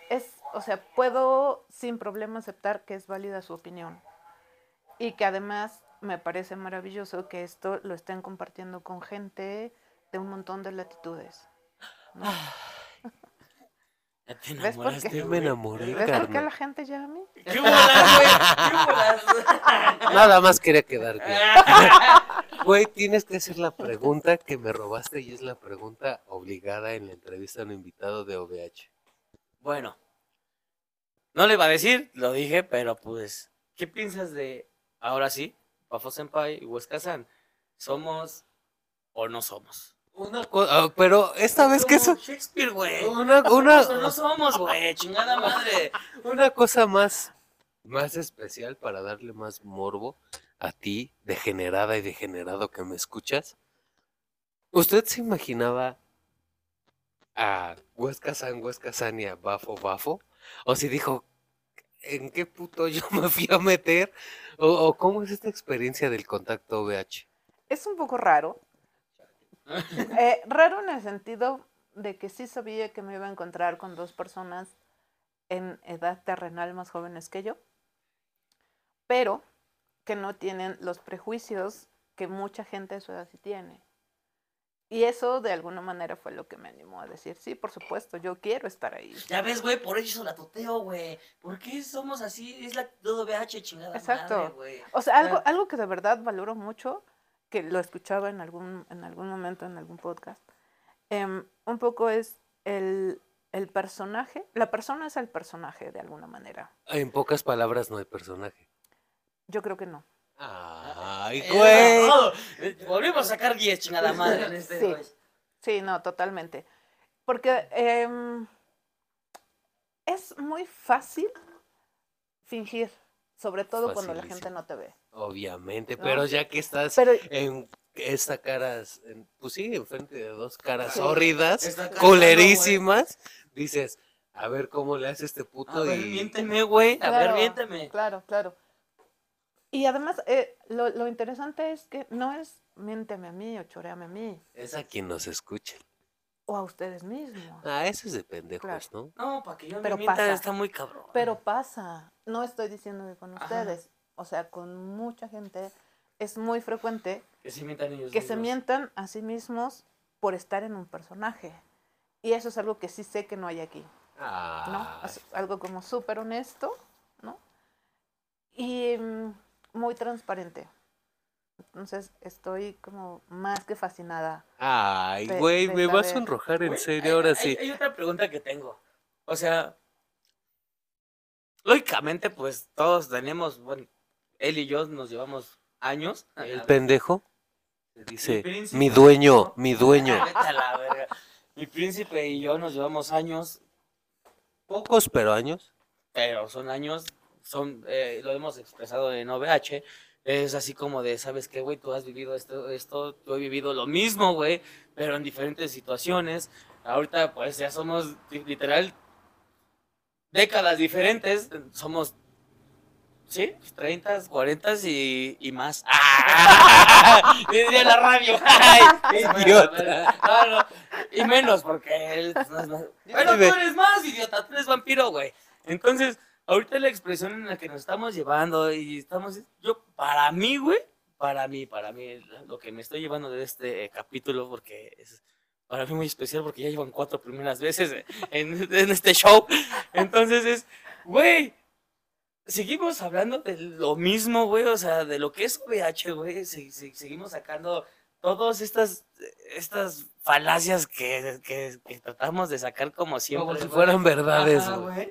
o sea, puedo sin problema aceptar que es válida su opinión y que además me parece maravilloso que esto lo estén compartiendo con gente de un montón de latitudes, ¿no? Ya te ¿Ves por enamoraste, qué? Yo me güey. enamoré, ¿Ves por qué carnal. la gente llama a mí? ¿Qué bolas, güey? ¿Qué bolas? Nada más quería quedar bien. Güey, tienes que hacer la pregunta que me robaste y es la pregunta obligada en la entrevista a un invitado de OVH. Bueno, no le iba a decir, lo dije, pero pues, ¿qué piensas de, ahora sí, Bafo Senpai y Huesca-san? ¿Somos o no somos? Pero esta vez que Como eso... Shakespeare, güey. Una, ¿Somos o no somos, güey? Chingada madre. una cosa más especial para darle más morbo a ti, degenerada y degenerado que me escuchas. ¿Usted se imaginaba a Huesca-san y a Bafo Bafo? ¿O si dijo, ¿en qué puto yo me fui a meter? ¿O cómo es esta experiencia del contacto OVH? Es un poco raro. Raro en el sentido de que sí sabía que me iba a encontrar con dos personas en edad terrenal más jóvenes que yo, pero que no tienen los prejuicios que mucha gente de su edad sí tiene. Y eso de alguna manera fue lo que me animó a decir, sí, por supuesto, yo quiero estar ahí. Ya ves, güey, por eso la tuteo, güey. ¿Por qué somos así? Es la WH, chingada Exacto. madre, güey. O sea, algo que de verdad valoro mucho, que lo escuchaba en algún momento, en algún podcast, un poco es el personaje. La persona es el personaje de alguna manera. En pocas palabras no hay personaje. Yo creo que no. Ay, Es güey. todo. Volvimos a sacar 10, chingada madre. En este, Sí. güey. Sí, no, totalmente. Porque es muy fácil fingir, sobre todo cuando la Facilísimo. gente no te ve. Obviamente, ¿No? pero ya que estás Pero en esta cara, pues sí, enfrente de dos caras Sí. horridas, Está cantando, culerísimas, dices, a ver cómo le hace este puto A ver, y... miénteme, güey. A ver, miénteme. Claro, claro. Y además, lo interesante es que no es miénteme a mí o choreame a mí, Es a quien nos escucha. o a ustedes mismos. Ah, eso es de pendejos, Claro. ¿no? No, para que yo Pero me mienta pasa. está muy cabrón. Pero pasa, no estoy diciendo que con Ajá. ustedes, o sea, con mucha gente es muy frecuente Que se mientan ellos que se mismos. mientan a sí mismos por estar en un personaje. Y eso es algo que sí sé que no hay aquí, ¿no? Ah, Es algo como súper honesto, ¿no? Y muy transparente. Entonces estoy como más que fascinada. ay, de- güey, de me vas a saber. sonrojar en Güey, serio, ahora sí. Hay otra pregunta que tengo. O sea, lógicamente, pues todos tenemos, bueno, él y yo nos llevamos años. El pendejo dice, príncipe, mi dueño, ¿no? mi dueño. Vete a la verga. Mi príncipe y yo nos llevamos años, Pocos, pero años. pero son años, lo hemos expresado en OVH. Es así como de, ¿sabes qué, güey? Tú has vivido esto, yo he vivido lo mismo, güey, pero en diferentes situaciones. Ahorita, pues ya somos literal décadas diferentes. Somos, ¿sí? 30, 40 y más. ¡Ah! Diría la radio. ¡Ay! Idiota. No, no. Y menos, porque él no es más. Pero tú eres más, idiota. Tú eres vampiro, güey. Entonces, ahorita la expresión en la que nos estamos llevando y estamos. Yo, para mí, güey. Para mí, lo que me estoy llevando de este capítulo, porque es para mí muy especial, porque ya llevan 4 primeras veces en este show. Entonces es, güey. Seguimos hablando de lo mismo, güey, o sea, de lo que es VH, güey. Seguimos sacando todas estas falacias que tratamos de sacar como siempre. Como si güey. fueran verdades, Ajá, güey.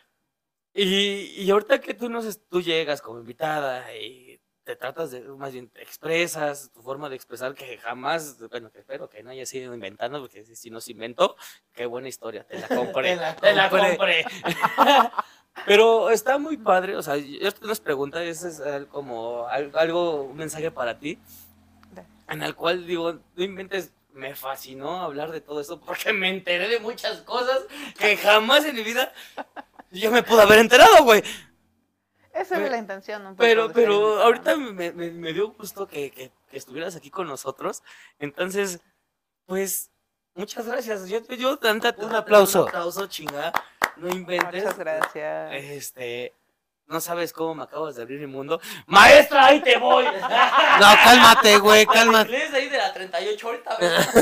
Y ahorita que tú llegas como invitada y te tratas de, más bien, te expresas tu forma de expresar que jamás, bueno, que espero que no haya sido inventando, porque si no se inventó, qué buena historia, te la compré. Te la compré. Pero está muy padre, o sea, yo te les pregunto, ese es como algo, un mensaje para ti, en el cual digo, no inventes, me fascinó hablar de todo esto porque me enteré de muchas cosas que jamás en mi vida yo me pude haber enterado, güey. Esa es la intención un poco. Pero ahorita me dio gusto que estuvieras aquí con nosotros, entonces, pues, muchas gracias. Yo Un aplauso. Un aplauso, chinga. No inventes. Muchas gracias. No sabes cómo me acabas de abrir mi mundo. ¡Maestra, ahí te voy! No, cálmate, güey, cálmate. Inglés ahí de la 38 ahorita.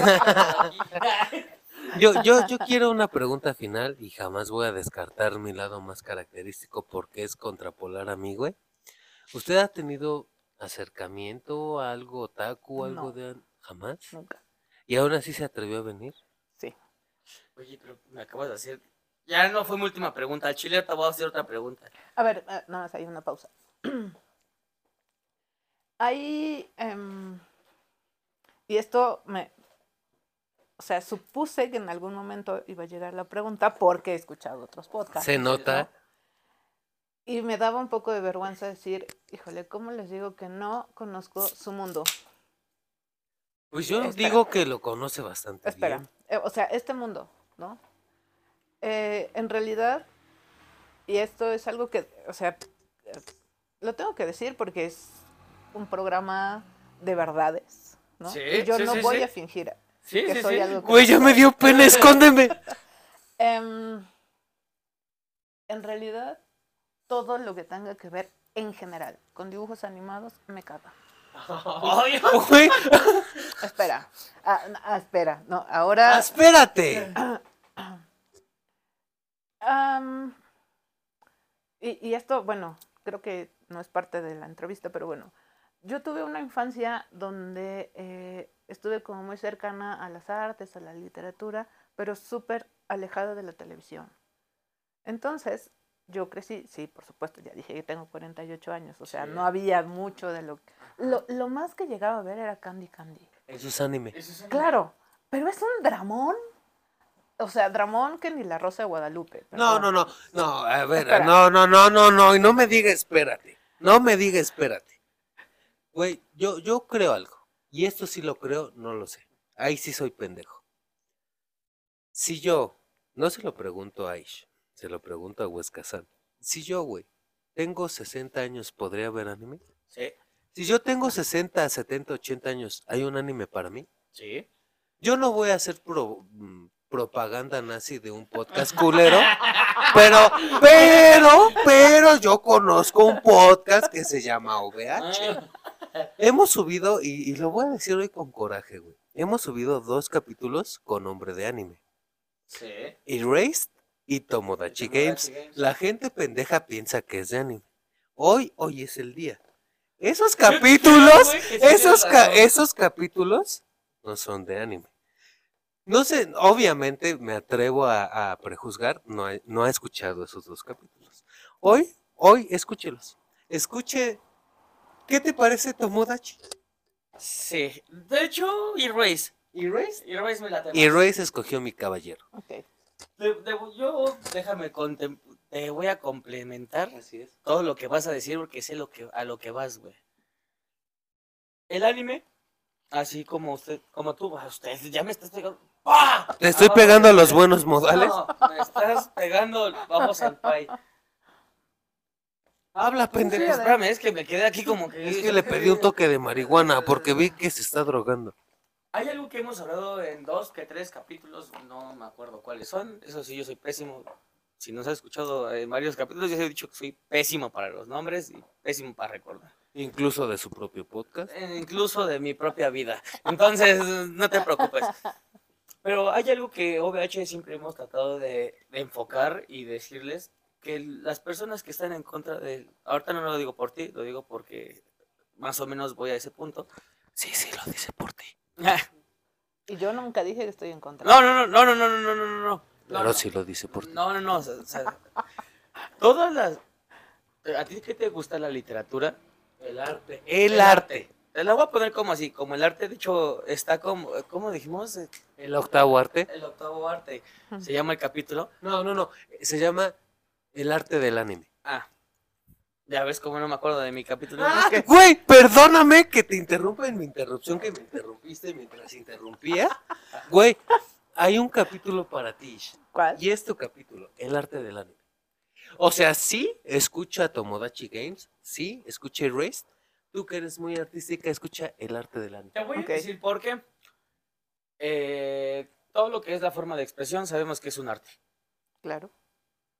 Yo quiero una pregunta final y jamás voy a descartar mi lado más característico porque es contrapolar a mí, güey. ¿Usted ha tenido acercamiento a algo otaku, algo No. de... jamás? Nunca. ¿Y aún así se atrevió a venir? Sí. Oye, pero me acabas de hacer... Ya no fue mi última pregunta. Al chile te voy a hacer otra pregunta. A ver, nada más hay una pausa. Hay... y esto o sea, supuse que en algún momento iba a llegar la pregunta porque he escuchado otros podcasts. Se nota. ¿no? Y me daba un poco de vergüenza decir, híjole, ¿cómo les digo que no conozco su mundo? Pues yo Espera. digo que lo conoce bastante Espera, bien. o sea, este mundo, ¿no? En realidad, y esto es algo que, o sea, lo tengo que decir porque es un programa de verdades, ¿no? Sí, y yo sí, no sí, voy sí. a fingir Sí, que sí, soy sí. algo que Güey, no ya me soy. dio pena, escóndeme. En realidad, todo lo que tenga que ver en general con dibujos animados me caga. Ay, Güey, Espera, espera, no, ahora... espérate. Y esto, bueno, creo que no es parte de la entrevista, pero bueno, yo tuve una infancia donde estuve como muy cercana a las artes, a la literatura, pero súper alejada de la televisión. Entonces, yo crecí, sí, por supuesto, ya dije que tengo 48 años, o sea, Sí. no había mucho de lo más que llegaba a ver era Candy Candy. Eso es anime. Claro, pero es un dramón. O sea, dramón que ni la Rosa de Guadalupe. No, perdón. no, a ver, Espera. no, y no me diga espérate. No me diga espérate. Güey, yo creo algo. Y esto sí lo creo, no lo sé. Ahí sí soy pendejo. Si yo, no se lo pregunto a Aish, se lo pregunto a Huescazán. Si yo, güey, tengo 60 años, ¿podría ver anime? Sí, Si yo tengo 60, 70, 80 años, ¿hay un anime para mí? sí. Yo no voy a hacer propaganda nazi de un podcast culero, pero yo conozco un podcast que se llama OVH. Hemos subido, y lo voy a decir hoy con coraje, güey. Hemos subido 2 capítulos con nombre de anime. Sí. Erased y Tomodachi Y Tomodachi Games. Games. La gente pendeja piensa que es de anime. Hoy es el día. Esos capítulos, güey, que sí tienes razón. esos capítulos no son de anime. No sé, obviamente me atrevo a prejuzgar, no he escuchado esos 2 capítulos. Hoy, escúchelos. Escuche, ¿qué te parece Tomodachi? Sí. De hecho, Erase. Erased. Erase me la tengo. Erased escogió mi caballero. Ok. Yo, déjame te voy a complementar Así es. todo lo que vas a decir porque sé a lo que vas, güey. El anime, así como usted ya me estás pegando. ¡Pah! Te estoy pegando a los buenos modales. No, me estás pegando, vamos al pay. Habla, pendejo. Espérame, es que me quedé aquí como que... Es que le pedí un toque de marihuana porque vi que se está drogando. Hay algo que hemos hablado en 2 que 3 capítulos, no me acuerdo cuáles son. Eso sí, yo soy pésimo. Si nos has escuchado en varios capítulos, ya he dicho que soy pésimo para los nombres y pésimo para recordar. Incluso de su propio podcast. Incluso de mi propia vida. Entonces, no te preocupes. Pero hay algo que OVH siempre hemos tratado de enfocar y decirles que las personas que están en contra de... Ahorita no lo digo por ti, lo digo porque más o menos voy a ese punto. Sí, lo dice por ti. Y yo nunca dije que estoy en contra. No. Pero sí lo dice por ti. No. O sea, todas las... ¿A ti qué te gusta la literatura? El arte. El arte. Te la voy a poner como así, como el arte, de hecho, está como... ¿Cómo dijimos? El octavo arte. El octavo arte. Se llama el capítulo. No. Se llama El arte del anime. Ah. Ya ves cómo no me acuerdo de mi capítulo. Ah, güey, perdóname que te interrumpa en mi interrupción, que me interrumpiste mientras interrumpía. Güey, hay un capítulo para ti. ¿Cuál? Y es tu capítulo, El arte del anime. O sea, sí, escucha Tomodachi Games, sí, escucha Erased. Tú que eres muy artística, escucha El arte del anime. Te voy Ok. a decir por qué. Todo lo que es la forma de expresión sabemos que es un arte. Claro.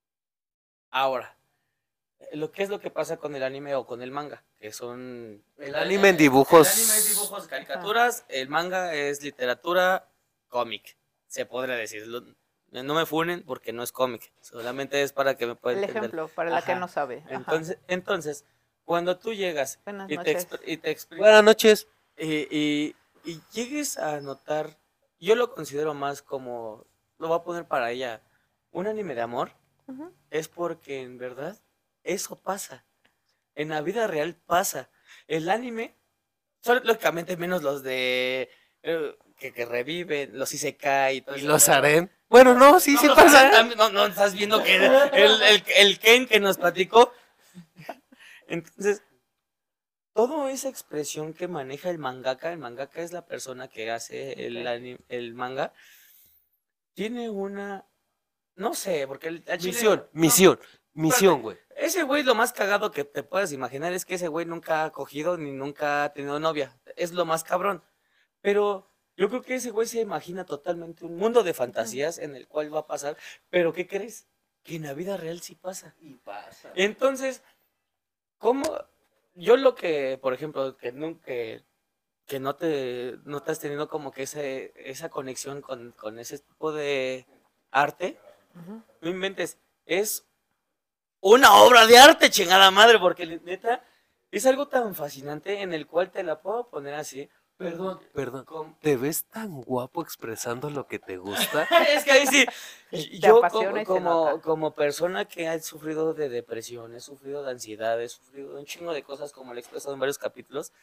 Ahora, ¿qué es lo que pasa con el anime o con el manga? Que son... El anime en dibujos. El anime es dibujos, caricaturas, el manga es literatura, cómic, se podría decir. No me funen porque no es cómic, solamente es para que me puedan El entender. ejemplo, para la que Ajá. no sabe. Ajá. Entonces, cuando tú llegas Buenas y noches. te explicas Buenas noches. y llegues a notar, yo lo considero más como, lo voy a poner para ella, un anime de amor, Ujú. es porque en verdad eso pasa. En la vida real pasa. El anime, son lógicamente menos los de que reviven, los isekai y todo Y eso. los harén. Bueno, no, sí, sí los pasa. harén también, no, estás viendo que el Ken que nos platicó. Entonces, toda esa expresión que maneja el mangaka es la persona que hace el manga, tiene una, no sé, porque al chile- Misión, güey. Ese güey lo más cagado que te puedas imaginar es que ese güey nunca ha cogido ni nunca ha tenido novia. Es lo más cabrón. Pero yo creo que ese güey se imagina totalmente un mundo de fantasías en el cual va a pasar. Pero ¿qué crees? Que en la vida real sí pasa. Y pasa. Entonces, ¿cómo? Yo lo que, por ejemplo, que nunca, que no te has tenido como que esa conexión con ese tipo de arte, Ujú. no inventes, es una obra de arte, chingada madre, porque neta es algo tan fascinante en el cual te la puedo poner así. Perdón. Con- ¿Te ves tan guapo expresando lo que te gusta? Es que ahí sí, Te yo apasiona y se nota. como persona que ha sufrido de depresión, he sufrido de ansiedad, he sufrido de un chingo de cosas como lo he expresado en varios capítulos,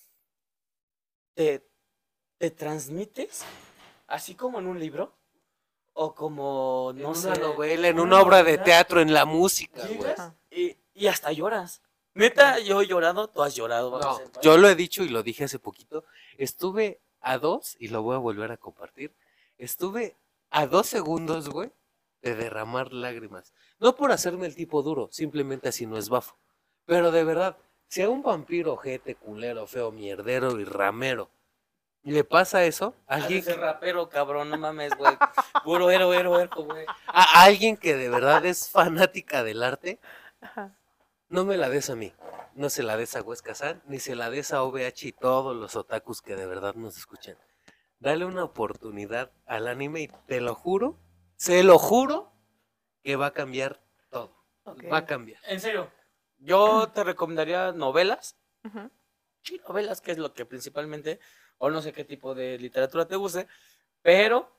te, te transmites así como en un libro o como, no En sé, una novela, en una obra de novela. teatro, en la música, güey. Llegas y hasta lloras. Neta, yo he llorado, tú has llorado. No, vamos a empezar. yo lo he dicho y lo dije hace poquito. Estuve a 2, y lo voy a volver a compartir. Estuve a 2 segundos, güey, de derramar lágrimas. No por hacerme el tipo duro, simplemente así no es bafo. Pero de verdad, si a un vampiro, ojete, culero, feo, mierdero y ramero le pasa eso, alguien Ese rapero, cabrón, no mames, güey. Puro güey. a alguien que de verdad es fanática del arte, Ajá. no me la des a mí, no se la des a Huesca San, ni se la des a OVH y todos los otakus que de verdad nos escuchan. Dale una oportunidad al anime y te lo juro, se lo juro, que va a cambiar todo. Ok. Va a cambiar. En serio, yo te recomendaría novelas. Ujú. Sí, novelas, que es lo que principalmente, o no sé qué tipo de literatura te guste, pero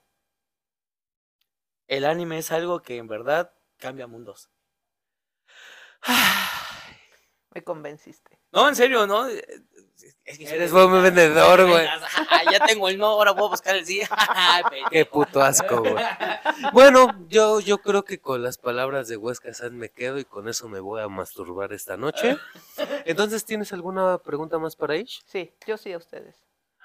el anime es algo que en verdad cambia mundos. Me convenciste. No, en serio, ¿no? Es que Eres buen vendedor, güey. Ya tengo el no, ahora voy a buscar el sí. Qué puto asco, güey. Bueno, yo creo que con las palabras de Huesca San me quedo y con eso me voy a masturbar esta noche. Entonces, ¿tienes alguna pregunta más para Ish? Sí, yo sí a ustedes.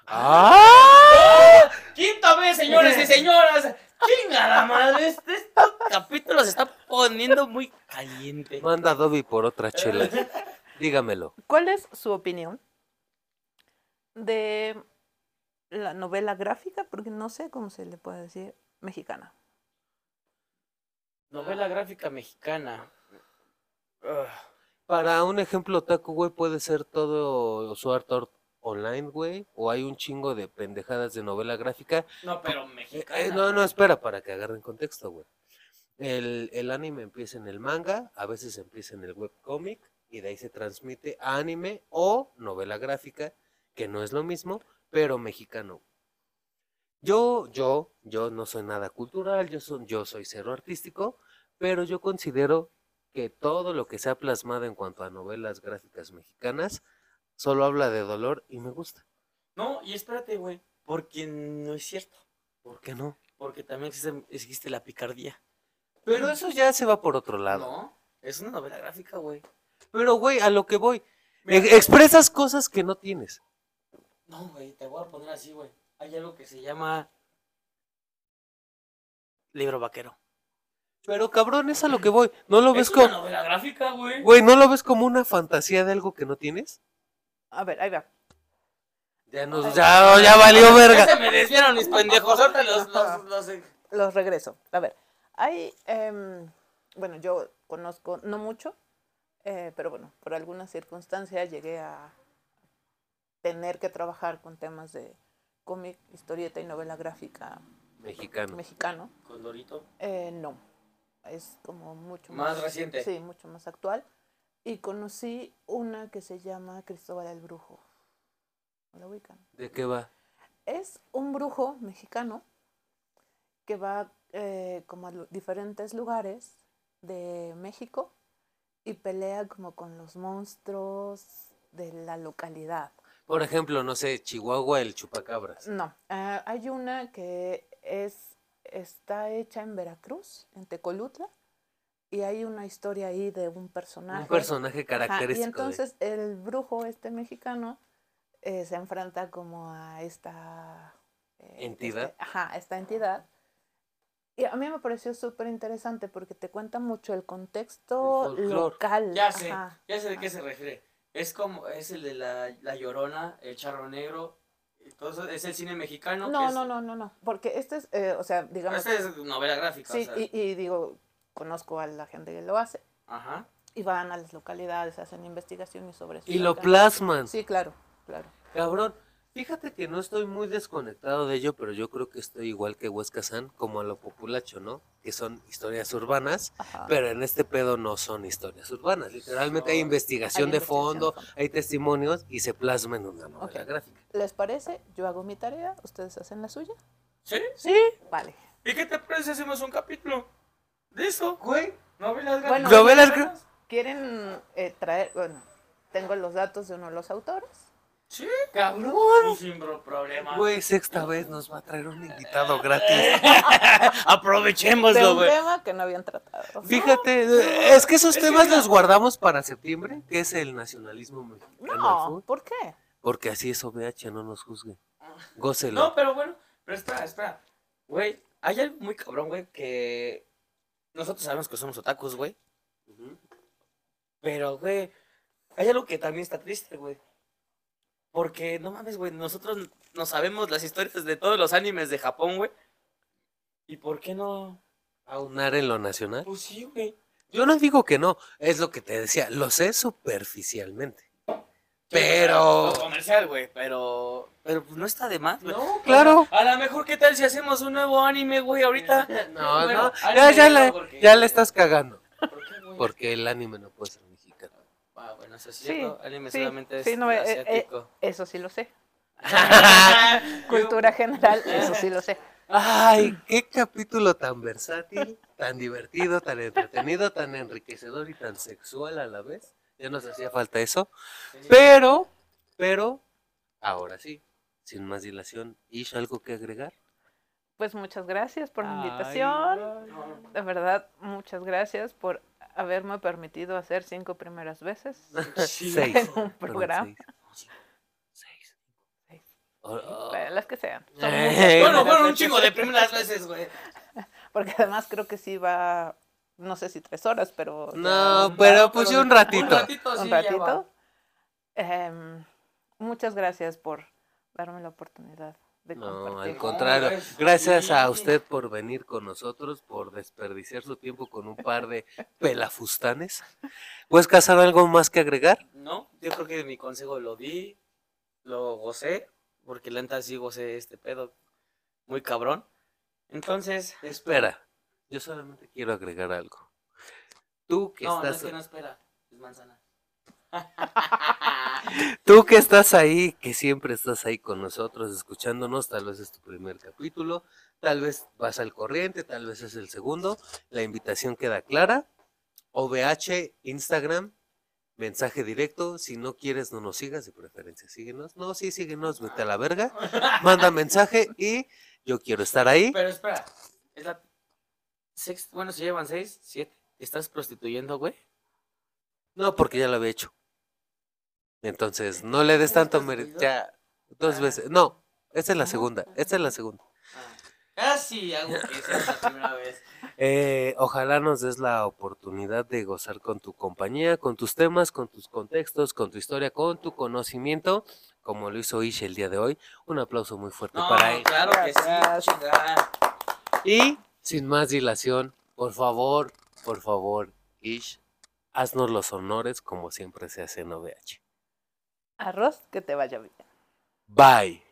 ¡Ah! Quinta vez, señores y señoras. Chingada madre, este capítulo se está poniendo muy caliente. Manda a Dobby por otra chela. Dígamelo. ¿Cuál es su opinión de la novela gráfica? Porque no sé cómo se le puede decir mexicana. Novela gráfica mexicana. Para un ejemplo, otaku, güey, puede ser todo su arte online, güey, o hay un chingo de pendejadas de novela gráfica. No, pero mexicana. No, espera, para que agarren contexto, güey. El anime empieza en el manga, a veces empieza en el webcomic, y de ahí se transmite a anime o novela gráfica, que no es lo mismo, pero mexicano. Yo no soy nada cultural, yo soy cero artístico, pero yo considero que todo lo que se ha plasmado en cuanto a novelas gráficas mexicanas solo habla de dolor y me gusta. No, y espérate, güey, porque no es cierto. ¿Por qué no? Porque también existe la picardía. Pero eso ya se va por otro lado. No, es una novela gráfica, güey. Pero, güey, a lo que voy. Mira. Expresas cosas que no tienes. No, güey, te voy a poner así, güey. Hay algo que se llama libro vaquero. Pero, cabrón, es a lo que voy. ¿No lo ves Es una como... novela gráfica, güey. Güey, ¿no lo ves como una fantasía de algo que no tienes? A ver, ahí va. Ya valió verga. Ya se me desviaron mis pendejos. Ahorita los... Los regreso. A ver, hay, bueno, yo conozco, no mucho, pero bueno, por alguna circunstancia llegué a tener que trabajar con temas de cómic, historieta y novela gráfica mexicano. ¿Con Dorito? No, es como mucho Más reciente. Sí, mucho más actual. Y conocí una que se llama Cristóbal el Brujo. ¿No la ubican? ¿De qué va? Es un brujo mexicano que va como a diferentes lugares de México y pelea como con los monstruos de la localidad. Por ejemplo, no sé, Chihuahua, el chupacabras. No, hay una que está hecha en Veracruz, en Tecolutla, y hay una historia ahí de un personaje. Un personaje característico. Y entonces el brujo mexicano se enfrenta como a esta entidad. Esta entidad. Y a mí me pareció súper interesante porque te cuenta mucho el contexto local. Ya sé de qué se refiere. Es el de la Llorona, el Charro Negro. Entonces, es el cine mexicano. No. Porque este es, o sea, digamos. Esta es novela gráfica. Sí, o sea. y digo, conozco a la gente que lo hace. Ajá. Y van a las localidades, hacen investigaciones sobre eso. Y lo plasman. Sí, claro. Cabrón, fíjate que no estoy muy desconectado de ello, pero yo creo que estoy igual que Huesca San, como a lo populacho, ¿no? Que son historias urbanas, pero en este pedo no son historias urbanas. Literalmente hay investigación de fondo, hay testimonios y se plasma en una novela gráfica. ¿Les parece? Yo hago mi tarea, ustedes hacen la suya. ¿Sí? Sí. Vale. ¿Y qué te parece si hacemos un capítulo de eso, güey? Novelas gráficas. Bueno, novelas gráficas. ¿Quieren traer? Bueno, tengo los datos de uno de los autores. Sí, cabrón. Sin problema. Güey, sexta vez nos va a traer un invitado gratis. Aprovechémoslo, De un güey. tema que no habían tratado. Fíjate, es que esos temas los guardamos para septiembre, que es el nacionalismo mexicano. No, ¿por qué? Porque así es OVH, no nos juzgue. Gócelo. No, pero bueno, pero espera. Güey, hay algo muy cabrón, güey, que nosotros sabemos que somos otakus, güey. Pero, güey, hay algo que también está triste, güey. Porque, no mames, güey, nosotros no sabemos las historias de todos los animes de Japón, güey. ¿Y por qué no? Aunar en lo nacional. Pues sí, güey. Yo no digo que no, es lo que te decía, lo sé superficialmente. Pero... comercial, güey, pero pues no está de más, güey. No, claro. A lo mejor, ¿qué tal si hacemos un nuevo anime, güey, ahorita? No, Bueno, ya le estás cagando. ¿Por qué, güey? Porque el anime no puede ser mexicano. Ah, bueno, eso sí, Sí, ¿no? Anime sí, solamente es sí, no, asiático. eso sí lo sé. Cultura general, eso sí lo sé. Ay, qué capítulo tan versátil, tan divertido, tan entretenido, tan enriquecedor y tan sexual a la vez. Ya nos hacía falta eso. Pero, ahora sí, sin más dilación, ¿Ish algo que agregar? Pues muchas gracias por la invitación. De verdad, muchas gracias por haberme permitido hacer 5 primeras veces 6. en un programa. 6. Las que sean. Bueno, fueron un chingo de primeras veces, güey. Porque además creo que sí va, no sé si 3 horas, pero... No, pero pues un ratito. Un ratito, sí, un ya ratito. va. Muchas gracias por darme la oportunidad de No, compartir. al contrario. Gracias a usted por venir con nosotros, por desperdiciar su tiempo con un par de pelafustanes. ¿Puedes casar algo más que agregar? No, yo creo que mi consejo lo di, lo gocé, porque la neta sí gocé este pedo muy cabrón. Entonces... Espera, yo solamente quiero agregar algo. Tú que No, estás... no es que no espera, es manzana. Tú que estás ahí, que siempre estás ahí con nosotros, escuchándonos, tal vez es tu primer capítulo, tal vez vas al corriente, tal vez es el segundo, la invitación queda clara, OVH, Instagram, mensaje directo, si no quieres no nos sigas, de preferencia síguenos, no, sí, síguenos, vete a la verga, manda mensaje y yo quiero estar ahí. Pero espera, es la sexta, bueno, si llevan 6, 7, ¿estás prostituyendo, güey? No, porque ya lo había hecho. Entonces, no le des tanto mérito. Ya, 2 veces. No, esta es la segunda. Casi hago que sea la primera vez. Ojalá nos des la oportunidad de gozar con tu compañía, con tus temas, con tus contextos, con tu historia, con tu conocimiento, como lo hizo Ish el día de hoy. Un aplauso muy fuerte para él. Claro que sí, chingada. Y, sin más dilación, por favor, Ish, haznos los honores como siempre se hace en OVH. Arroz, que te vaya bien. Bye.